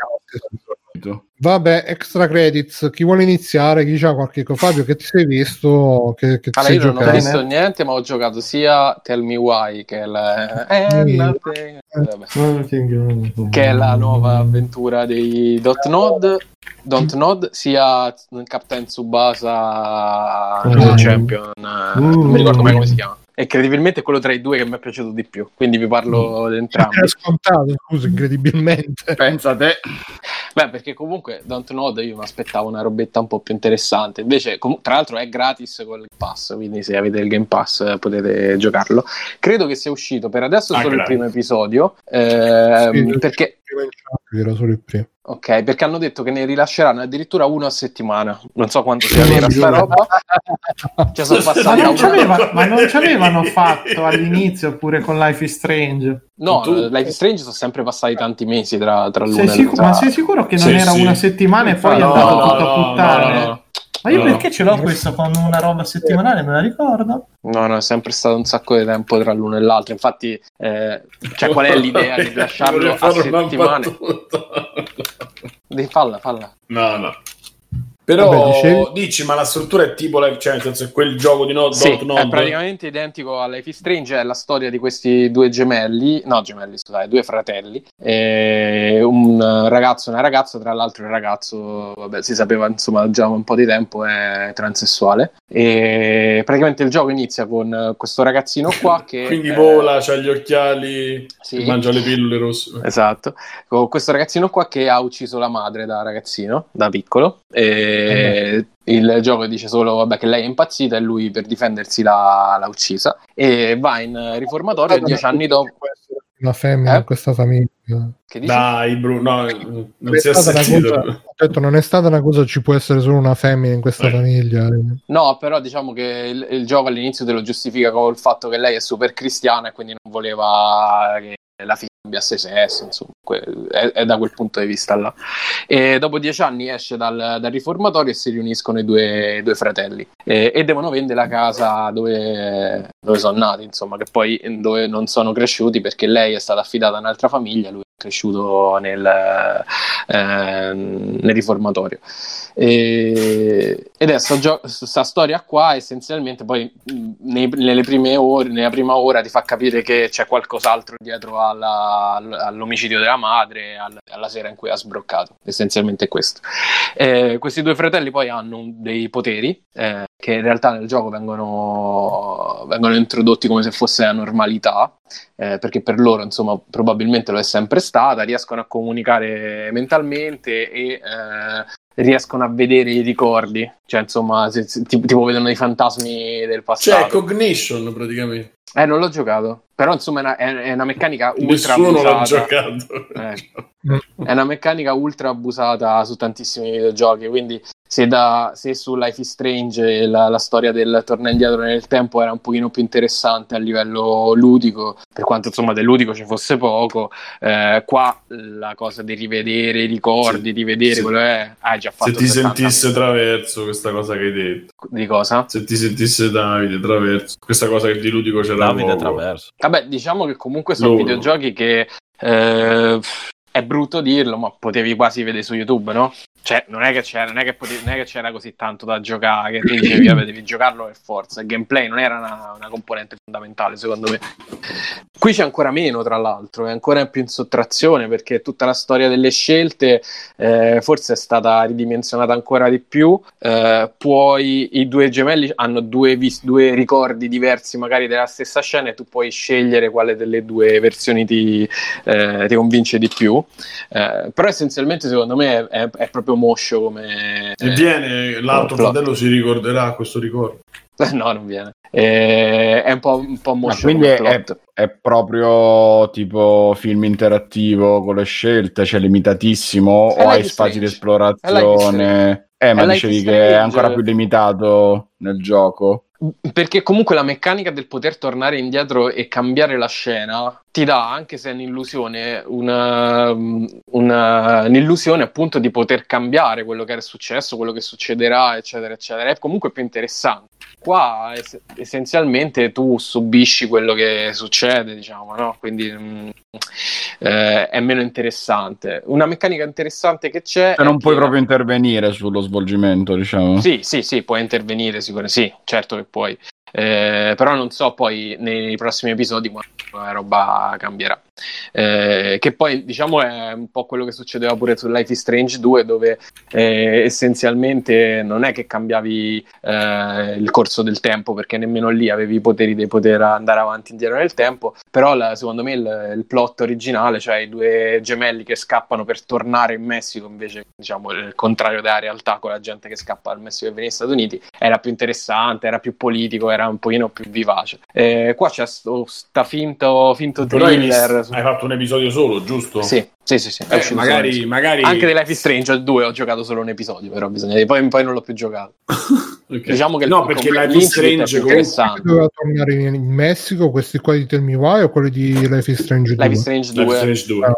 Vabbè, extra credits, chi vuole iniziare? Chi c'ha qualche Fabio, che ti sei visto? Che ti sei io non ho visto niente, ma ho giocato sia Tell Me Why che che è la nuova avventura dei Dontnod, sia Captain Tsubasa Champion, non mi ricordo mai come si chiama. E incredibilmente è quello tra i due che mi è piaciuto di più, quindi vi parlo di entrambi. È scontato, scusa, incredibilmente. Pensa te. Beh, perché comunque Dontnod io mi aspettavo una robetta un po' più interessante, invece tra l'altro è gratis con il Pass, quindi se avete il Game Pass potete giocarlo. Credo che sia uscito per adesso solo il primo episodio, perché era solo il primo. Ok, perché hanno detto che ne rilasceranno addirittura uno a settimana. Non so quanto sia vera sta roba. Cioè, sono ma non ci avevano fatto all'inizio pure con Life is Strange? No, Life is Strange sono sempre passati tanti mesi tra l'una e l'altra. Ma sei sicuro che non era una settimana e poi è andato tutto a puttane? No. Ma io perché ce l'ho questo con una roba settimanale? Me la ricordo? No, è sempre stato un sacco di tempo tra l'uno e l'altro. Infatti, qual è l'idea di lasciarlo a settimane? Falla. No. Però dici, ma la struttura è tipo cioè nel senso è quel gioco di Nod? È praticamente identico a Life is Strange. È la storia di questi due due fratelli, un ragazzo e una ragazza. Tra l'altro il ragazzo, si sapeva insomma già un po' di tempo, è transessuale, e praticamente il gioco inizia con questo ragazzino qua che quindi vola, c'ha gli occhiali, mangia le pillole rosse. Esatto, con questo ragazzino qua che ha ucciso la madre da ragazzino, da piccolo, il gioco dice solo che lei è impazzita e lui per difendersi l'ha uccisa, e va in riformatorio 10 anni dopo. Una femmina in questa famiglia. Che dici? Dai Bruno, non si è sentito. Ho detto, non è stata una cosa, ci può essere solo una femmina in questa famiglia. No, però diciamo che il gioco all'inizio te lo giustifica con il fatto che lei è super cristiana e quindi non voleva che la figlia cambiasse sesso, insomma, è da quel punto di vista là. E dopo 10 anni esce dal riformatorio e si riuniscono i due fratelli e devono vendere la casa dove sono nati, insomma, che poi dove non sono cresciuti, perché lei è stata affidata a un'altra famiglia, lui è cresciuto nel riformatorio. E adesso questa storia qua essenzialmente poi nella prima ora ti fa capire che c'è qualcos'altro dietro all'omicidio della madre, alla sera in cui ha sbroccato. Essenzialmente è questo. Questi due fratelli poi hanno dei poteri che in realtà nel gioco vengono introdotti come se fosse la normalità, perché per loro insomma probabilmente lo è sempre stata. Riescono a comunicare mentalmente e riescono a vedere i ricordi, cioè insomma tipo vedono i fantasmi del passato. Cioè Cognition praticamente. Non l'ho giocato, però insomma è una meccanica ultra nessuno abusata. l'ha giocato. È una meccanica ultra abusata su tantissimi videogiochi, quindi se su Life is Strange la storia del tornare indietro nel tempo era un pochino più interessante a livello ludico, per quanto insomma del ludico ci fosse poco, qua la cosa di rivedere i ricordi, di vedere quello hai già fatto. Se ti sentisse Traverso questa cosa che hai detto. Di cosa? Se ti sentisse Davide Traverso, questa cosa che di ludico c'era Davide poco. Traverso. Vabbè, diciamo che comunque sono videogiochi che è brutto dirlo, ma potevi quasi vedere su YouTube, no? Cioè, non è che c'era così tanto da giocare, che ti dicevi, devi giocarlo per forza. Il gameplay non era una componente fondamentale, secondo me. Qui c'è ancora meno, tra l'altro, è ancora più in sottrazione, perché tutta la storia delle scelte forse è stata ridimensionata ancora di più. Poi i due gemelli hanno due ricordi diversi, magari della stessa scena, e tu puoi scegliere quale delle due versioni ti convince di più. Però essenzialmente, secondo me, è proprio moscio come e l'altro fratello si ricorderà questo ricordo. No, non viene, è un po' moscio. Quindi è proprio tipo film interattivo con le scelte, cioè limitatissimo, o hai spazi di esplorazione? Ma dicevi che è ancora più limitato nel gioco. perché comunque la meccanica del poter tornare indietro e cambiare la scena ti dà, anche se è un'illusione, un'illusione appunto di poter cambiare quello che era successo, quello che succederà, eccetera, eccetera. È comunque più interessante. Qua essenzialmente tu subisci quello che succede, diciamo, no? Quindi è meno interessante. Una meccanica interessante che c'è... non puoi proprio intervenire sullo svolgimento, diciamo. Sì, puoi intervenire, sicuramente. Sì, certo che puoi. Però non so poi nei prossimi episodi quando la roba cambierà, che poi diciamo è un po' quello che succedeva pure su Life is Strange 2, dove essenzialmente non è che cambiavi il corso del tempo, perché nemmeno lì avevi i poteri di poter andare avanti e indietro nel tempo, però secondo me il plot originale, cioè i due gemelli che scappano per tornare in Messico, invece diciamo il contrario della realtà, con la gente che scappa dal Messico e viene negli Stati Uniti, era più interessante, era più politico, era un pochino più vivace. Qua c'è sta finto thriller. Hai fatto un episodio solo, giusto? Sì. Magari anche di Life is Strange 2 ho giocato solo un episodio, però poi non l'ho più giocato. Okay. Diciamo che perché Life is Strange comunque doveva tornare in Messico, questi qua di Tell Me Why o quelli di Life is Strange 2? Life is Strange 2.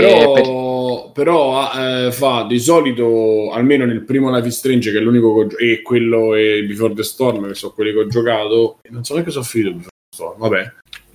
Però fa di solito, almeno nel primo Life is Strange, che è l'unico e quello e Before the Storm, che sono quelli che ho giocato, non so neanche se ho finito Before the Storm, vabbè.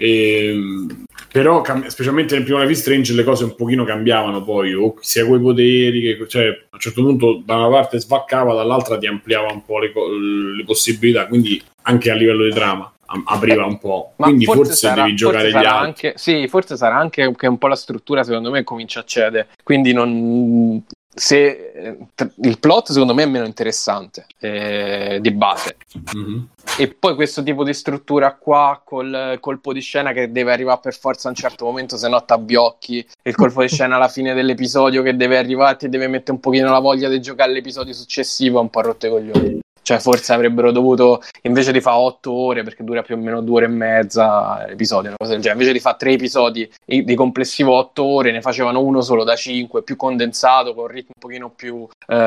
Però specialmente nel primo Life is Strange le cose un pochino cambiavano poi, o sia coi poteri che, cioè a un certo punto da una parte svaccava, dall'altra ti ampliava un po' le possibilità, quindi anche a livello di trama apriva un po', quindi forse devi giocare gli altri. Forse sarà anche che un po' la struttura secondo me comincia a cedere, quindi non... Se il plot secondo me è meno interessante di base, e poi questo tipo di struttura qua col colpo di scena che deve arrivare per forza a un certo momento, se no t'abbiocchi, il colpo di scena alla fine dell'episodio che deve arrivare e deve mettere un pochino la voglia di giocare l'episodio successivo, un po' rotto i coglioni. Cioè forse avrebbero dovuto, invece di fare 8 ore, perché dura più o meno 2 ore e mezza l'episodio, una cosa del genere, invece di fare 3 episodi di complessivo 8 ore, ne facevano uno solo da 5, più condensato, con un ritmo un pochino più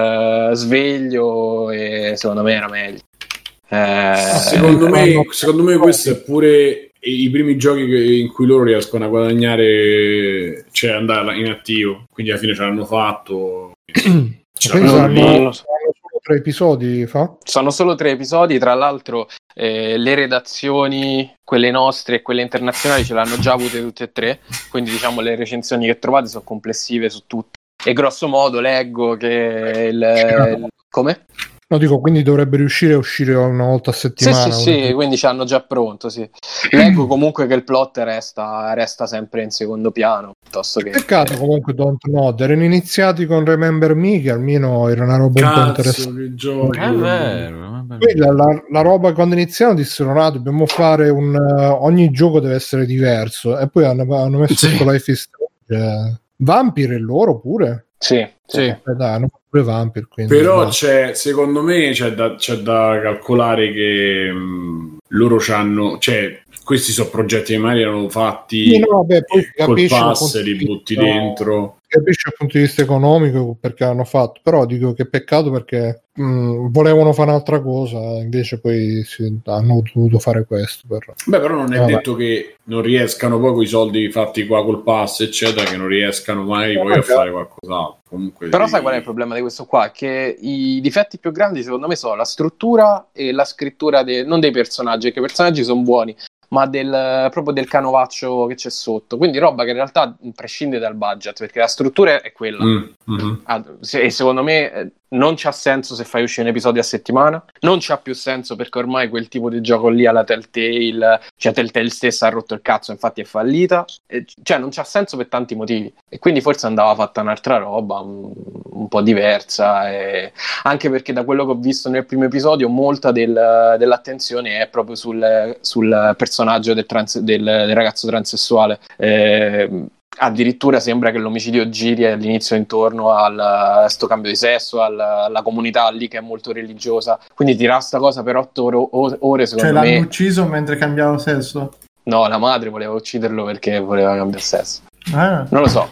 sveglio, e secondo me era meglio. Secondo me questo è pure i primi giochi in cui loro riescono a guadagnare, cioè andare in attivo, quindi alla fine ce l'hanno fatto. Sono 3 episodi fa? Sono solo 3 episodi, tra l'altro le redazioni, quelle nostre e quelle internazionali, ce l'hanno già avute tutte e 3, quindi diciamo le recensioni che trovate sono complessive su tutte, e grosso modo leggo che come? No, dico, quindi dovrebbe riuscire a uscire una volta a settimana. Sì, quindi ce l'hanno già pronto, sì. Leggo comunque che il plot resta sempre in secondo piano, piuttosto che... Peccato comunque Don't Nod, erano iniziati con Remember Me, che almeno era una roba un po' interessante. È vero. Poi la roba, quando iniziano dissero no, dobbiamo fare ogni gioco deve essere diverso, e poi hanno messo questo Life is Strange. Vampire loro pure? Sì. Dai, hanno pure Vampire, quindi, però secondo me c'è da calcolare che loro c'hanno, cioè questi sono progetti che magari erano fatti poi col pass, li butti dentro. Capisci dal punto di vista economico perché hanno fatto, però dico che peccato perché volevano fare un'altra cosa, invece poi hanno dovuto fare questo. Però non è detto che non riescano poi con i soldi fatti qua col pass eccetera, che non riescano mai poi a fare qualcos'altro. Comunque però sai qual è il problema di questo qua? Che i difetti più grandi secondo me sono la struttura e la scrittura non dei personaggi, perché i personaggi sono buoni, ma proprio del canovaccio che c'è sotto, quindi roba che in realtà prescinde dal budget, perché la struttura è quella. E secondo me non c'ha senso se fai uscire un episodio a settimana, non c'ha più senso perché ormai quel tipo di gioco lì alla Telltale, cioè Telltale stessa ha rotto il cazzo, infatti è fallita, cioè non c'ha senso per tanti motivi, e quindi forse andava fatta un'altra roba un po' diversa, anche perché da quello che ho visto nel primo episodio molta dell'attenzione è proprio sul personaggio del ragazzo transessuale. Addirittura sembra che l'omicidio giri all'inizio intorno a sto cambio di sesso, alla comunità lì che è molto religiosa, quindi tirare sta cosa per 8 ore secondo me... Cioè l'hanno ucciso mentre cambiava sesso? No, la madre voleva ucciderlo perché voleva cambiare sesso. Non lo so,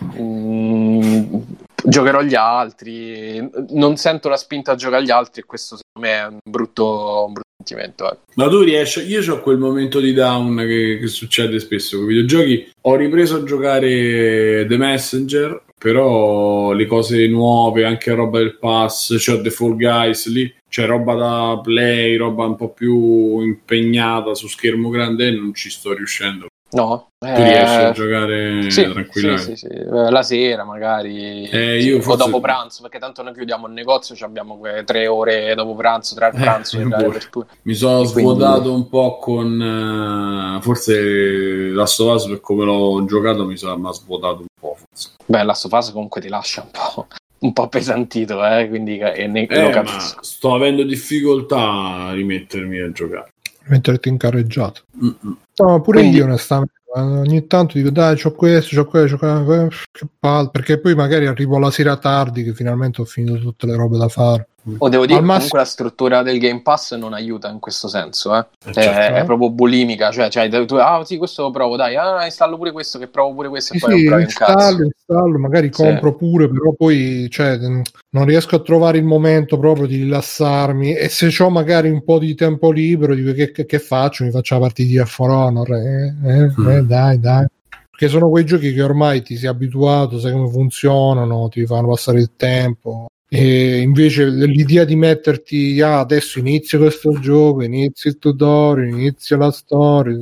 giocherò gli altri, non sento la spinta a giocare agli altri, e questo secondo me è un brutto sentimento. Ma tu riesci, io ho quel momento di down che succede spesso con i videogiochi. Ho ripreso a giocare The Messenger, però le cose nuove, anche roba del pass, The Fall Guys lì, c'è roba da play, roba un po' più impegnata su schermo grande e non ci sto riuscendo. No, tu riesci a giocare tranquillamente? Sì. La sera magari o dopo pranzo, perché tanto noi chiudiamo il negozio, abbiamo 3 ore dopo pranzo, tra il pranzo e l'apertura. Mi sono svuotato un po' con forse Last of Us, per come l'ho giocato mi ha svuotato un po'. Forse. Beh, Last of Us comunque ti lascia un po' pesantito, quindi lo capisco. Ma sto avendo difficoltà a rimettermi a giocare. Metterti in carreggiato. No, pure io onestamente ogni tanto dico dai c'ho questo, che palle, perché poi magari arrivo la sera tardi che finalmente ho finito tutte le robe da fare. O devo dire comunque la struttura del Game Pass non aiuta in questo senso, è proprio bulimica, cioè tu sì, questo lo provo, dai, installo pure questo, che provo pure questo, e poi non provo un cazzo. Installo, magari compro pure, però poi non riesco a trovare il momento proprio di rilassarmi, e se ho magari un po' di tempo libero dico che faccio? Mi faccio la partita a For Honor, dai, perché sono quei giochi che ormai ti sei abituato, sai come funzionano, ti fanno passare il tempo. E invece l'idea di metterti adesso inizio questo gioco, inizio il tutorial, inizio la storia,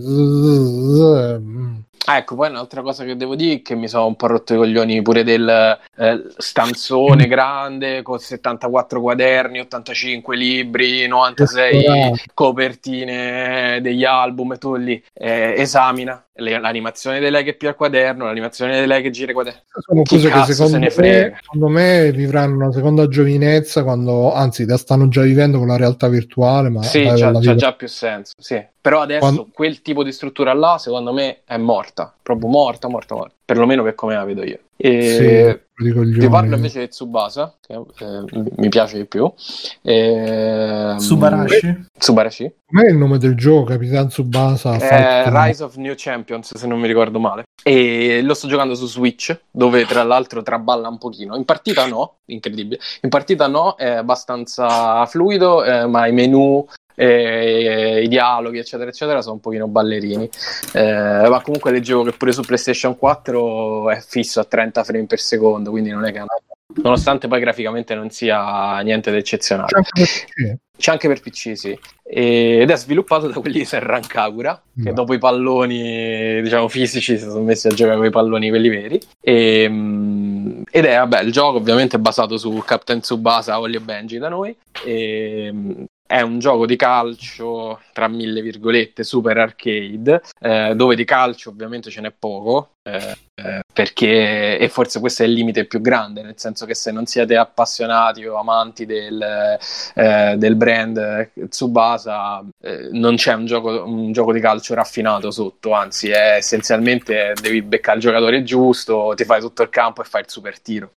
ecco, poi un'altra cosa che devo dire è che mi sono un po' rotto i coglioni pure del stanzone grande con 74 quaderni, 85 libri, 96 copertine degli album, e tu lì l'animazione dei like più al quaderno, l'animazione dei like gira quaderno. Sono cose che secondo me vivranno una seconda giovinezza, quando anzi la stanno già vivendo con la realtà virtuale, ma sì, c'ha già più senso, sì. Però adesso quel tipo di struttura là secondo me è morta, proprio morta, perlomeno per come la vedo io. Ti parlo invece di Tsubasa, che mi piace di più. Subarashi? Com'è il nome del gioco, Capitan Tsubasa? Rise of New Champions, se non mi ricordo male. E lo sto giocando su Switch, dove tra l'altro traballa un pochino. In partita no, incredibile. In partita no, è abbastanza fluido, ma i menu, i dialoghi eccetera sono un pochino ballerini, ma comunque leggevo che pure su PlayStation 4 è fisso a 30 frame per secondo, quindi non è che nonostante poi graficamente non sia niente di eccezionale. C'è anche per PC, sì. Ed è sviluppato da quelli di Serran Kagura, che dopo i palloni, diciamo, fisici si sono messi a giocare con i palloni quelli veri. Ed è, il gioco ovviamente è basato su Captain Tsubasa, Holly e Benji da noi. È un gioco di calcio, tra mille virgolette, super arcade, dove di calcio ovviamente ce n'è poco, perché, e forse questo è il limite più grande, nel senso che se non siete appassionati o amanti del brand Tsubasa, non c'è un gioco di calcio raffinato sotto, anzi è essenzialmente devi beccare il giocatore giusto, ti fai tutto il campo e fai il super tiro.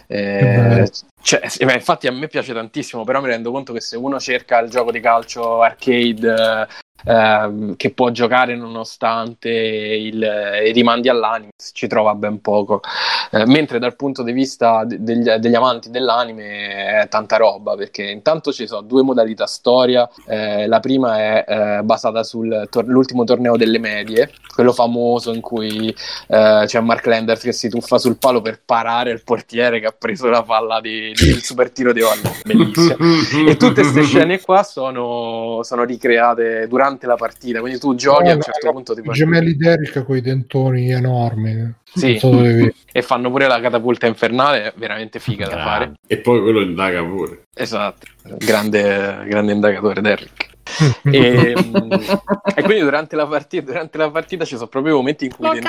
Infatti a me piace tantissimo, però mi rendo conto che se uno cerca il gioco di calcio arcade che può giocare nonostante i rimandi all'anime, ci trova ben poco, mentre dal punto di vista degli amanti dell'anime è tanta roba, perché intanto ci sono 2 modalità storia. La prima è basata sull'ultimo torneo delle medie, quello famoso in cui c'è Mark Landers che si tuffa sul palo per parare il portiere che ha preso la palla del super tiro di Holly, bellissimo. E tutte queste scene qua sono ricreate durante la partita, quindi tu giochi a un certo punto i gemelli Derrick con i dentoni enormi, sì, e fanno pure la catapulta infernale, veramente figa da fare, e poi quello indaga pure, esatto, grande indagatore Derrick. E quindi durante la partita ci sono proprio momenti in cui ti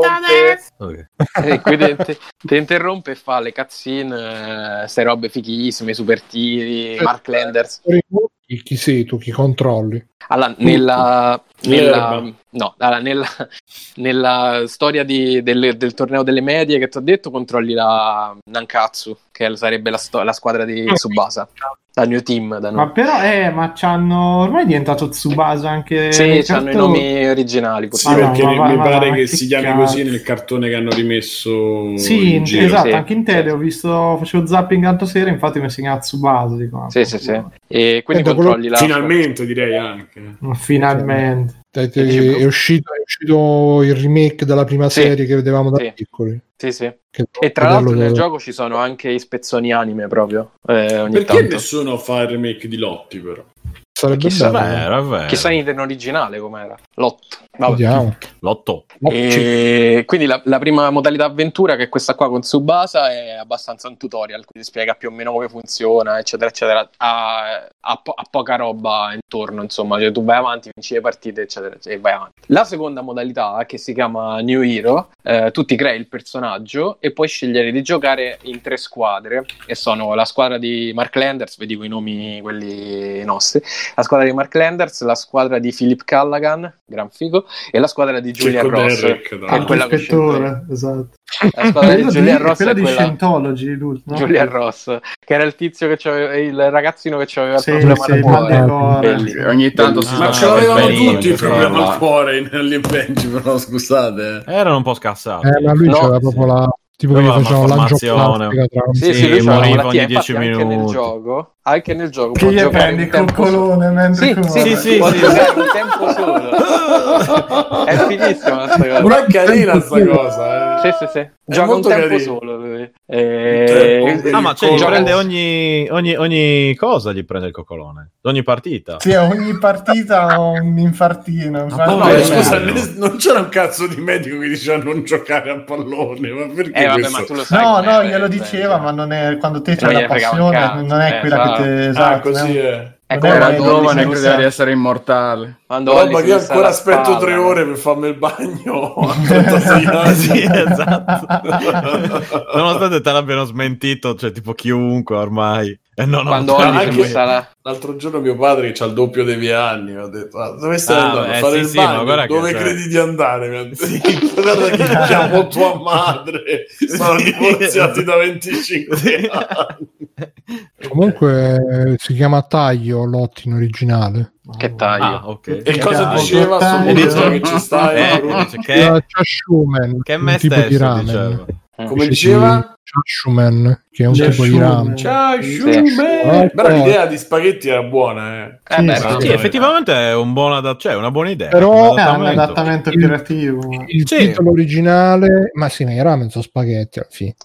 interrompe e fa le cutscene, ste robe fighissime, super tiri, Mark Landers. Chi sei tu? Chi controlli? Allora, nella storia del torneo delle medie che ti ho detto, controlli la Nankatsu, che sarebbe la squadra di Tsubasa, la new team da noi. Ma però ma c'hanno ormai è diventato Tsubasa anche. Sì, c'hanno i nomi originali. Sì, perché mi pare che si chiami così nel cartone che hanno rimesso. Sì, esatto, anche in tele ho visto, facevo zapping l'altra sera, infatti mi segnava Tsubasa. Dico, sì. E quindi controlli finalmente, direi anche. Finalmente. È uscito il remake della prima serie che vedevamo da piccoli. Sì. E tra l'altro nel gioco ci sono anche i spezzoni anime proprio. Perché tanto. Nessuno fa il remake di Lotti, però? Sarebbe bello. Chissà in originale com'era. Lotto. E quindi la prima modalità avventura, che è questa qua con Tsubasa, è abbastanza un tutorial, quindi spiega più o meno come funziona, eccetera eccetera. Ha poca roba intorno, insomma, cioè, tu vai avanti, vinci le partite, eccetera, e vai avanti. La seconda modalità, che si chiama New Hero, tu ti crei il personaggio e puoi scegliere di giocare in 3 squadre, e sono la squadra di Mark Landers, vedi quei nomi quelli nostri, la squadra di Mark Landers, la squadra di Philip Callaghan, gran figo, e la squadra di Julian Ross, che è quella che esatto. La squadra di Julian Ross è quella di Scientology, no? Julian Ross, che era il tizio che c'aveva, il ragazzino che c'aveva il problema al cuore. Ogni tanto ma ce l'avevano tutti il problema al cuore negli Benji, però scusate. Erano un po' scassati. Ma lui c'era proprio la tipo che facevano l'angioplatica tra sì, moriva ogni 10 minuti. Anche nel gioco che gli prendi il coccolone mentre sì, può giocare un tempo solo. È finissima questa cosa. Non è carina sta cosa, Sì. Gioca un tempo solo lui. Ma gli prende ogni cosa, gli prende il coccolone. Ogni partita. Sì, ogni partita ho un infartino. Scusa, non c'era un cazzo di medico che diceva non giocare a pallone, ma perché ma tu lo sai. No, glielo diceva, ma non è quando te c'hai la passione, non è quella che te così è. È come da giovane credeva di essere immortale. Ma io ancora aspetto 3 ore per farmi il bagno a 36 anni. Sì, esatto. Nonostante te l'abbiano smentito, cioè tipo chiunque ormai. Quando l'altro giorno mio padre, che ha il doppio dei miei anni, mi ha detto: dove stai andando a fare il bagno? Dove credi di andare? Mi ha detto: guarda che chiamo tua madre, sono divorziati da 25 anni. Comunque si chiama Taglio Lotti in originale. Che taglio? Okay. E cosa diceva sul che ci stai? Che me stesso diceva. Come diceva? Chashumen, che è un tipo di rame. Però l'idea di spaghetti era buona, sì, effettivamente è un buon una buona idea. Però è un adattamento creativo. Il titolo originale, ma i ramen sono spaghetti alla fine.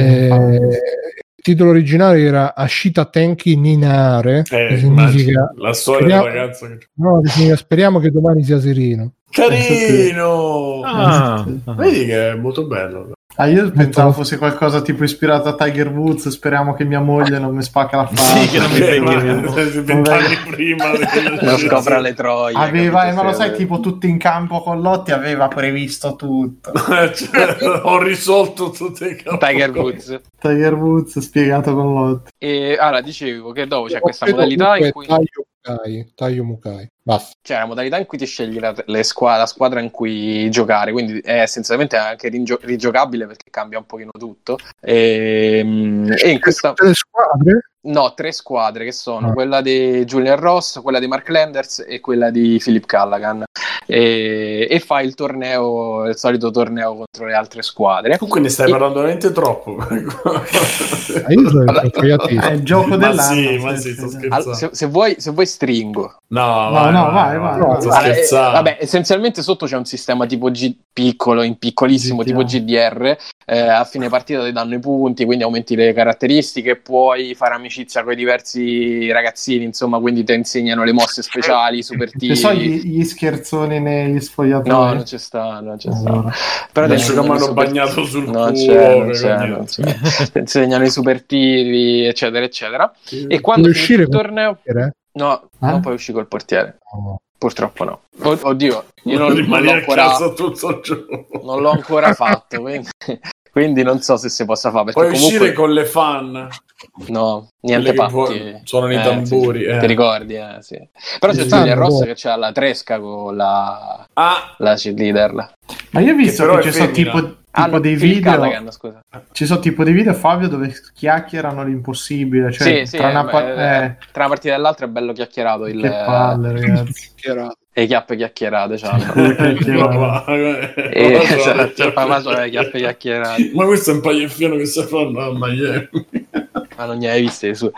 Il titolo originale era Ashita Tenki Ninare, che significa la storia del ragazzo che significa speriamo che domani sia sereno. Carino! Vedi che è molto bello. Io pensavo fosse qualcosa tipo ispirato a Tiger Woods. Speriamo che mia moglie non mi spacca la faccia. Sì, che non mi becchi 20 anni prima lo scopra le troie. Aveva, ma lo sai, tipo tutti in campo con Lotti, aveva previsto tutto. Ho risolto tutte le cose. Tiger Woods spiegato con Lotti. E allora dicevo che dopo c'è questa modalità in cui Taglio Mukai. Basta. C'è la modalità in cui ti scegli la squadra in cui giocare, quindi è essenzialmente anche rigiocabile perché cambia un pochino tutto. E in questa... Le squadre? No, 3 squadre che sono quella di Julian Ross, quella di Mark Landers e quella di Philip Callaghan. E fai il solito torneo contro le altre squadre. Comunque ne stai parlando veramente troppo. È il gioco dell'anno. Ma sì, sto scherzando. Se vuoi stringo. No, vai. Sto scherzando. Vabbè, essenzialmente sotto c'è un sistema tipo piccolissimo, tipo GDR. A fine partita ti danno i punti, quindi aumenti le caratteristiche, puoi fare amicizia con i diversi ragazzini, insomma, quindi ti insegnano le mosse speciali, super tiri. So gli scherzoni negli sfogliatoi? No, non c'è sta. Allora. Però adesso che mi hanno bagnato sul culo. Non c'è. Ti insegnano i super tiri, eccetera, eccetera. E quando finisce il torneo... No, non puoi uscire col portiere. No. Purtroppo no. Oddio, io non l'ho ancora fatto, quindi Quindi non so se si possa fare. Puoi comunque... uscire con le fan. No, niente patti. Suonano i tamburi. Sì. Ti ricordi? Sì. Però c'è Giulia Rossa che c'ha la tresca con la cheerleader. Ma io ho visto che ci sono tipo dei video. Callaghan, scusa. Ci sono tipo dei video, Fabio, dove chiacchierano l'impossibile. Cioè, tra una partita e l'altra è bello chiacchierato. Che palle, ragazzi. E chiappe chiacchierate c'hanno. Le chiappe chiacchierate. Ma questo è un paglieffiano che si fanno a Miami. Ma non ne hai viste su.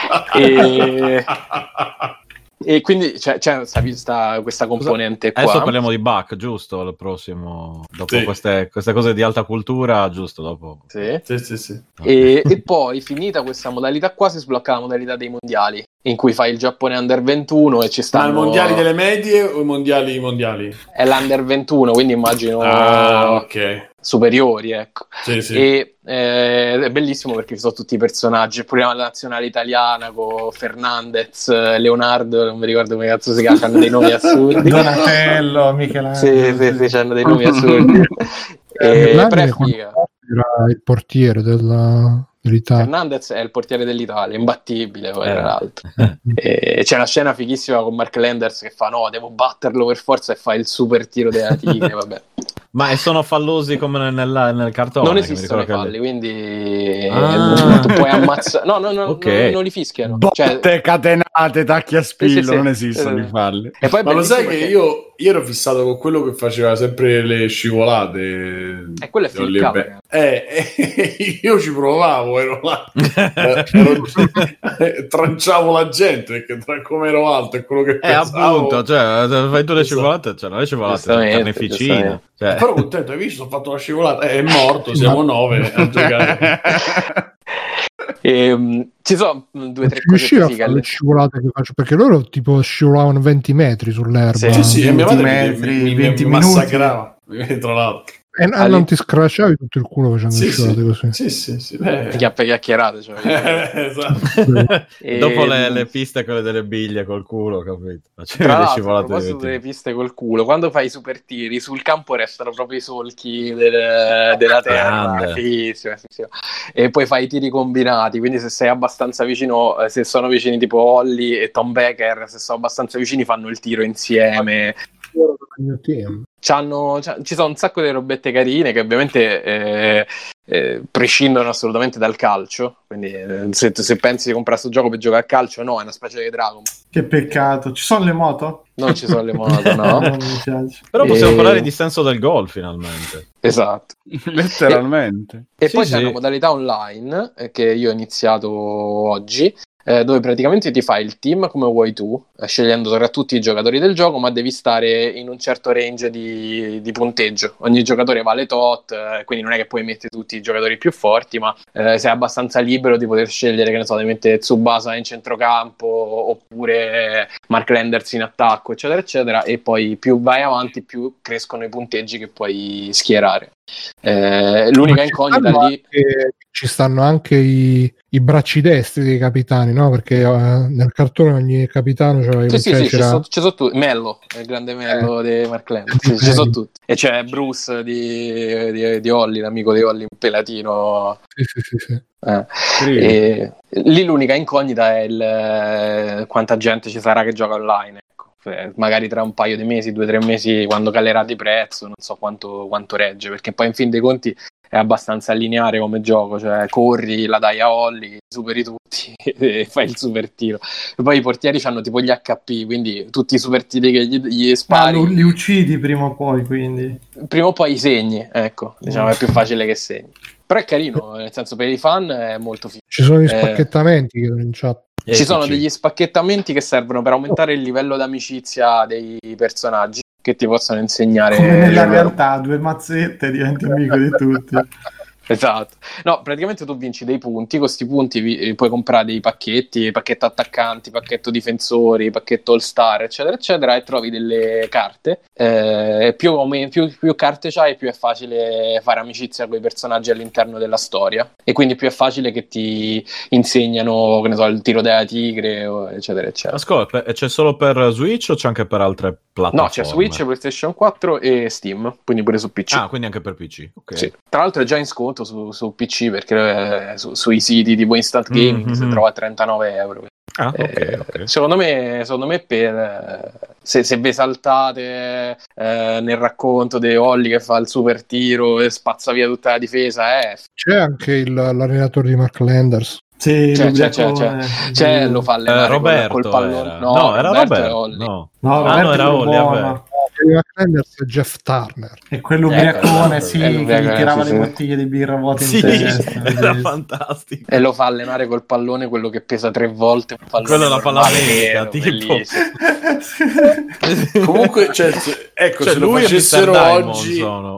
E quindi c'è questa componente qua. Adesso parliamo di Bach, giusto? Il prossimo, dopo queste cose di alta cultura, giusto dopo. Sì. E poi, finita questa modalità qua, si sblocca la modalità dei mondiali, in cui fai il Giappone Under 21 e ci stanno... i mondiali delle medie o i mondiali? È l'Under 21, quindi immagino... ok. Superiori, ecco. Sì. E è bellissimo perché ci sono tutti i personaggi, pure la nazionale italiana con Fernandez, Leonardo, non mi ricordo come cazzo si chiama, hanno dei nomi assurdi. Donatello, Michelangelo. Sì, hanno dei nomi assurdi. Era il portiere dell'Italia. Fernandez è il portiere dell'Italia, imbattibile poi tra l'altro. E c'è una scena fighissima con Mark Landers che fa devo batterlo per forza, e fa il super tiro della tigre, vabbè. Ma sono fallosi come nel cartone? Non esistono i falli, quindi tu puoi ammazzare. No, non li fischiano. Botte catenate, tacchi a spillo, non esistono i falli. E poi ma lo sai che io ero fissato con quello che faceva sempre le scivolate. E quello è Phil io ci provavo, ero là. Tranciavo la gente perché come ero alto e quello che pensavo. Appunto, fai tu le scivolate, non le scivolate, carneficina. Però contento, hai visto, ho fatto la scivolata, è morto, siamo 9 a giocare. Ci sono 2 o 3 cose a fare le scivolate che faccio, perché loro tipo scivolavano 20 metri sull'erba. Sì, 20 metri, 20 minuti. Massacrava, tra l'altro. E non ti scracciavi tutto il culo facendo scivolate così? Sì. Chiappe chiacchierate, esatto. Dopo le piste, quelle delle biglie col culo, capito? Tra l'altro, a proposito delle piste col culo, quando fai i super tiri sul campo restano proprio i solchi della terra. Sì. E poi fai i tiri combinati, quindi se sei abbastanza vicino, se sono vicini tipo Holly e Tom Becker, se sono abbastanza vicini fanno il tiro insieme. Ci sono un sacco di robette carine che ovviamente prescindono assolutamente dal calcio, quindi se pensi di comprare questo gioco per giocare a calcio, no, è una specie di Dragon. Che peccato. Ci sono le moto? Non ci sono le moto, no. Non mi piace. Però possiamo parlare di senso del gol finalmente. Esatto. Letteralmente. E poi c'è una modalità online che io ho iniziato oggi, dove praticamente ti fai il team come vuoi tu, scegliendo tra tutti i giocatori del gioco, ma devi stare in un certo range di punteggio. Ogni giocatore vale tot, quindi non è che puoi mettere tutti i giocatori più forti, ma sei abbastanza libero di poter scegliere, che ne so, di mettere Tsubasa in centrocampo oppure Mark Landers in attacco, eccetera eccetera, e poi più vai avanti più crescono i punteggi che puoi schierare. L'unica incognita lì ci stanno anche i bracci destri dei capitani, no? Perché nel cartone ogni capitano c'era ci sono tutti. Mello, il grande Mello di Mark Landers, ci sono tutti. E c'è Bruce di Holly, l'amico di Holly, un pelatino. Sì. E lì l'unica incognita è quanta gente ci sarà che gioca online. Magari tra un paio di mesi, 2 o 3 mesi, quando calerà di prezzo, non so quanto regge, perché poi in fin dei conti è abbastanza lineare come gioco, cioè corri, la dai a Holly, superi tutti e fai il super tiro. E poi i portieri hanno tipo gli HP, quindi tutti i super tiri che gli spari li uccidi prima o poi, quindi prima o poi i segni, ecco, diciamo è più facile che segni. Però è carino, nel senso, per i fan è molto figo. Ci sono gli spacchettamenti che in chat. Ci sono degli spacchettamenti che servono per aumentare il livello d'amicizia dei personaggi, che ti possono insegnare. Come nella realtà, 2 mazzette e diventi amico di tutti. Esatto. No, praticamente tu vinci dei punti, con questi punti puoi comprare dei pacchetti, pacchetto attaccanti, pacchetto difensori, pacchetto all star, eccetera eccetera, e trovi delle carte. Più carte c'hai, più è facile fare amicizia con i personaggi all'interno della storia, e quindi più è facile che ti insegnano, che ne so, il tiro della tigre, eccetera eccetera. Ascolta, c'è solo per Switch o c'è anche per altre piattaforme? No, c'è Switch, PlayStation 4 e Steam, quindi pure su PC. Ah, quindi anche per PC. Okay. Sì. Tra l'altro è già in sconto sconto su PC, perché sui siti tipo Instant Gaming si trova a €39. Okay. Secondo me per se vi saltate nel racconto di Holly che fa il super tiro e spazza via tutta la difesa, c'è anche l'allenatore di Mark Landers. Sì, c'è lo fa allenare Roberto col pallone. No, era Roberto. Roberto era Holly. Mark Landers è Jeff Turner. E quello ubriacone, che gli tirava le bottiglie di birra vuote in testa. Era fantastico. E lo fa allenare col pallone, quello che pesa 3 volte. Quello la pallavolo, tipo. Comunque, ecco, se lo facessero oggi...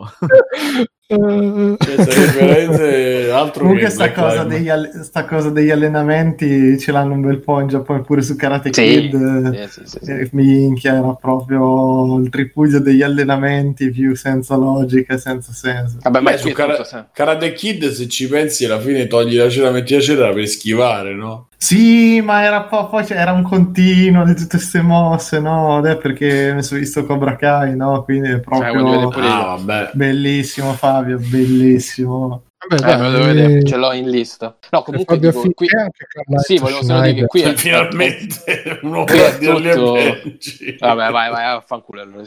veramente altro. Comunque sta cosa degli allenamenti ce l'hanno un bel po' in Giappone, pure su Karate Kid. Sì. Minchia, era proprio il tripudio degli allenamenti più senza logica, senza senso. Vabbè, ma su Karate Kid, se ci pensi, alla fine togli la cera, metti la cera per schivare, no? Sì, ma era poi era un continuo di tutte queste mosse, no? Perché mi sono visto Cobra Kai, no? Quindi è proprio bellissimo, Fabio, bellissimo. Vabbè, ce l'ho in lista. No, comunque dico, qui... volevo solo dire che qui è finalmente un'opera di Avengii. Vabbè, vai a fanculo allora.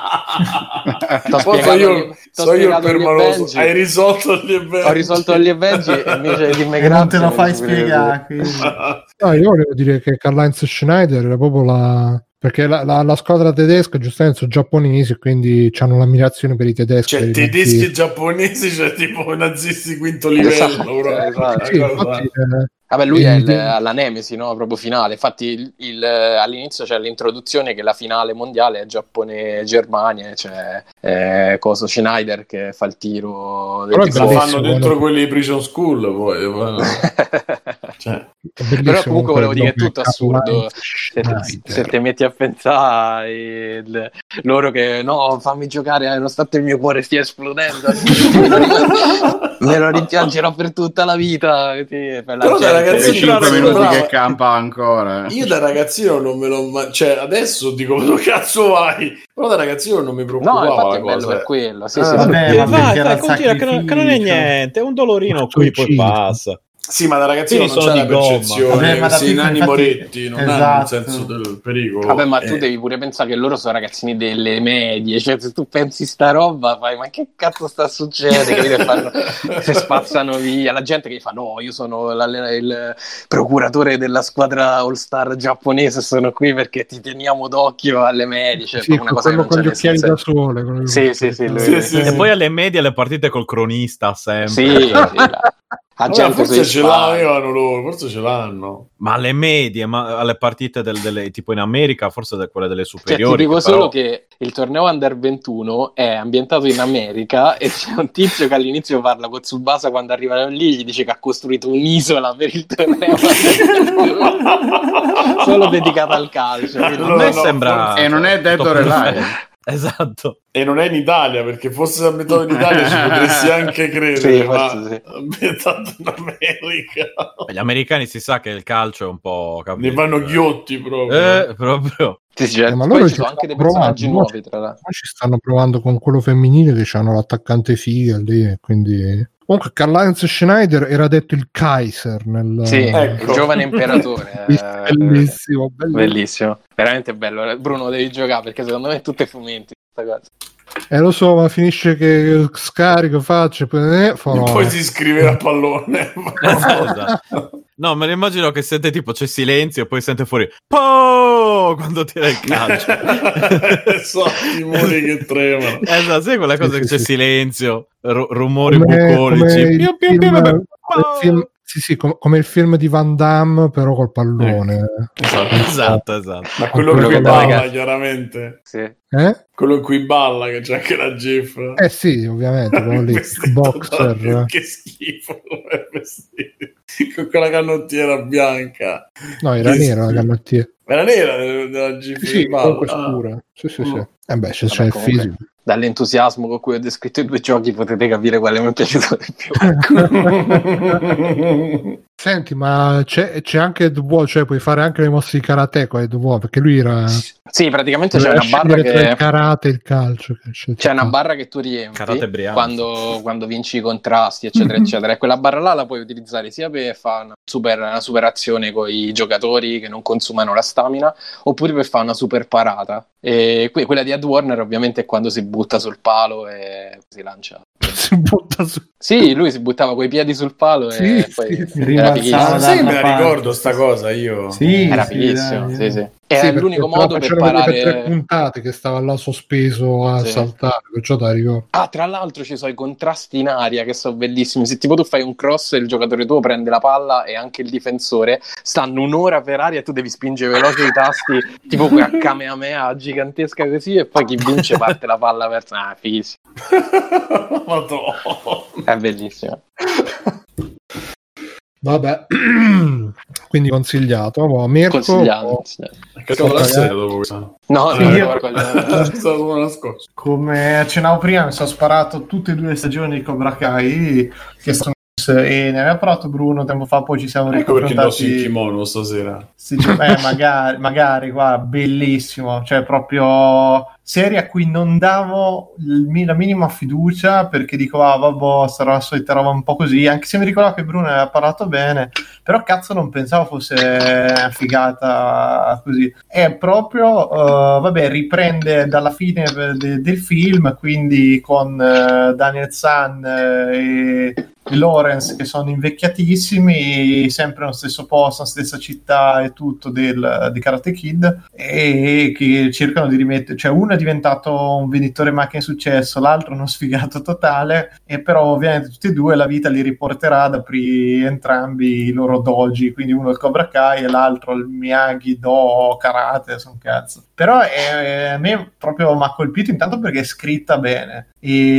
Io permaloso. Hai risolto gli Avengii. Ho risolto gli Avengii e invece dimmi grazie. Non te lo fai spiegare. No, io volevo dire che Karl-Heinz Schneider era proprio perché la squadra tedesca giustamente sono giapponesi, quindi hanno l'ammirazione per i tedeschi. Cioè tedeschi e giapponesi, cioè tipo nazisti quinto livello. Esatto. Vabbè, lui è alla Nemesi, no? Proprio finale. Infatti all'inizio c'è l'introduzione che la finale mondiale è Giappone-Germania, c'è Coso Schneider che fa il tiro. Però lo fanno dentro quelli di Prison School poi. Però comunque volevo dire che è tutto assurdo se ti metti a pensare loro che no, fammi giocare nonostante il mio cuore stia esplodendo. Me lo rimpiangerò per tutta la vita. Però da ragazzino 5 minuti che campa ancora. Io da ragazzino non me lo adesso dico dove cazzo vai, però da ragazzino non mi preoccupava. No, infatti è bello per quello. Vai, continua, che non è niente, è un dolorino qui, poi passa. Sì, ma da ragazzino non c'è la percezione, sì, nani moretti, non hanno il senso del pericolo. Vabbè, ma tu devi pure pensare che loro sono ragazzini delle medie, cioè se tu pensi sta roba fai, ma che cazzo sta succedendo? Si spazzano via, la gente che fa no, io sono il procuratore della squadra All Star giapponese, sono qui perché ti teniamo d'occhio alle medie, cioè sì, una cosa con gli occhiali da sole. Sì. E poi alle medie le partite col cronista sempre. Sì. Forse ce l'avevano loro, forse ce l'hanno. Ma alle medie, ma alle partite delle tipo in America, forse quelle delle superiori. Ti dico solo che il torneo Under 21 è ambientato in America e c'è un tizio che all'inizio parla con Tsubasa quando arrivano lì, gli dice che ha costruito un'isola per il torneo solo dedicata al calcio. A me sembra... E non è Dead or Alive. Esatto. E non è in Italia, perché fosse ambientato in Italia ci potresti anche credere, ma ambientato in America. Gli americani si sa che il calcio è un po'... Ne vanno ghiotti proprio. Proprio. Ma poi loro ci sono anche dei personaggi nuovi, tra l'altro. Ci stanno provando con quello femminile che hanno l'attaccante figa lì, quindi... Comunque Karl-Heinz Schneider era detto il Kaiser il giovane imperatore. Bellissimo, veramente bello. Bruno, devi giocare perché secondo me è tutto fumetti questa cosa. Lo so, ma finisce che scarico, faccio poi si scrive a pallone. No, me lo immagino che sente tipo c'è silenzio e poi sente fuori po quando tira il calcio. I muri che tremano. Esatto, sai quella cosa che c'è silenzio, rumori bucolici. Come il film di Van Damme, però col pallone. Esatto. Ma quello che balla, chiaramente. Sì. Quello in cui balla, che c'è anche la gif. Sì, ovviamente, quello lì. Boxer. Che schifo come vestito. Con quella canottiera bianca. No, era nera la canottiera. Era nera della gif. Sì, comunque scura. Sì. C'è il fisico. Dall'entusiasmo con cui ho descritto i due giochi potete capire quale mi è piaciuto di più. Senti, ma c'è anche Ed Wolf, cioè puoi fare anche le mosse di karate con Ed Wolf, perché lui era... Sì, praticamente c'è una barra che... il karate e il calcio. C'è una barra che tu riempi quando vinci i contrasti, eccetera, eccetera. E quella barra là la puoi utilizzare sia per fare una super azione con i giocatori che non consumano la stamina, oppure per fare una super parata. E quella di Ed Warner ovviamente è quando si butta sul palo e si lancia. Si butta su... Sì, lui si buttava coi piedi sul palo e poi era fighissimo. Sì, me la ricordo sta cosa io. Sì, era fighissimo, sì. Era l'unico modo per parare... 3 puntate che stava là sospeso a saltare, perciò te la ricordo. Tra l'altro ci sono i contrasti in aria che sono bellissimi. Se tipo tu fai un cross e il giocatore tuo prende la palla e anche il difensore, stanno un'ora per aria e tu devi spingere veloce i tasti tipo quella Kamehameha gigantesca così, e poi chi vince parte la palla verso... fighissimo. È bellissimo. Vabbè, quindi consigliato. Mirko, consigliato. Che cosa la serie dopo questa? No, come accennavo prima, mi sono sparato tutte e 2 le stagioni di Cobra Kai, che sono e ne aveva parlato Bruno tempo fa, poi ci siamo ricordati. Perché indossi il kimono stasera. Sì, magari qua, bellissimo, cioè proprio serie a cui non davo la minima fiducia, perché dico vabbè, sarà la solita roba un po' così, anche se mi ricordavo che Bruno aveva parlato bene, però cazzo non pensavo fosse una figata così. È proprio riprende dalla fine del film, quindi con Daniel San e Lawrence che sono invecchiatissimi, sempre nello stesso posto, nella stessa città e tutto di Karate Kid, e che cercano di rimettere, cioè uno è diventato un venditore macchine successo, l'altro uno sfigato totale, e però ovviamente tutti e due la vita li riporterà ad aprire entrambi i loro doji, quindi uno il Cobra Kai e l'altro il Miyagi-Do Karate, son cazzo. Però a me proprio mi ha colpito intanto perché è scritta bene,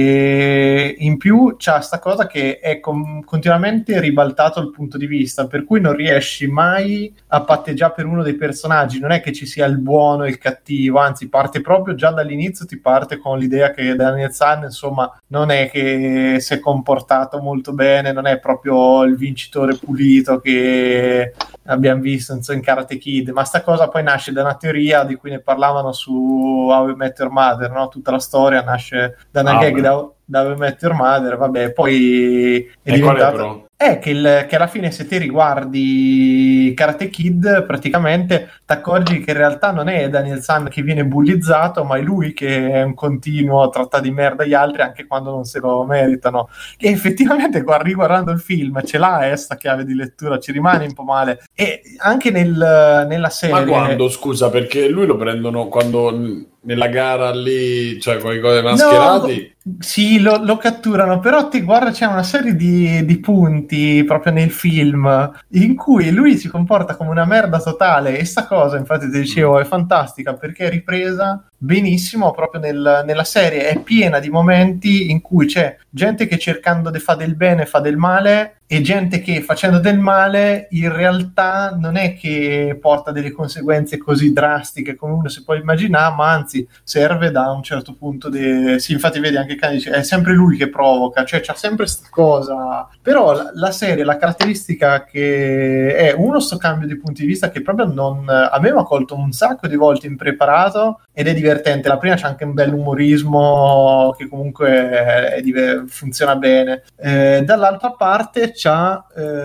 e in più c'ha sta cosa che è continuamente ribaltato il punto di vista, per cui non riesci mai a patteggiare per uno dei personaggi, non è che ci sia il buono e il cattivo, anzi parte proprio già dall'inizio, ti parte con l'idea che Daniel San insomma non è che si è comportato molto bene, non è proprio il vincitore pulito che abbiamo visto in Karate Kid, ma sta cosa poi nasce da una teoria di cui ne parlavano su How I Met Your Mother, no? Tutta la storia nasce da una gag da How I Met Your Mother, vabbè, poi è diventato... che alla fine se te riguardi Karate Kid praticamente ti accorgi che in realtà non è Daniel San che viene bullizzato, ma è lui che è un continuo tratta di merda gli altri anche quando non se lo meritano, e effettivamente riguardando il film ce l'ha sta chiave di lettura, ci rimane un po' male, e anche nella serie. Ma quando, scusa, perché lui lo prendono quando nella gara lì, cioè con i cose mascherati? No, sì, lo catturano, però ti guarda, c'è una serie di punti proprio nel film in cui lui si comporta come una merda totale, e sta cosa infatti ti dicevo è fantastica perché è ripresa benissimo proprio nella serie, è piena di momenti in cui c'è gente che cercando di fare del bene fa del male, e gente che facendo del male in realtà non è che porta delle conseguenze così drastiche come uno si può immaginare, ma anzi serve da un certo punto sì, infatti vedi anche Cani dice è sempre lui che provoca, cioè c'ha sempre sta cosa. Però la serie, la caratteristica che è sto cambio di punti di vista che proprio a me mi ha colto un sacco di volte impreparato, ed è divertente. La prima c'è anche un bel umorismo che comunque funziona bene, dall'altra parte c'ha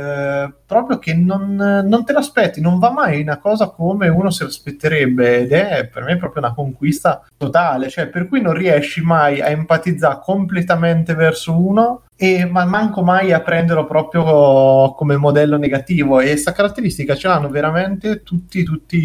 proprio che non te l'aspetti, non va mai una cosa come uno se l'aspetterebbe, ed è per me proprio una conquista totale, cioè per cui non riesci mai a empatizzare completamente verso uno, ma manco mai a prenderlo proprio come modello negativo, e questa caratteristica ce l'hanno veramente tutti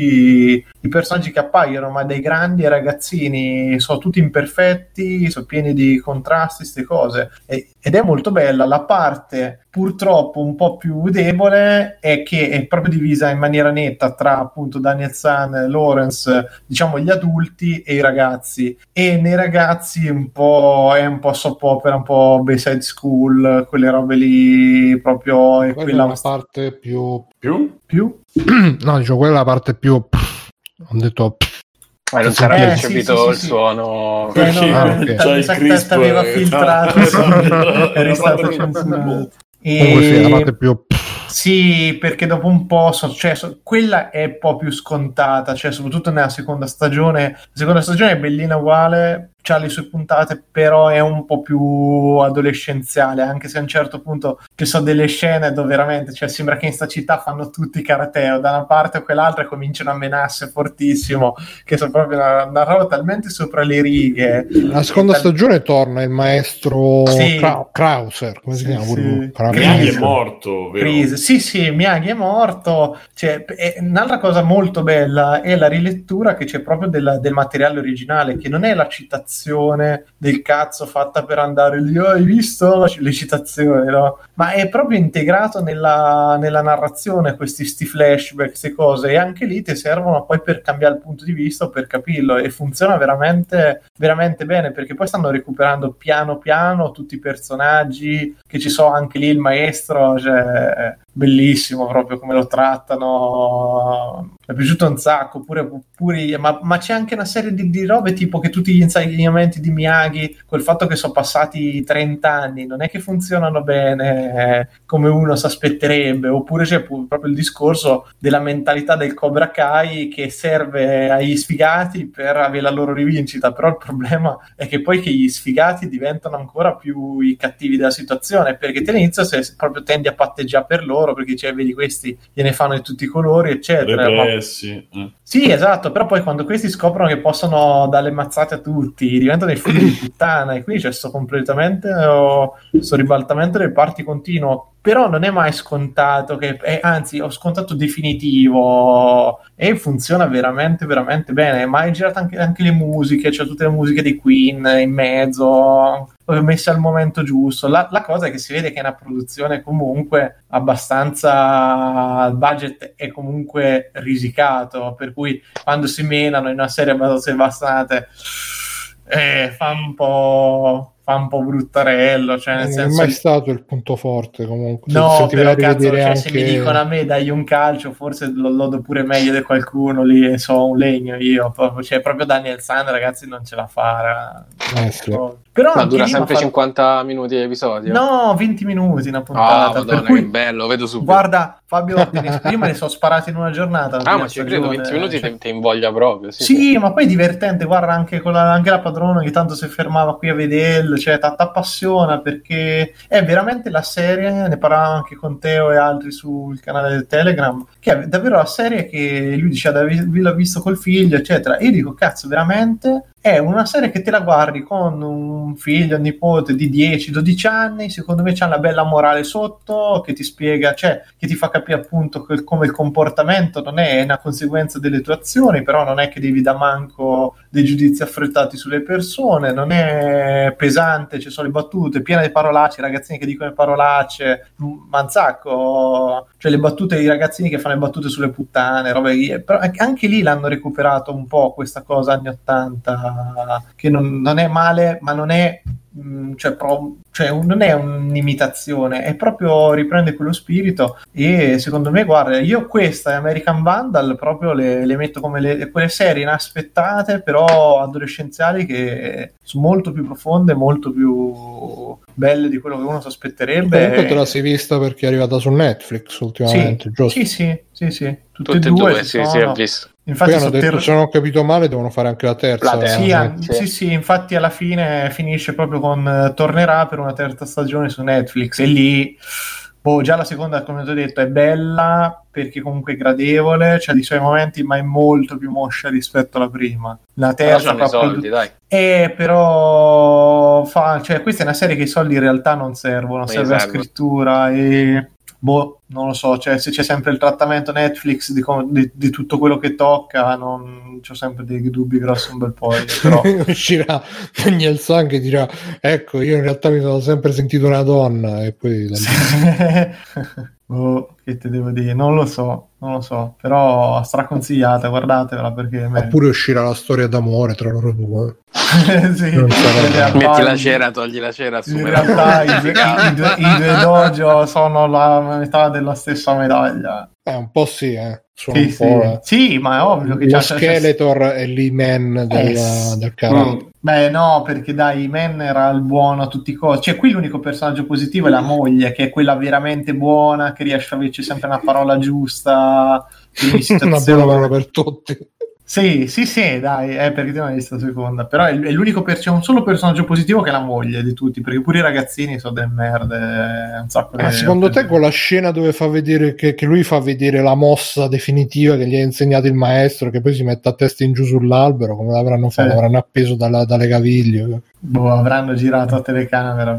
i personaggi che appaiono, ma dai grandi ai ragazzini, sono tutti imperfetti, sono pieni di contrasti, queste cose, ed è molto bella. La parte purtroppo un po' più debole è che è proprio divisa in maniera netta tra appunto Daniel San, Lawrence, diciamo gli adulti, e i ragazzi, e nei ragazzi è un po' soap opera, un po' Bayside School, quelle robe lì proprio, e quella è una parte più? No, dicevo, quella è la parte più ho detto non sarà percepito il suono, il crisp aveva filtrato, è stato censurato. Comunque sì, la parte più Sì, perché dopo un po' quella è un po' più scontata, cioè soprattutto nella seconda stagione. La seconda stagione è bellina uguale, c'ha le sue puntate, però è un po' più adolescenziale, anche se a un certo punto ci sono delle scene dove veramente, cioè, sembra che in sta città fanno tutti karateo, da una parte o quell'altra, e cominciano a menarsi fortissimo, che sono proprio una roba talmente sopra le righe. La seconda stagione torna il maestro Krauser, come si chiama? Sì. Miyagi è morto, vero? Sì, Miyagi è morto. Cioè, un'altra cosa molto bella è la rilettura che c'è proprio del materiale originale, che non è la citazione del cazzo fatta per andare lì, hai visto le citazioni, no? Ma è proprio integrato nella narrazione, questi flashback, queste cose, e anche lì ti servono poi per cambiare il punto di vista o per capirlo, e funziona veramente veramente bene, perché poi stanno recuperando piano piano tutti i personaggi, che ci sono anche lì il maestro, cioè bellissimo proprio come lo trattano, mi è piaciuto un sacco, ma c'è anche una serie di robe, tipo che tutti gli insegnamenti di Miyagi, col fatto che sono passati 30 anni, non è che funzionano bene come uno si aspetterebbe, oppure c'è proprio il discorso della mentalità del Cobra Kai che serve agli sfigati per avere la loro rivincita, però il problema è che poi che gli sfigati diventano ancora più i cattivi della situazione, perché te all'inizio se proprio tendi a patteggiare per loro, perché vedi questi gliene fanno di tutti i colori eccetera, sì, esatto, però poi quando questi scoprono che possono dare mazzate a tutti diventano dei figli di puttana, e quindi c'è sto ribaltamento delle parti continuo. Però non è mai scontato che anzi ho scontato definitivo, e funziona veramente veramente bene, ma è girata anche le musiche, cioè tutte le musiche dei Queen in mezzo, messe al momento giusto. La cosa è che si vede che è una produzione comunque abbastanza, il budget è comunque risicato, per cui quando si menano in una serie abbastanza devastate fa un po' bruttarello, cioè nel senso, non è mai stato il punto forte comunque. No, però cazzo, cioè, se mi dicono a me dai un calcio, forse lo lodo pure meglio di qualcuno lì, e so un legno io, cioè proprio Daniel San, ragazzi, non ce la fa. Sì. Però ma dura sempre 50 minuti l'episodio? No, 20 minuti una puntata. Madonna, per cui, che bello, vedo subito. Guarda, Fabio, prima ne sono sparati in una giornata. Ma ci credo, 20 minuti te invoglia proprio. Sì, ma poi è divertente, guarda, anche anche la padrona che tanto si fermava qui a vederlo, cioè t'appassiona, perché è veramente la serie, ne parlavo anche con Teo e altri sul canale del Telegram, che è davvero la serie che lui dice l'ha visto col figlio, eccetera. E io dico, cazzo, veramente è una serie che te la guardi con un figlio, un nipote di 10-12 anni, secondo me c'è una bella morale sotto, che ti spiega, cioè che ti fa capire appunto come il comportamento non è una conseguenza delle tue azioni, però non è che devi da manco dei giudizi affrettati sulle persone, non è pesante, ci sono le battute, piena di parolacce, i ragazzini che dicono le parolacce, ma un sacco, cioè le battute, i ragazzini che fanno le battute sulle puttane, robe, però anche lì l'hanno recuperato un po' questa cosa anni 80, che non è male, ma non è non è un'imitazione, è proprio, riprende quello spirito. E secondo me, guarda, io questa e American Vandal proprio le metto come quelle serie inaspettate però adolescenziali, che sono molto più profonde, molto più belle di quello che uno si aspetterebbe. Comunque te la sei vista perché è arrivata su Netflix ultimamente, sì, giusto? Sì, tutte e due sì, ho visto. Infatti hanno detto, se non ho capito male, devono fare anche la terza. Sì, infatti alla fine finisce proprio con tornerà per una terza stagione su Netflix, e lì già la seconda, come ti ho detto, è bella perché comunque è gradevole, c'ha i suoi momenti, ma è molto più moscia rispetto alla prima. La terza però soldi, dai. Però cioè, questa è una serie che i soldi in realtà non servono, serve la scrittura e non lo so, cioè se c'è sempre il trattamento Netflix di tutto quello che tocca, non c'ho sempre dei dubbi grossi un bel po', però uscirà Daniel San che dirà, ecco, io in realtà mi sono sempre sentito una donna, e poi che te devo dire, non lo so, però straconsigliata, guardatela, perché oppure uscirà la storia d'amore tra loro due. Sì, metti la cera, togli la cera, in realtà i due dojo sono la metà della stessa medaglia. Un po' sì, sì, ma è ovvio che lo Skeletor è l'E-Man del karate. Beh, no, perché dai, Man era il buono a tutti i costi. Cioè, qui l'unico personaggio positivo è la moglie, che è quella veramente buona, che riesce a c'è sempre una parola giusta, una buona parola per tutti. Sì, dai, perché te non hai visto la seconda, però è l'unico c'è un solo personaggio positivo che è la moglie di tutti, perché pure i ragazzini sono delle merde, un sacco di... secondo te quella scena dove fa vedere che lui fa vedere la mossa definitiva che gli ha insegnato il maestro, che poi si mette a testa in giù sull'albero, come l'avranno fatto? L'avranno appeso dalle caviglie? Avranno girato a telecamera,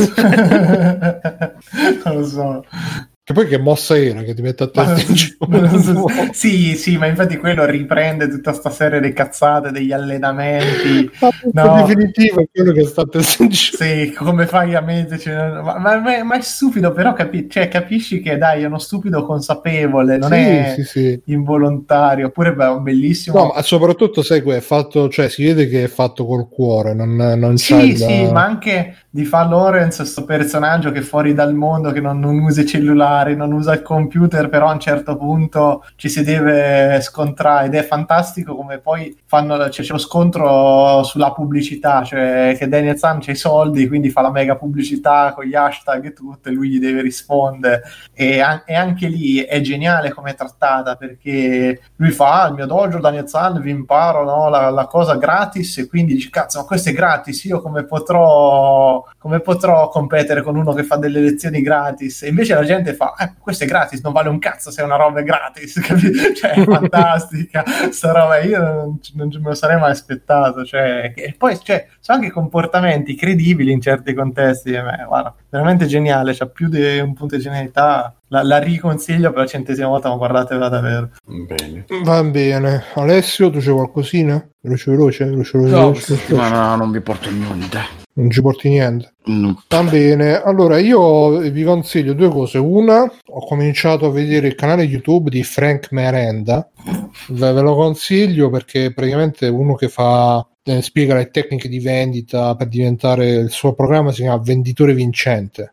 non lo so. Che poi che mossa era che ti mette a testa in giù? Sì, ma infatti quello riprende tutta sta serie di cazzate, degli allenamenti. No, definitivo è quello che sta a testa in giù. Sì, come fai a metterci? Ma è stupido, però capisci che dai, è uno stupido consapevole, non è involontario. Oppure è un bellissimo. No, ma soprattutto sai che è fatto, cioè si vede che è fatto col cuore, non sì, ma anche di fa Lawrence, sto personaggio che è fuori dal mondo, che non usa i cellulari, non usa il computer, però a un certo punto ci si deve scontrare, ed è fantastico come poi c'è lo scontro sulla pubblicità, cioè che Daniel San c'ha i soldi, quindi fa la mega pubblicità con gli hashtag e tutto, e lui gli deve rispondere, e anche lì è geniale come è trattata, perché lui fa il mio dojo Daniel San, vi imparo, no, la cosa gratis, e quindi dici cazzo, ma questo è gratis, io come potrò competere con uno che fa delle lezioni gratis? E invece la gente fa questo è gratis, non vale un cazzo se una roba è gratis, capito? Cioè è fantastica sta roba, io non me lo sarei mai aspettato, cioè, e poi sono anche comportamenti credibili in certi contesti, guarda, veramente geniale, c'ha più di un punto di genialità. La riconsiglio per la 100ª volta, ma guardatela davvero. Bene. Va bene. Alessio, tu c'è qualcosina? Veloce. No, non vi porto niente. Non ci porti niente? No. Va bene. Allora, io vi consiglio due cose. Una, ho cominciato a vedere il canale YouTube di Frank Merenda. Ve lo consiglio perché praticamente è uno che spiega le tecniche di vendita per diventare, il suo programma si chiama Venditore Vincente.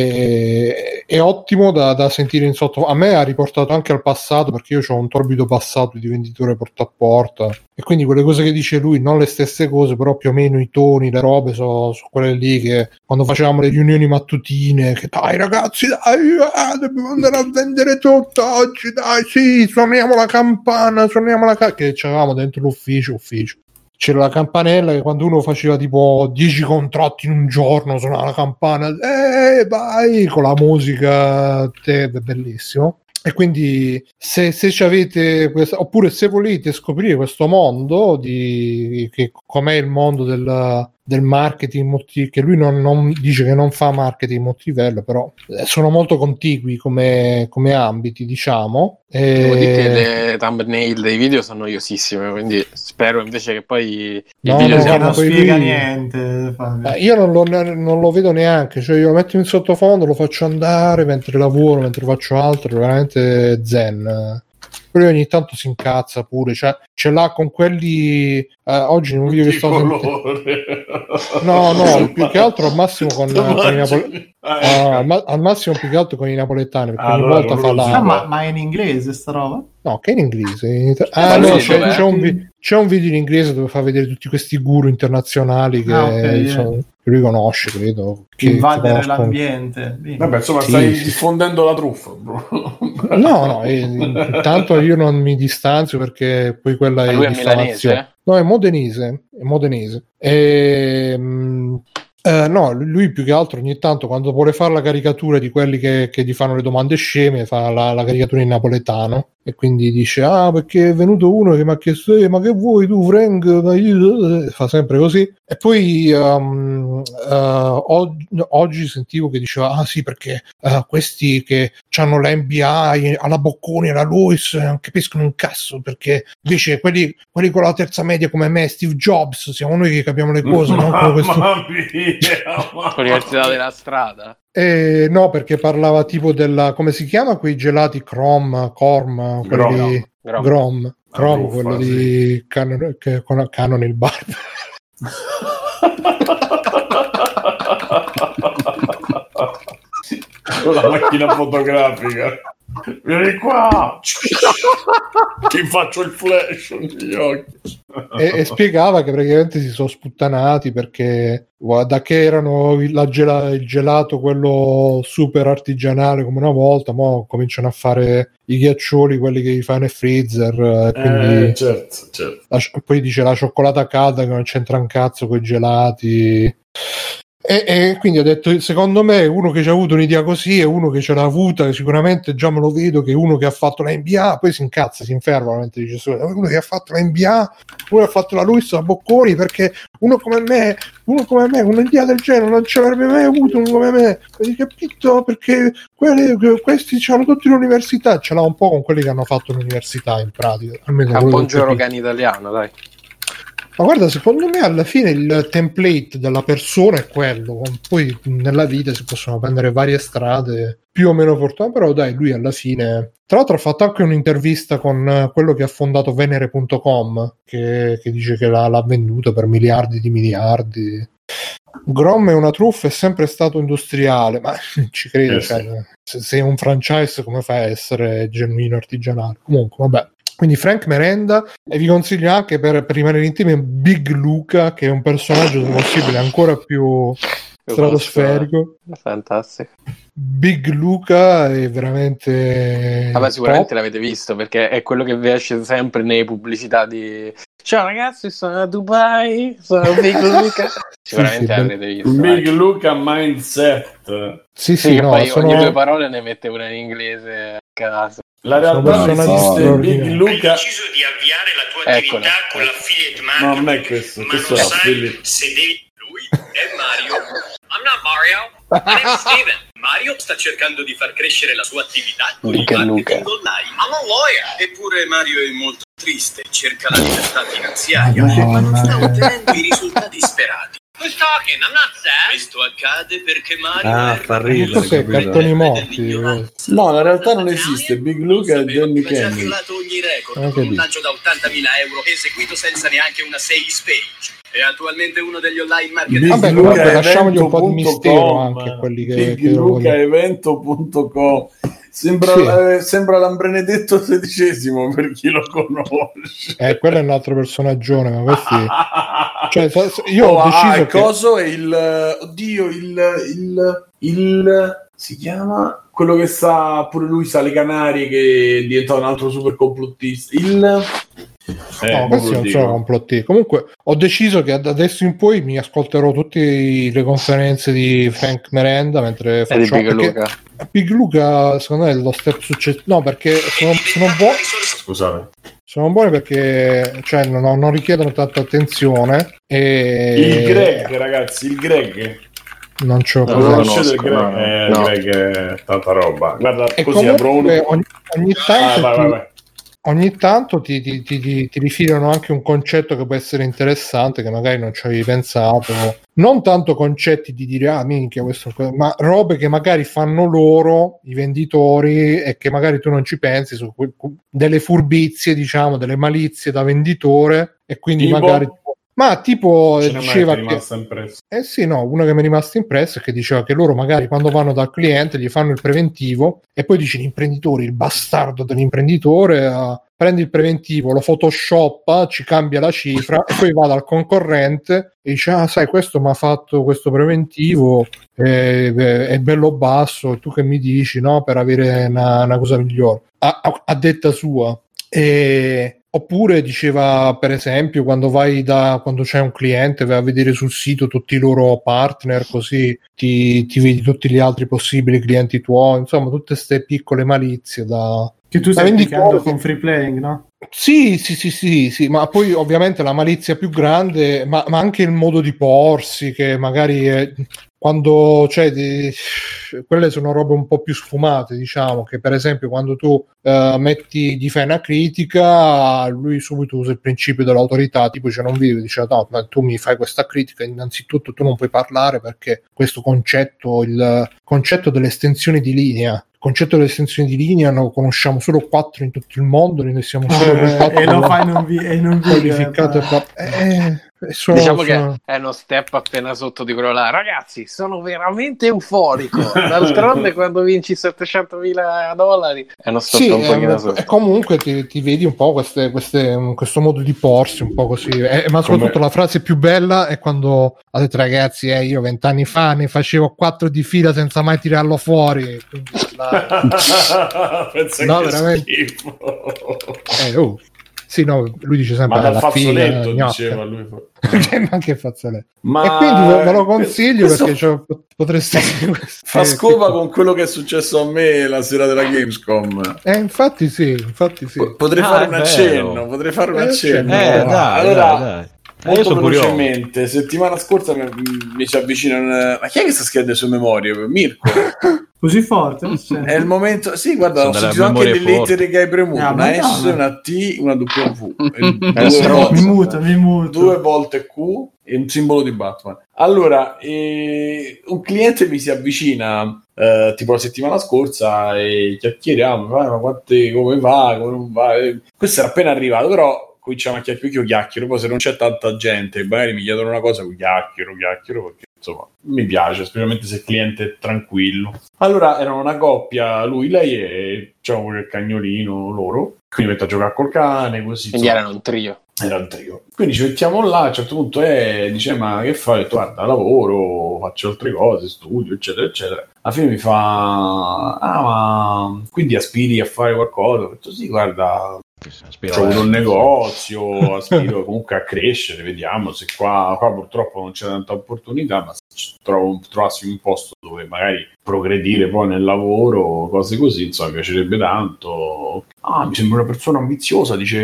È ottimo da sentire in sotto. A me ha riportato anche al passato, perché io ho un torbido passato di venditore porta a porta, e quindi quelle cose che dice lui, non le stesse cose, però più o meno i toni, le robe sono quelle lì che quando facevamo le riunioni mattutine, che dai ragazzi, dai, dobbiamo andare a vendere tutto oggi, dai, sì, suoniamo la campana, che c'avevamo dentro l'ufficio. C'era la campanella che quando uno faceva tipo 10 contratti in un giorno suonava la campana, vai, con la musica, è bellissimo. E quindi se ci avete oppure se volete scoprire questo mondo che com'è il mondo del marketing, che lui non dice che non fa marketing multilivello, però sono molto contigui come ambiti, diciamo. Devo dire che le thumbnail dei video sono noiosissime, quindi spero invece che poi il video non spiega niente. Io non lo vedo neanche, cioè io lo metto in sottofondo, lo faccio andare mentre lavoro, mentre faccio altro, veramente zen. Però ogni tanto si incazza pure, cioè ce l'ha con quelli oggi in un video che sto no, più che altro al massimo con i napoletani, al massimo più che altro con i napoletani, perché ogni volta fa ma è in inglese sta roba? No, che è in inglese. C'è un video in inglese dove fa vedere tutti questi guru internazionali che lui conosce, credo. Che invadere l'ambiente. Vabbè, insomma, stai diffondendo la truffa, bro. No, intanto io non mi distanzio perché poi quella è milanese? No, è modenese. No, lui più che altro ogni tanto quando vuole fare la caricatura di quelli che gli fanno le domande sceme fa la caricatura in napoletano, e quindi dice perché è venuto uno che mi ha chiesto ma che vuoi tu Frank, fa sempre così. E poi oggi sentivo che diceva sì, perché questi che hanno la NBA alla Bocconi e alla Lewis non capiscono un cazzo, perché invece quelli con la terza media come me, Steve Jobs, siamo noi che capiamo le cose, no? L'università della strada. No, perché parlava tipo della, come si chiama quei gelati Grom, quelli Grom, quello di Canon il bar. Con la macchina fotografica. Vieni qua! Ti faccio il flash negli occhi. e spiegava che praticamente si sono sputtanati perché da che erano il gelato quello super artigianale come una volta, mo cominciano a fare i ghiaccioli, quelli che gli fanno nel freezer, quindi certo. Poi dice la cioccolata calda che non c'entra un cazzo con i gelati. E quindi ho detto, secondo me uno che ci ha avuto un'idea così è uno che ce l'ha avuta, sicuramente già me lo vedo, che è uno che ha fatto la NBA, poi si incazza, si inferma, dice uno che ha fatto la NBA, uno che ha fatto la Luis, la Bocconi, perché uno come me, un'idea del genere non ce l'avrebbe mai avuto uno come me, hai capito? Perché questi hanno tutti l'università, ce l'ha un po' con quelli che hanno fatto l'università in pratica. Almeno un buongiorno can italiano, dai. Ma guarda, secondo me alla fine il template della persona è quello, poi nella vita si possono prendere varie strade più o meno fortunate, però dai, lui alla fine, tra l'altro ha fatto anche un'intervista con quello che ha fondato Venere.com, che dice che l'ha venduto per miliardi di miliardi. Grom è una truffa, è sempre stato industriale, ma ci credo, se sei un franchise come fai a essere genuino artigianale? Comunque vabbè. Quindi Frank Merenda, e vi consiglio anche per rimanere intimi Big Luca, che è un personaggio se possibile ancora più stratosferico. Fantastico. Big Luca è veramente vabbè, sicuramente l'avete visto perché è quello che vi esce sempre nelle pubblicità di ciao ragazzi, sono a Dubai, sono Big Luca. Sicuramente l'avrete visto. Big Luca Mindset. Sì, no, poi ogni due parole ne mette una in inglese a caso. La realtà esiste. Big Luca hai deciso di avviare la tua attività con l'affiliate marketing, no, non è questo ma non sai se devi. Lui è Mario. I'm not Mario. My name is Steven. Mario sta cercando di far crescere la sua attività con il marketing online. I'm a lawyer. Eppure Mario è molto triste, cerca la libertà finanziaria, ma non sta ottenendo i risultati sperati. Who's talking? I'm not sad. Questo accade perché Mario fa ridere, cartoni morti. No, la realtà non esiste. Big Luca e Johnny Candy. Ha già violato ogni record con un lancio da 80.000 euro eseguito senza neanche una sales page. È attualmente uno degli online marketing. Vabbè, Luca, lasciamogli un po' di mistero anche quelli che BigLucaEvento.com. Sembra Lambenedetto XVI per chi lo conosce. Quello è un altro personaggione, ma questi cioè, io ho deciso che coso è il si chiama quello che sa pure lui, sa le Canarie, che diventa un altro super complottista. No, questi non sono complotti. Comunque ho deciso che da adesso in poi mi ascolterò tutte le conferenze di Frank Merenda mentre faccio Big Luca secondo me è lo step successivo. No, perché sono buoni. Scusate. Sono buoni perché cioè, non richiedono tanta attenzione. Il Greg, ragazzi, il Greg. Non c'ho il Greg è tanta roba. Guarda, e così avrò uno. Ogni tanto ti rifilano anche un concetto che può essere interessante, che magari non ci avevi pensato. Non tanto concetti di dire minchia questo, ma robe che magari fanno loro, i venditori, e che magari tu non ci pensi, su delle furbizie, diciamo, delle malizie da venditore, e quindi magari tipo diceva che uno che mi è rimasto impresso è che diceva che loro magari quando vanno dal cliente gli fanno il preventivo e poi dice l'imprenditore, il bastardo dell'imprenditore, prende il preventivo, lo photoshoppa, ci cambia la cifra e poi va dal concorrente e dice sai, questo mi ha fatto questo preventivo, è bello basso, tu che mi dici, no, per avere una cosa migliore a detta sua. Oppure diceva, per esempio, quando c'è un cliente, vai a vedere sul sito tutti i loro partner, così ti vedi tutti gli altri possibili clienti tuoi, insomma, tutte queste piccole malizie che tu stai indicando con Free Playing, no? Sì, ma poi ovviamente la malizia più grande, ma anche il modo di porsi, che magari quando quelle sono robe un po' più sfumate, diciamo, che per esempio quando tu gli fai una critica, lui subito usa il principio dell'autorità, tipo non vive, dice no, ma tu mi fai questa critica, innanzitutto tu non puoi parlare perché questo concetto, il concetto delle estensioni di linea, lo conosciamo solo 4 in tutto il mondo, ne siamo solo e lo fai non vi qualificato Diciamo che è uno step appena sotto di quello là. Ragazzi, sono veramente euforico. D'altronde quando vinci $700,000 è uno step un pochino sotto. E comunque ti vedi un po' questo modo di porsi un po' così. Ma soprattutto la frase più bella è quando ha detto: ragazzi, io 20 anni fa ne facevo 4 di fila senza mai tirarlo fuori. No, veramente. Sì, no, lui dice sempre ma dal fazzoletto diceva lui. Ma che fazzoletto. E quindi ve lo consiglio perché potreste fa scopa con quello che è successo a me la sera della Gamescom. Infatti sì. Potrei fare un accenno. Allora, molto velocemente, settimana scorsa mi si avvicina ma chi è che sta scrivendo le sue memorie? Mirko. Così forte? È il momento. Sì, guarda, ho sentito anche le lettere che hai premuto: una S, una T, una W. Mi muto. 2 volte Q e un simbolo di Batman. Allora, un cliente mi si avvicina tipo la settimana scorsa e chiacchieriamo, ma come va, come non va. Questo era appena arrivato, però cominciamo a chiacchiero, poi se non c'è tanta gente magari mi chiedono una cosa, chiacchiero perché insomma mi piace, specialmente se il cliente è tranquillo. Allora erano una coppia, lei e diciamo il cagnolino loro, quindi metto a giocare col cane così. Quindi era un trio. Quindi ci mettiamo là, a un certo punto dice: ma che fai? Ho detto: guarda, lavoro, faccio altre cose, studio, eccetera eccetera. Alla fine mi fa: ma quindi aspiri a fare qualcosa? Ho detto: sì, guarda, ho avuto un negozio, aspiro comunque a crescere, vediamo se qua purtroppo non c'è tanta opportunità, ma se trovassi un posto dove magari progredire poi nel lavoro, cose così, insomma, mi piacerebbe tanto. Mi sembra una persona ambiziosa, dice: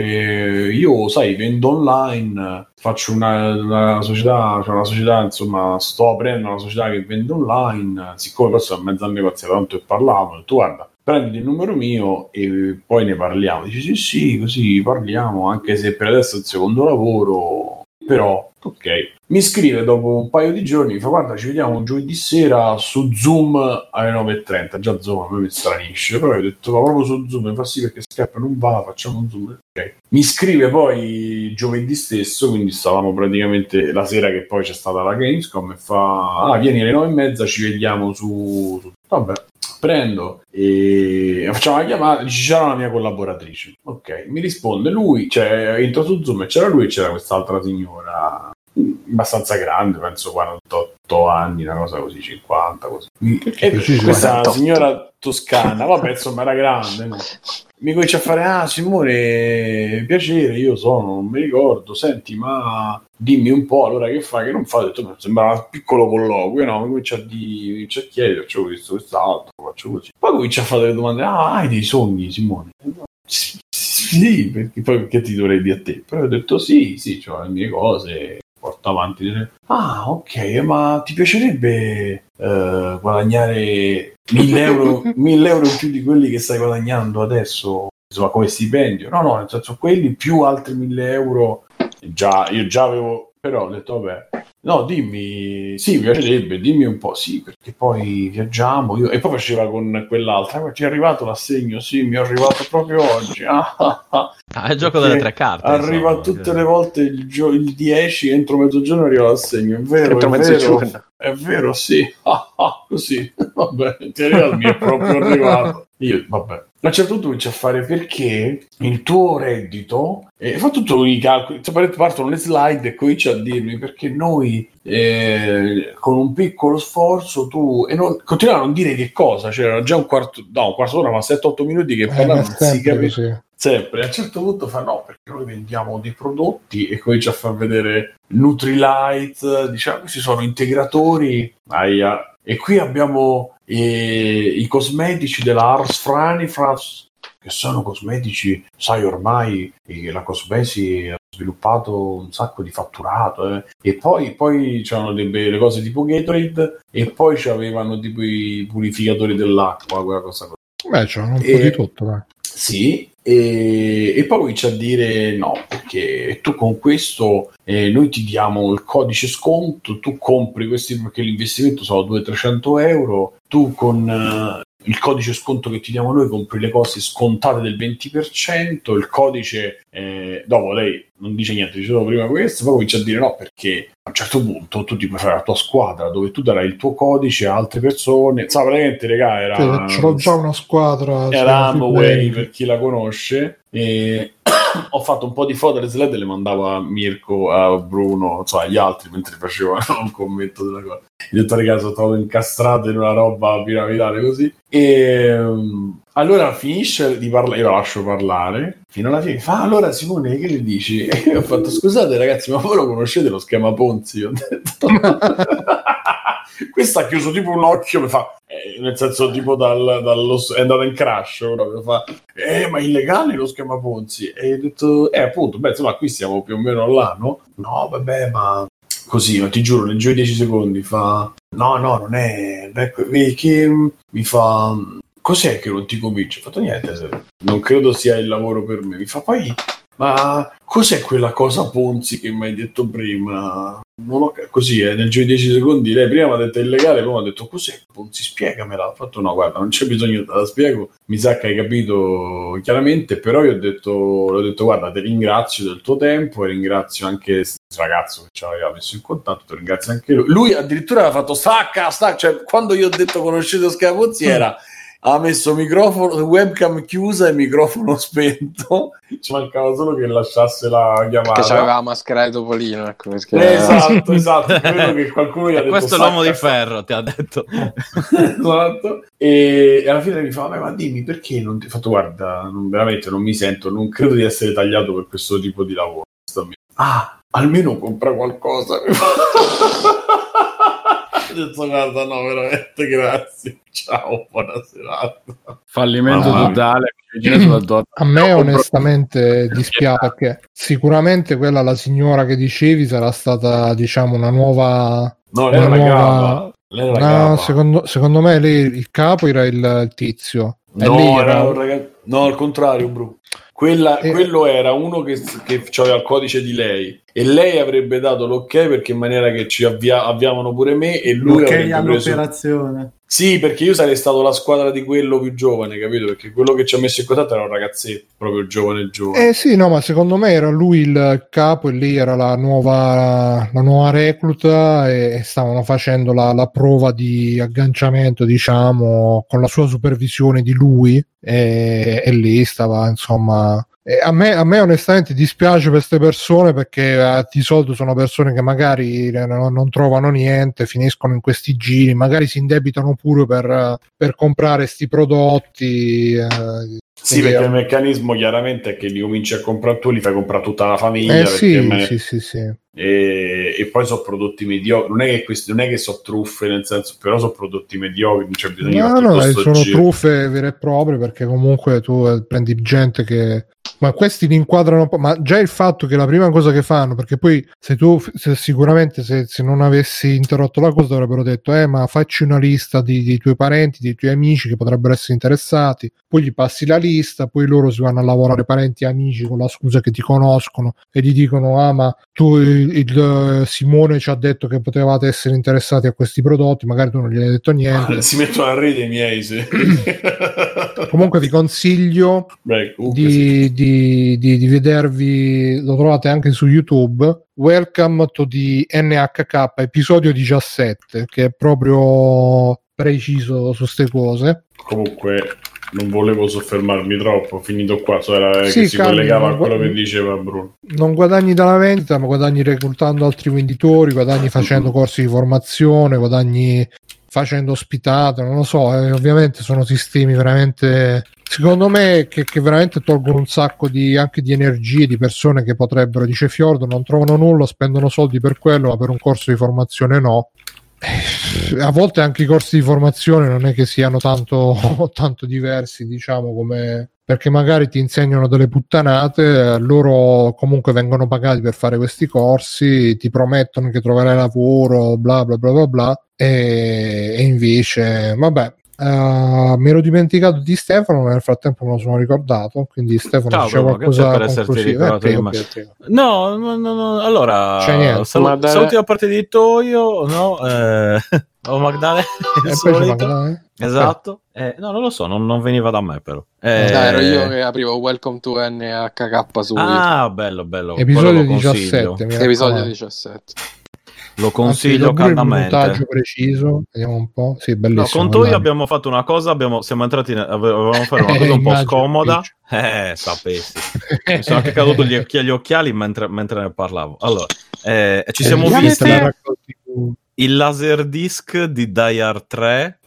io sai, vendo online, faccio una società, cioè una società, insomma, sto aprendo una società che vende online, siccome poi sono mezzo negozio, tanto che parlavo, ho detto: guarda, prendi il numero mio e poi ne parliamo. Dice: sì, così parliamo, anche se per adesso è il secondo lavoro, però ok. Mi scrive dopo un paio di giorni, mi fa: guarda, ci vediamo un giovedì sera su Zoom alle 9:30. Già Zoom a me mi stranisce, però ho detto: ma proprio su Zoom? Mi fa: sì, perché Skype non va, facciamo un Zoom. Ok. Mi scrive poi giovedì stesso, quindi stavamo praticamente la sera che poi c'è stata la Gamescom, e fa: vieni alle 9:30, ci vediamo su... Vabbè, prendo e facciamo la chiamata, dice: c'era una mia collaboratrice. Ok, mi risponde lui, cioè entro su Zoom e c'era lui e c'era quest'altra signora abbastanza grande, penso 48 anni, una cosa così, 50 così. E questa signora toscana, vabbè, insomma, era grande, no? Mi comincia a fare: Simone, piacere, io non mi ricordo, senti, ma dimmi un po', allora che fai, che non fai? Ho detto: sembrava un piccolo colloquio, no? Mi comincia a chiedere, faccio questo, quest'altro, faccio così. Poi comincia a fare delle domande: hai dei sogni, Simone? Sì, perché ti dovrei dire a te? Però ho detto: sì, ho le mie cose, porto avanti. Ok, ma ti piacerebbe guadagnare 1.000 euro in più di quelli che stai guadagnando adesso, insomma, come stipendio? No, nel senso, quelli più altri 1.000 euro. Io già avevo, però ho detto: vabbè, no, dimmi, sì, mi piacerebbe, dimmi un po'. Sì, perché poi viaggiamo, e poi faceva con quell'altra: ti è arrivato l'assegno? Sì, mi è arrivato proprio oggi. È il gioco delle 3 carte. Arriva insomma, tutte le volte il 10, entro mezzogiorno arriva l'assegno, è vero, è vero, sì. Così, vabbè, ti arriva il mio, è proprio arrivato. Io, vabbè, a un certo punto cominci a fare: perché il tuo reddito, fa tutto i calcoli, partono le slide e comincia a dirmi: perché noi con un piccolo sforzo continuano a non dire che cosa, c'era già un quarto d'ora, ma 7-8 minuti che parlano, non si capisce sempre. A un certo punto fa: no, perché noi vendiamo dei prodotti, e comincia a far vedere Nutrilite, diciamo, questi sono integratori, e qui abbiamo i cosmetici della Ars Franifras, che sono cosmetici, sai, ormai la Cosmesi ha sviluppato un sacco di fatturato, e poi c'erano le cose tipo Gatorade, e poi c'avevano tipo i purificatori dell'acqua, quella cosa. Beh, c'erano un po' di tutto, dai. Sì, e poi comincia a dire: no, perché tu con questo noi ti diamo il codice sconto, tu compri questi, perché l'investimento sono 200-300 euro, tu con il codice sconto che ti diamo noi compri le cose scontate del 20%, il codice dopo lei non dice niente, dice solo prima questo, poi comincia a dire no, perché a un certo punto tu ti puoi fare la tua squadra dove tu darai il tuo codice a altre persone. Praticamente, regà, era c'ho già una squadra, era Amway per chi la conosce, e ho fatto un po' di foto alle slide e le mandavo a Mirko, a Bruno, agli altri mentre facevano un commento della cosa. Ho detto, ragazzi, sono stato incastrato in una roba piramidale così. E allora finisce di parlare, io la lascio parlare fino alla fine. Fa, allora Simone, che le dici? E io ho fatto, scusate ragazzi, ma voi lo conoscete lo schema Ponzi? Ho detto questo ha chiuso tipo un occhio, mi fa, nel senso tipo è andato in crash proprio, fa, ma è illegale lo schema Ponzi? E ho detto, appunto, insomma qui siamo più o meno là, no? No, vabbè, ma così, ma ti giuro, nel giro di 10 secondi fa, no, non è, che mi fa, cos'è che non ti convince? Ho fatto niente, non credo sia il lavoro per me. Mi fa, poi, ma cos'è quella cosa Ponzi che mi hai detto prima? Non ho, così, nel giro di 10 secondi, lei prima mi ha detto è illegale, poi mi ha detto cos'è Ponzi, spiegamela. Ho fatto no, guarda, non c'è bisogno, te la spiego, mi sa che hai capito chiaramente, però io ho detto guarda, ti ringrazio del tuo tempo e ringrazio anche il ragazzo che ci aveva messo in contatto, ti ringrazio anche lui addirittura aveva fatto stacca, cioè quando io ho detto conoscete lo schema Ponzi ha messo microfono, webcam chiusa e microfono spento, ci mancava solo che lasciasse la chiamata, che aveva la maschera di Topolino, ecco, esatto, credo che qualcuno gli ha detto questo è l'uomo di ferro, ti ha detto. Esatto. E alla fine mi fa, ma dimmi perché non ti ho fatto, guarda, veramente non mi sento, non credo di essere tagliato per questo tipo di lavoro. Almeno compra qualcosa. Guarda, no, veramente grazie, ciao, buona serata. Fallimento totale. A me onestamente dispiace, perché sicuramente quella, la signora che dicevi, sarà stata, diciamo, una nuova, no, lei era la capa. Secondo me lei, il capo era il tizio, no, era un ragazzo, no, al contrario, bro. Quello era uno che aveva il codice di lei e lei avrebbe dato l'ok, perché in maniera che ci avviavano pure me, e lui avrebbe all'operazione. Sì, perché io sarei stato la squadra di quello più giovane, capito? Perché quello che ci ha messo in contatto era un ragazzetto, proprio giovane. Sì, no, ma secondo me era lui il capo e lei era la nuova recluta, e stavano facendo la prova di agganciamento, diciamo, con la sua supervisione di lui, e lei stava, insomma. A me onestamente dispiace per queste persone, perché di solito sono persone che magari non trovano niente, finiscono in questi giri, magari si indebitano pure per comprare sti prodotti. Sì, perché il meccanismo chiaramente è che li cominci a comprare tu, li fai comprare tutta la famiglia. Sì. E poi sono prodotti mediocri. Non è che sono truffe, nel senso, però sono prodotti mediocri, non c'è bisogno di sono truffe vere e proprie, perché comunque tu prendi gente che, ma questi li inquadrano un po', ma già il fatto che la prima cosa che fanno, perché poi sicuramente se non avessi interrotto la cosa avrebbero detto ma facci una lista dei tuoi parenti, dei tuoi amici che potrebbero essere interessati, poi gli passi la lista, poi loro si vanno a lavorare, parenti e amici, con la scusa che ti conoscono, e gli dicono ma tu il Simone ci ha detto che potevate essere interessati a questi prodotti, magari tu non gli hai detto niente. Si mettono a ridere i miei, sì. Comunque vi consiglio di vedervi, lo trovate anche su YouTube, Welcome to the NHK episodio 17, che è proprio preciso su ste cose. Comunque non volevo soffermarmi troppo, finito qua, che si collegava a quello che diceva Bruno. Non guadagni dalla vendita, ma guadagni reclutando altri venditori, guadagni facendo corsi di formazione, guadagni facendo ospitate, non lo so, ovviamente sono sistemi veramente, secondo me, che veramente tolgono un sacco anche di energie di persone che potrebbero, dice Fiordo, non trovano nulla, spendono soldi per quello, ma per un corso di formazione no. A volte anche i corsi di formazione non è che siano tanto diversi, diciamo, come, perché magari ti insegnano delle puttanate, loro comunque vengono pagati per fare questi corsi, ti promettono che troverai lavoro, bla bla bla bla bla, e invece vabbè, mi ero dimenticato di Stefano, ma nel frattempo me lo sono ricordato, quindi Stefano c'è qualcosa per esserti ricordato no, allora saluti da parte di Toyo, no? O Magdalena, esatto. No, non lo so, non veniva da me però. Ero io che aprivo Welcome to NHK su. Bello. Episodio 17. Episodio 17. Lo consiglio caldamente. Un montaggio preciso, vediamo un po'. Sì, bellissimo. No, con Toy abbiamo fatto una cosa, siamo entrati, avevamo fatto una cosa un po' scomoda. Sapessi. Mi sono anche caduto gli occhiali mentre ne parlavo. Allora, ci siamo visti il Laserdisc di Die Hard 3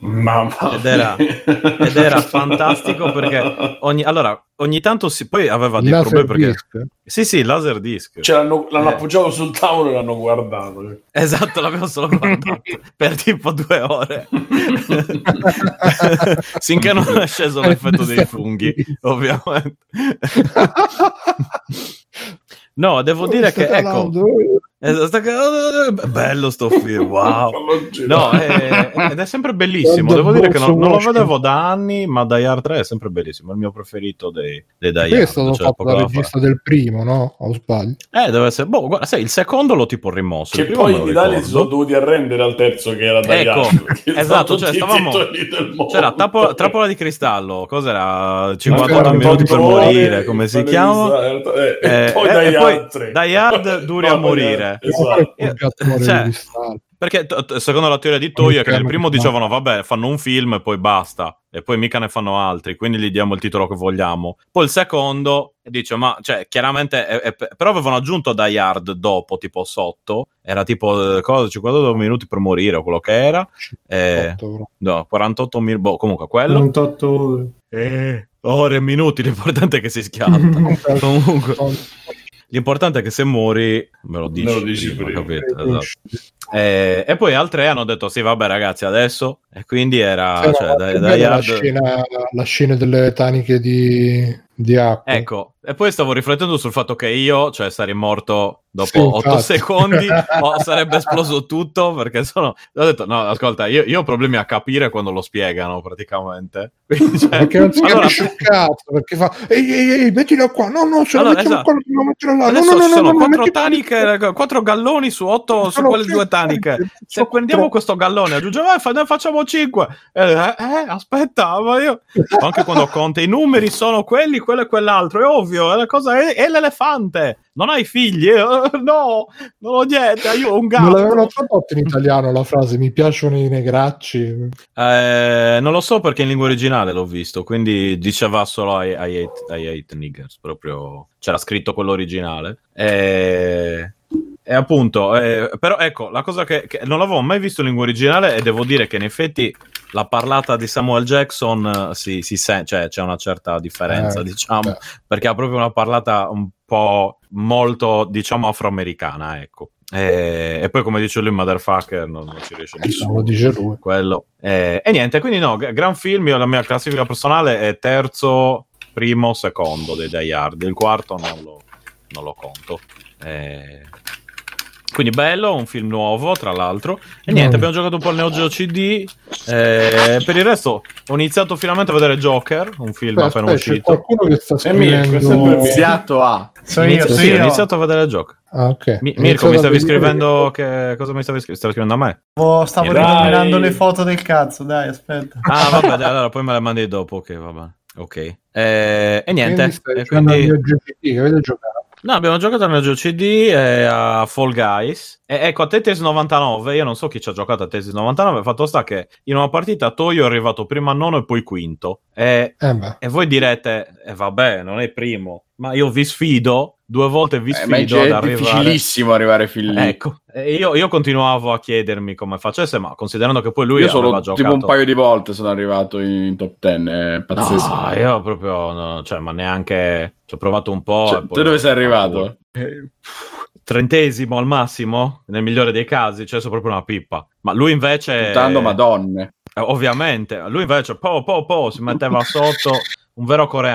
ed era fantastico perché ogni tanto poi aveva dei problemi perché sì Laserdisc, cioè l'hanno appoggiato sul tavolo e l'hanno guardato, esatto, l'abbiamo solo guardato per tipo 2 ore finché non è sceso l'effetto dei funghi, ovviamente. No, devo dire che ecco, bello sto film, wow. No, ed è sempre bellissimo. Devo dire che non lo vedevo da anni, ma Die Hard 3 è sempre bellissimo. È il mio preferito dei Die Hard. È stato fatto dal regista del primo, no? O sbaglio? Deve essere. Guarda, sai, il secondo l'ho tipo rimosso. Che poi in Italia si sono dovuti arrendere al terzo, che era Die Hard. Esatto, cioè stavamo. C'era Trappola di cristallo, cos'era? 50 minuti per morire, come si chiama? E poi Die Hard duri a morire. Perché secondo la teoria di Toya, che nel primo dicevano vabbè, fanno un film e poi basta, e poi mica ne fanno altri, quindi gli diamo il titolo che vogliamo. Poi il secondo dice ma cioè chiaramente però avevano aggiunto Die Hard dopo, tipo sotto era tipo 52 minuti per morire o quello che era, 48 minuti, comunque quello 48 ore e minuti, l'importante è che si schianta. Comunque l'importante è che se muori me lo dici prima, capito? Esatto. E poi altre hanno detto sì vabbè ragazzi adesso, e quindi era la scena delle taniche di acqua. Ecco, e poi stavo riflettendo sul fatto che io, cioè sarei morto dopo 8 secondi o sarebbe esploso tutto, perché ho detto no ascolta, io ho problemi a capire quando lo spiegano praticamente. Quindi, cioè, perché non si capisce un cazzo, perché fa ehi mettilo qua, no se lo mettiamo qua dobbiamo metterlo là, adesso ci sono 4 taniche, 4 galloni su 8 su quelle 2 taniche, se prendiamo questo gallone aggiungiamo ne facciamo 5 aspetta, ma io anche quando conta i numeri sono quelli, quello e quell'altro, è ovvio, la cosa è l'elefante, non hai figli? No, non ho niente, io ho un gatto. Non l'avevano tradotto in italiano la frase mi piacciono i negracci? Non lo so perché in lingua originale l'ho visto, quindi diceva solo I hate niggers, proprio c'era scritto quello originale. E appunto, però ecco, la cosa che non l'avevo mai visto in lingua originale, e devo dire che in effetti la parlata di Samuel Jackson si sente, cioè c'è una certa differenza, diciamo, perché ha proprio una parlata un po' molto, diciamo, afroamericana, ecco. E poi come dice lui motherfucker non ci riesce nessuno, lo dice lui quello. E niente, quindi no, gran film. Io la mia classifica personale è terzo, primo, secondo dei Die Hard, il quarto non lo conto. Quindi bello, un film nuovo tra l'altro. E niente, abbiamo giocato un po' al Neo Geo CD. Per il resto ho iniziato finalmente a vedere Joker, un film appena uscito. C'è qualcuno che sta scrivendo Ho iniziato a vedere Joker. Ok. Mirko, mi stavi scrivendo cosa mi stavi scrivendo a me? Stavo rinominando le foto del cazzo, dai, aspetta. Vabbè, dai, allora poi me le mandi dopo, ok, vabbè. Ok. E niente, quindi che avete giocato? No, abbiamo giocato a Neo Geo CD a Fall Guys. E ecco, a Tetris 99, io non so chi ci ha giocato a Tetris 99, fatto sta che in una partita Toyo è arrivato prima a nono e poi quinto. E voi direte, vabbè, non è primo, ma io vi sfido, 2 volte vi sfido ad arrivare. È difficilissimo arrivare fin lì. Ecco, io continuavo a chiedermi come facesse, ma considerando che poi lui aveva giocato... tipo un paio di volte sono arrivato in top 10, è pazzesco. No, io proprio, no, cioè, ma neanche... Ci ho provato un po'. Cioè, tu dove sei arrivato? 30° al massimo, nel migliore dei casi, cioè sono proprio una pippa. Ma lui invece... Puttando madonne. Ovviamente, lui invece si metteva sotto un vero coreano.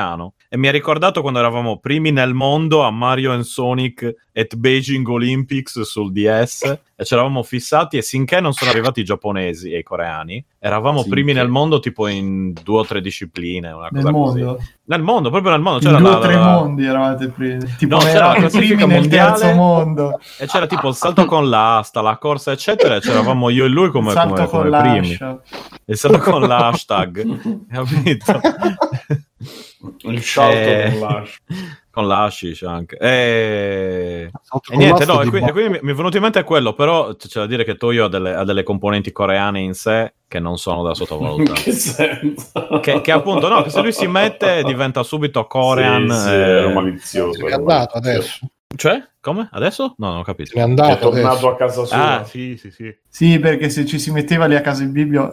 e mi ha ricordato quando eravamo primi nel mondo a Mario and Sonic at Beijing Olympics sul DS e ci eravamo fissati, e finché non sono arrivati i giapponesi e i coreani eravamo primi nel mondo tipo in 2 o 3 discipline, una cosa così. Nel mondo, proprio nel mondo. C'era 2 o 3 mondi eravate primi. Tipo, no, c'era la classifica mondiale terzo mondo. E c'era tipo il salto con l'asta, la corsa eccetera, e c'eravamo io e lui come primi. Il salto con l'hashtag, capito? Il salto con l'hashish anche. E niente, no, e quindi mi è venuto in mente quello, però c'è da dire che Toyo ha delle componenti coreane in sé che non sono da sottovalutare. Che senso? Che appunto, no, che se lui si mette diventa subito Korean. Sì, era malizioso. È andato adesso. Cioè? Come? Adesso? No, non ho capito. È andato, è tornato adesso a casa sua. Ah, sì. Sì, perché se ci si metteva lì a casa di Bibbio,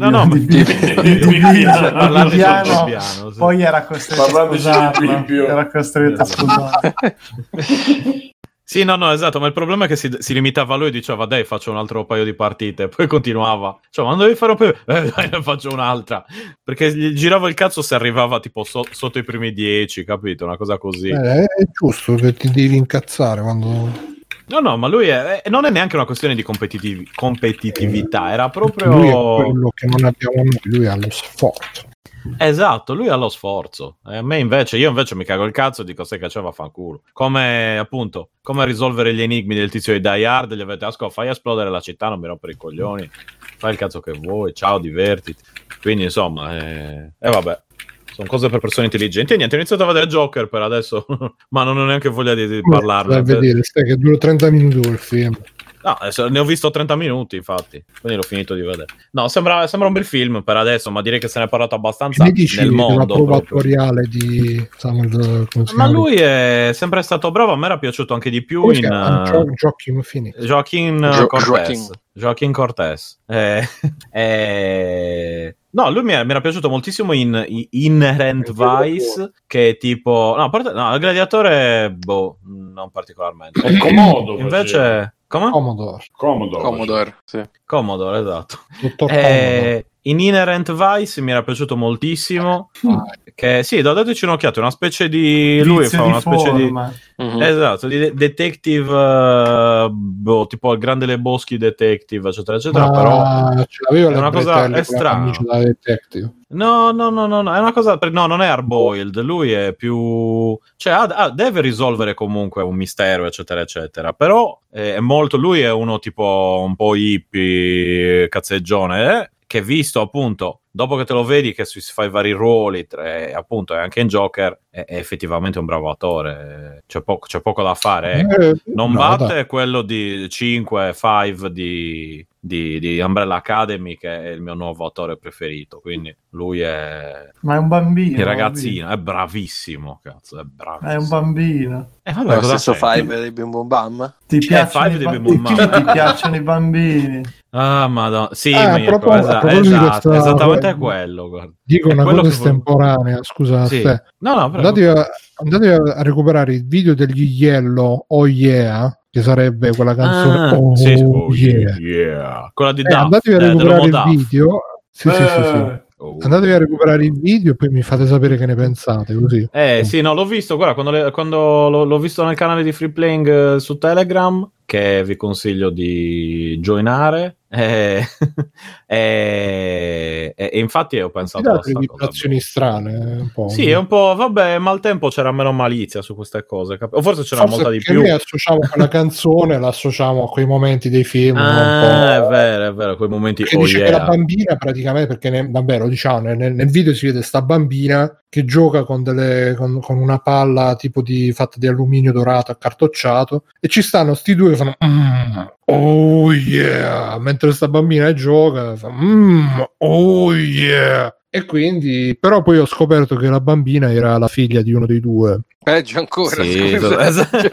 poi era costretto a sposarla. Sì, no, esatto, ma il problema è che si limitava a lui e diceva dai, faccio un altro paio di partite, poi continuava, cioè ma non devi fare un paio, dai, ne faccio un'altra, perché gli girava il cazzo se arrivava tipo sotto i primi 10, capito? Una cosa così. È giusto che ti devi incazzare quando... No, ma lui non è neanche una questione di competitività, era proprio... Lui è quello che non abbiamo noi, lui ha lo sforzo. Esatto, lui ha lo sforzo. Io invece mi cago il cazzo e dico sai che c'è, vaffanculo. Come risolvere gli enigmi del tizio di Die Hard, gli avete fai esplodere la città, non mi rompere i coglioni, fai il cazzo che vuoi, ciao, divertiti. Quindi insomma, vabbè, sono cose per persone intelligenti. E niente, ho iniziato a vedere Joker per adesso, ma non ho neanche voglia di parlarne. Vai a vedere, stai che dura 30 minuti il film. No, ne ho visto 30 minuti, infatti, quindi l'ho finito di vedere. No, sembra un bel film per adesso, ma direi che se ne è parlato abbastanza nel mondo. La prova attoriale di Samuel, ma lui è sempre stato bravo, a me era piaciuto anche di più Joaquin Cortez. No, lui mi era piaciuto moltissimo in Inherent Vice, che è tipo... No, il Gladiatore, non particolarmente. È comodo. Invece... Come? Commodore, sì. Commodore, esatto. Commodore. In Inherent Vice mi era piaciuto moltissimo. Che sì, dateci un'occhiata, una specie di... Lui fa una specie di... Esatto, di detective, tipo il Grande Lebowski detective, eccetera, eccetera, però è una cosa strana. No, è una cosa... No, non è hard-boiled, lui è più... Cioè, deve risolvere comunque un mistero, eccetera, eccetera, però è molto... Lui è uno tipo un po' hippie, cazzeggione, che visto appunto dopo che te lo vedi che si fa i vari ruoli, appunto, e anche in Joker è effettivamente un bravo attore, c'è poco da fare, ecco. Non batte quello di 5 di Umbrella Academy, che è il mio nuovo attore preferito, quindi lui è... Ma è un bambino. Il ragazzino, è bravissimo, cazzo, è bravissimo. È un bambino. Vabbè, lo stesso Five di Bim Bum Bam? Ti piacciono i bambini? Ah, madonna. Sì, esatto, esattamente quello. Guarda. Dico una cosa estemporanea, scusate. Sì. No, andate a recuperare il video degli Yellow, Oh Yeah, che sarebbe quella canzone Yeah. Quella di Duff, andatevi a recuperare il video. Sì. Andatevi a recuperare il video e poi mi fate sapere che ne pensate, così. Sì, no, l'ho visto, guarda, quando l'ho visto nel canale di Free Playing su Telegram, che vi consiglio di joinare, e infatti ho pensato a vibrazioni strane un po'. Sì, è un po', vabbè, ma al tempo c'era meno malizia su queste cose, o forse c'era molta di più. Noi associamo quella canzone, l'associamo a quei momenti dei film, è vero, quei momenti che dice che la bambina praticamente, perché vabbè, lo diciamo, nel video si vede sta bambina che gioca con una palla tipo fatta di alluminio dorato accartocciato, e ci stanno sti due che fanno oh yeah, mentre sta bambina gioca fa, oh yeah. E quindi, però poi ho scoperto che la bambina era la figlia di uno dei due. Peggio ancora, sì, esatto.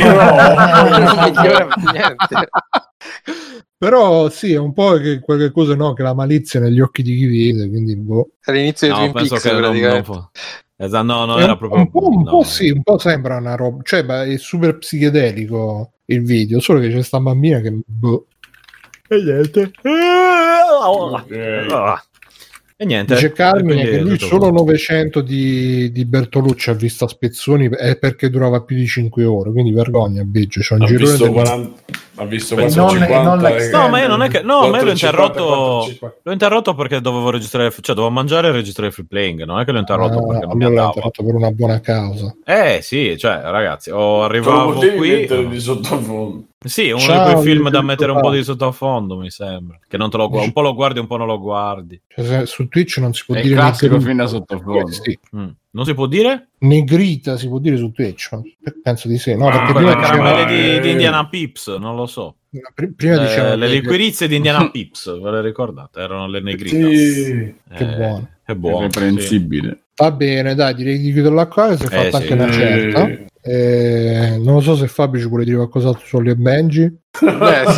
Niente. Però sì, è un po' che qualche cosa, no, che la malizia negli occhi di chi vede, quindi all'inizio di Twin Peaks praticamente. No, era proprio un po' sembra una roba, cioè è super psichedelico il video, solo che c'è sta bambina che e niente. E niente. Dice Carmine che lui solo 900 di Bertolucci ha visto a spezzoni perché durava più di 5 ore, quindi vergogna Biggio, c'è un girone visto 40, ha visto 450 no, ma io non è che no, ma io l'ho interrotto perché dovevo registrare, cioè dovevo mangiare e registrare il free playing, non è che l'ho interrotto perché non mi andava. L'ho interrotto per una buona causa. Sì, cioè ragazzi, arrivavo qui di sottofondo. Sì, uno di quei film da mettere un po' di sottofondo, mi sembra. Che non te lo guardi, un po' lo guardi, un po' non lo guardi. Cioè, su Twitch non si può dire classico film da sottofondo. Sì. Non si può dire? Negrita si può dire su Twitch? Penso di sì. No, perché prima le caramelle di Indiana Pips, non lo so. Prima dicevano le liquirizie di Indiana Pips, ve le ricordate? Erano le Negrita. Sì. Che buono. È buono. È comprensibile. Sì. Va bene, dai, direi di chiuderla qua, si è fatta anche una certa. Non lo so se Fabio ci vuole dire qualcos'altro su Ollie e Benji. Sì,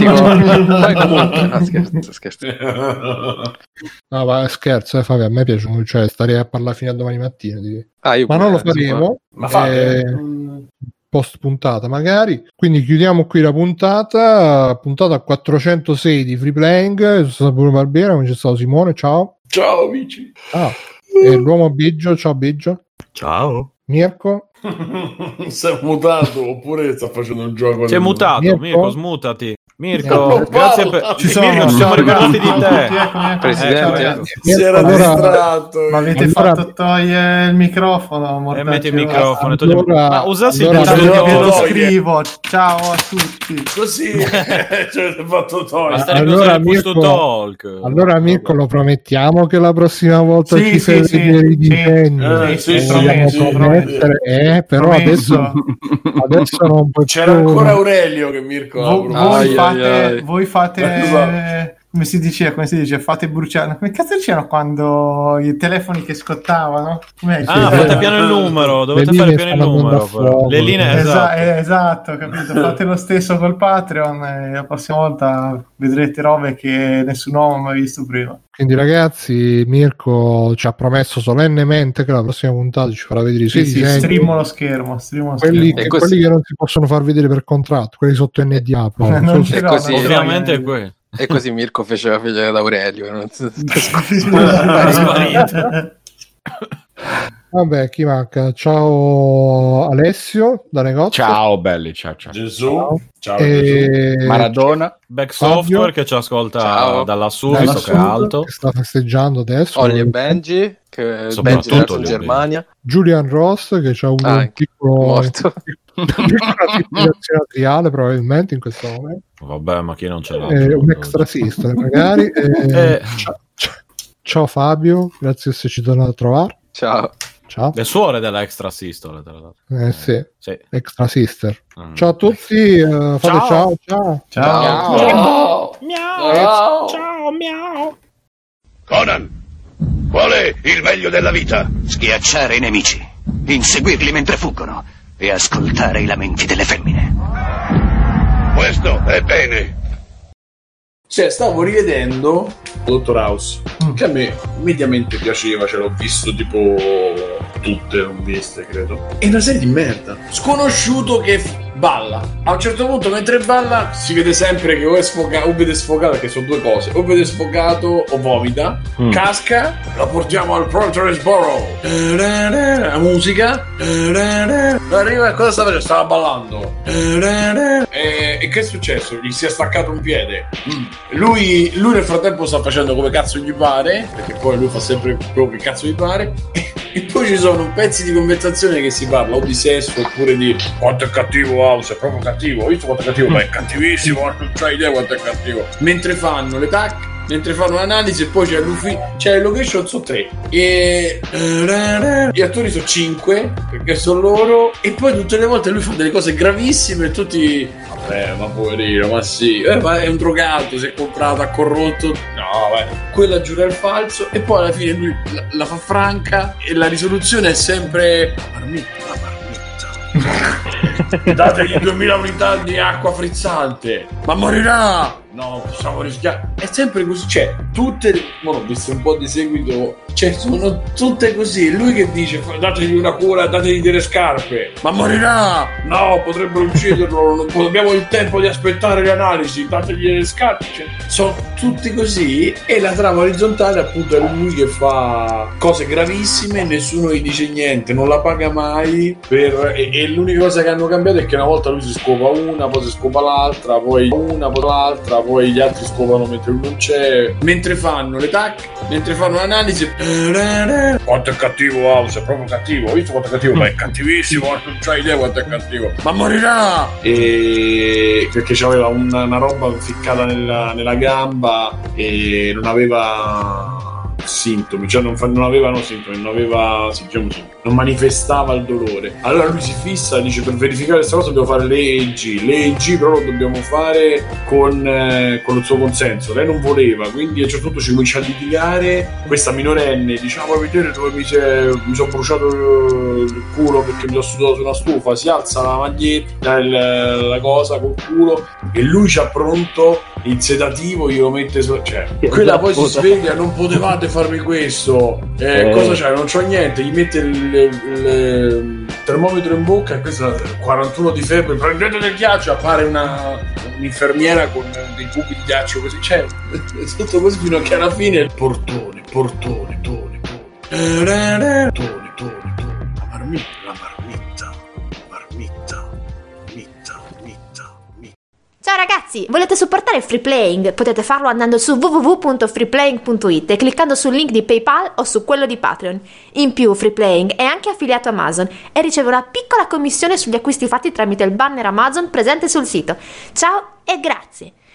no, scherzo. No, ma scherzo, Fabio, a me piace, cioè starei a parlare fino a domani mattina. Ma non lo faremo. Post puntata magari, quindi chiudiamo qui la puntata 406 di Free Playing. Sono stato Bruno Barbera, come c'è stato Simone, ciao amici. E l'uomo Biggio, ciao Biggio. Ciao Mirko. Si è mutato oppure sta facendo un gioco? Si è mutato, Mirko, smutati. Mirko, grazie per... ci siamo ricordati di te, Presidente. Si era distratto. Ma avete fatto togliere il microfono? E metti il microfono. Ma usassi il lo scrivo. Ciao a tutti. Così cioè, fatto togliere. Allora Mirko, lo promettiamo che la prossima volta ci sei vedere i disegni. Però adesso non può. C'era ancora Aurelio che Mirko voi fate come si dice, fate bruciare. Come cazzo c'erano quando i telefoni che scottavano? Fate piano il numero, dovete fare piano il numero. Le linee, esatto, capito? Fate lo stesso col Patreon e la prossima volta vedrete robe che nessun uomo ha mai visto prima. Quindi ragazzi, Mirko ci ha promesso solennemente che la prossima puntata ci farà vedere i suoi disegni. Streamo lo schermo. Quelli che non si possono far vedere per contratto, quelli sotto NDA. Ovviamente è quello. E così Mirko fece la figlia da Aurelio. Vabbè, chi manca? Ciao Alessio da negozio. Ciao belli, ciao. Gesù. Ciao Maradona. Back Software che ci ascolta da lassù, visto che è alto. Che sta festeggiando adesso. Ollie e Benji, che Benji è in Germania. Julian Ross che c'ha avuto un piccolo morto. Una triale probabilmente in questo momento. Vabbè, ma chi non ce l'ha? Un extra system magari. Ciao Fabio, grazie di esserci tornato a trovare. Ciao. Le suore della Extra Sister. Sì. Extra Sister. Ciao a tutti, fate ciao. Miau. Conan, qual è il meglio della vita? Schiacciare i nemici, inseguirli mentre fuggono e ascoltare i lamenti delle femmine. Questo è bene. Cioè, stavo rivedendo Dottor House, che a me mediamente piaceva, ce l'ho visto tipo tutte, non viste credo. È una serie di merda. Sconosciuto che balla. A un certo punto mentre balla si vede sempre che o è sfogato, o vede sfogato, perché sono due cose, o vede sfogato o vomita, casca, la portiamo al Proteresboro, la musica, arriva, cosa stava facendo? Stava ballando. E che è successo? Gli si è staccato un piede. Lui nel frattempo sta facendo come cazzo gli pare, perché poi lui fa sempre quello che cazzo gli pare. E poi ci sono pezzi di conversazione che si parla o di sesso oppure di quanto è cattivo House, è proprio cattivo, ho visto quanto è cattivo, ma è cattivissimo, non c'hai idea quanto è cattivo. Mentre fanno le mentre fanno l'analisi, e poi c'è le location, sono 3 e gli attori sono 5 perché sono loro, e poi tutte le volte lui fa delle cose gravissime e tutti vabbè, ma poverino, ma sì, ma è un drogato, si è comprato, ha corrotto, no vai, quella giura il falso, e poi alla fine lui la fa franca e la risoluzione è sempre la marmitta. Dategli 2000 unità di acqua frizzante, ma morirà. no, possiamo rischiare. È sempre così, cioè, tutte, ho visto un po' di seguito, cioè, sono tutte così. Lui che dice, dategli una cura, dategli delle scarpe, ma morirà, no, potrebbero ucciderlo, non abbiamo il tempo di aspettare le analisi, dategli le scarpe, cioè, sono tutti così. E la trama orizzontale appunto è lui che fa cose gravissime, nessuno gli dice niente, non la paga mai e l'unica cosa che hanno cambiato è che una volta lui si scopa una, poi si scopa l'altra, poi una, poi l'altra, poi gli altri scopano mentre lui non c'è, mentre fanno le tac, mentre fanno l'analisi. Quanto è cattivo House, è proprio cattivo, ho visto quanto è cattivo, ma è cattivissimo, non c'hai idea quanto è cattivo, ma morirà, e perché c'aveva una roba ficcata nella gamba e non aveva sintomi, cioè non avevano sintomi, non manifestava il dolore. Allora lui si fissa, dice, per verificare questa cosa devo fare le EEG però lo dobbiamo fare con il suo consenso. Lei non voleva, quindi a un certo punto ci comincia a litigare. Questa minorenne dice, vuoi vedere dove mi sono bruciato il culo perché mi sono sudato su una stufa, si alza la maglietta, la cosa col culo, e lui c'ha pronto il sedativo, glielo mette cioè, quella poi si sveglia, non potevate farmi questo, cosa c'è? Non c'ho niente, gli mette il termometro in bocca e questo 41 di febbre, prendete del ghiaccio, appare un'infermiera con dei cubi di ghiaccio così, cioè tutto così fino a che alla fine il portone, Ciao ragazzi, volete supportare Free Playing? Potete farlo andando su www.freeplaying.it e cliccando sul link di PayPal o su quello di Patreon. In più, Free Playing è anche affiliato a Amazon e riceve una piccola commissione sugli acquisti fatti tramite il banner Amazon presente sul sito. Ciao e grazie!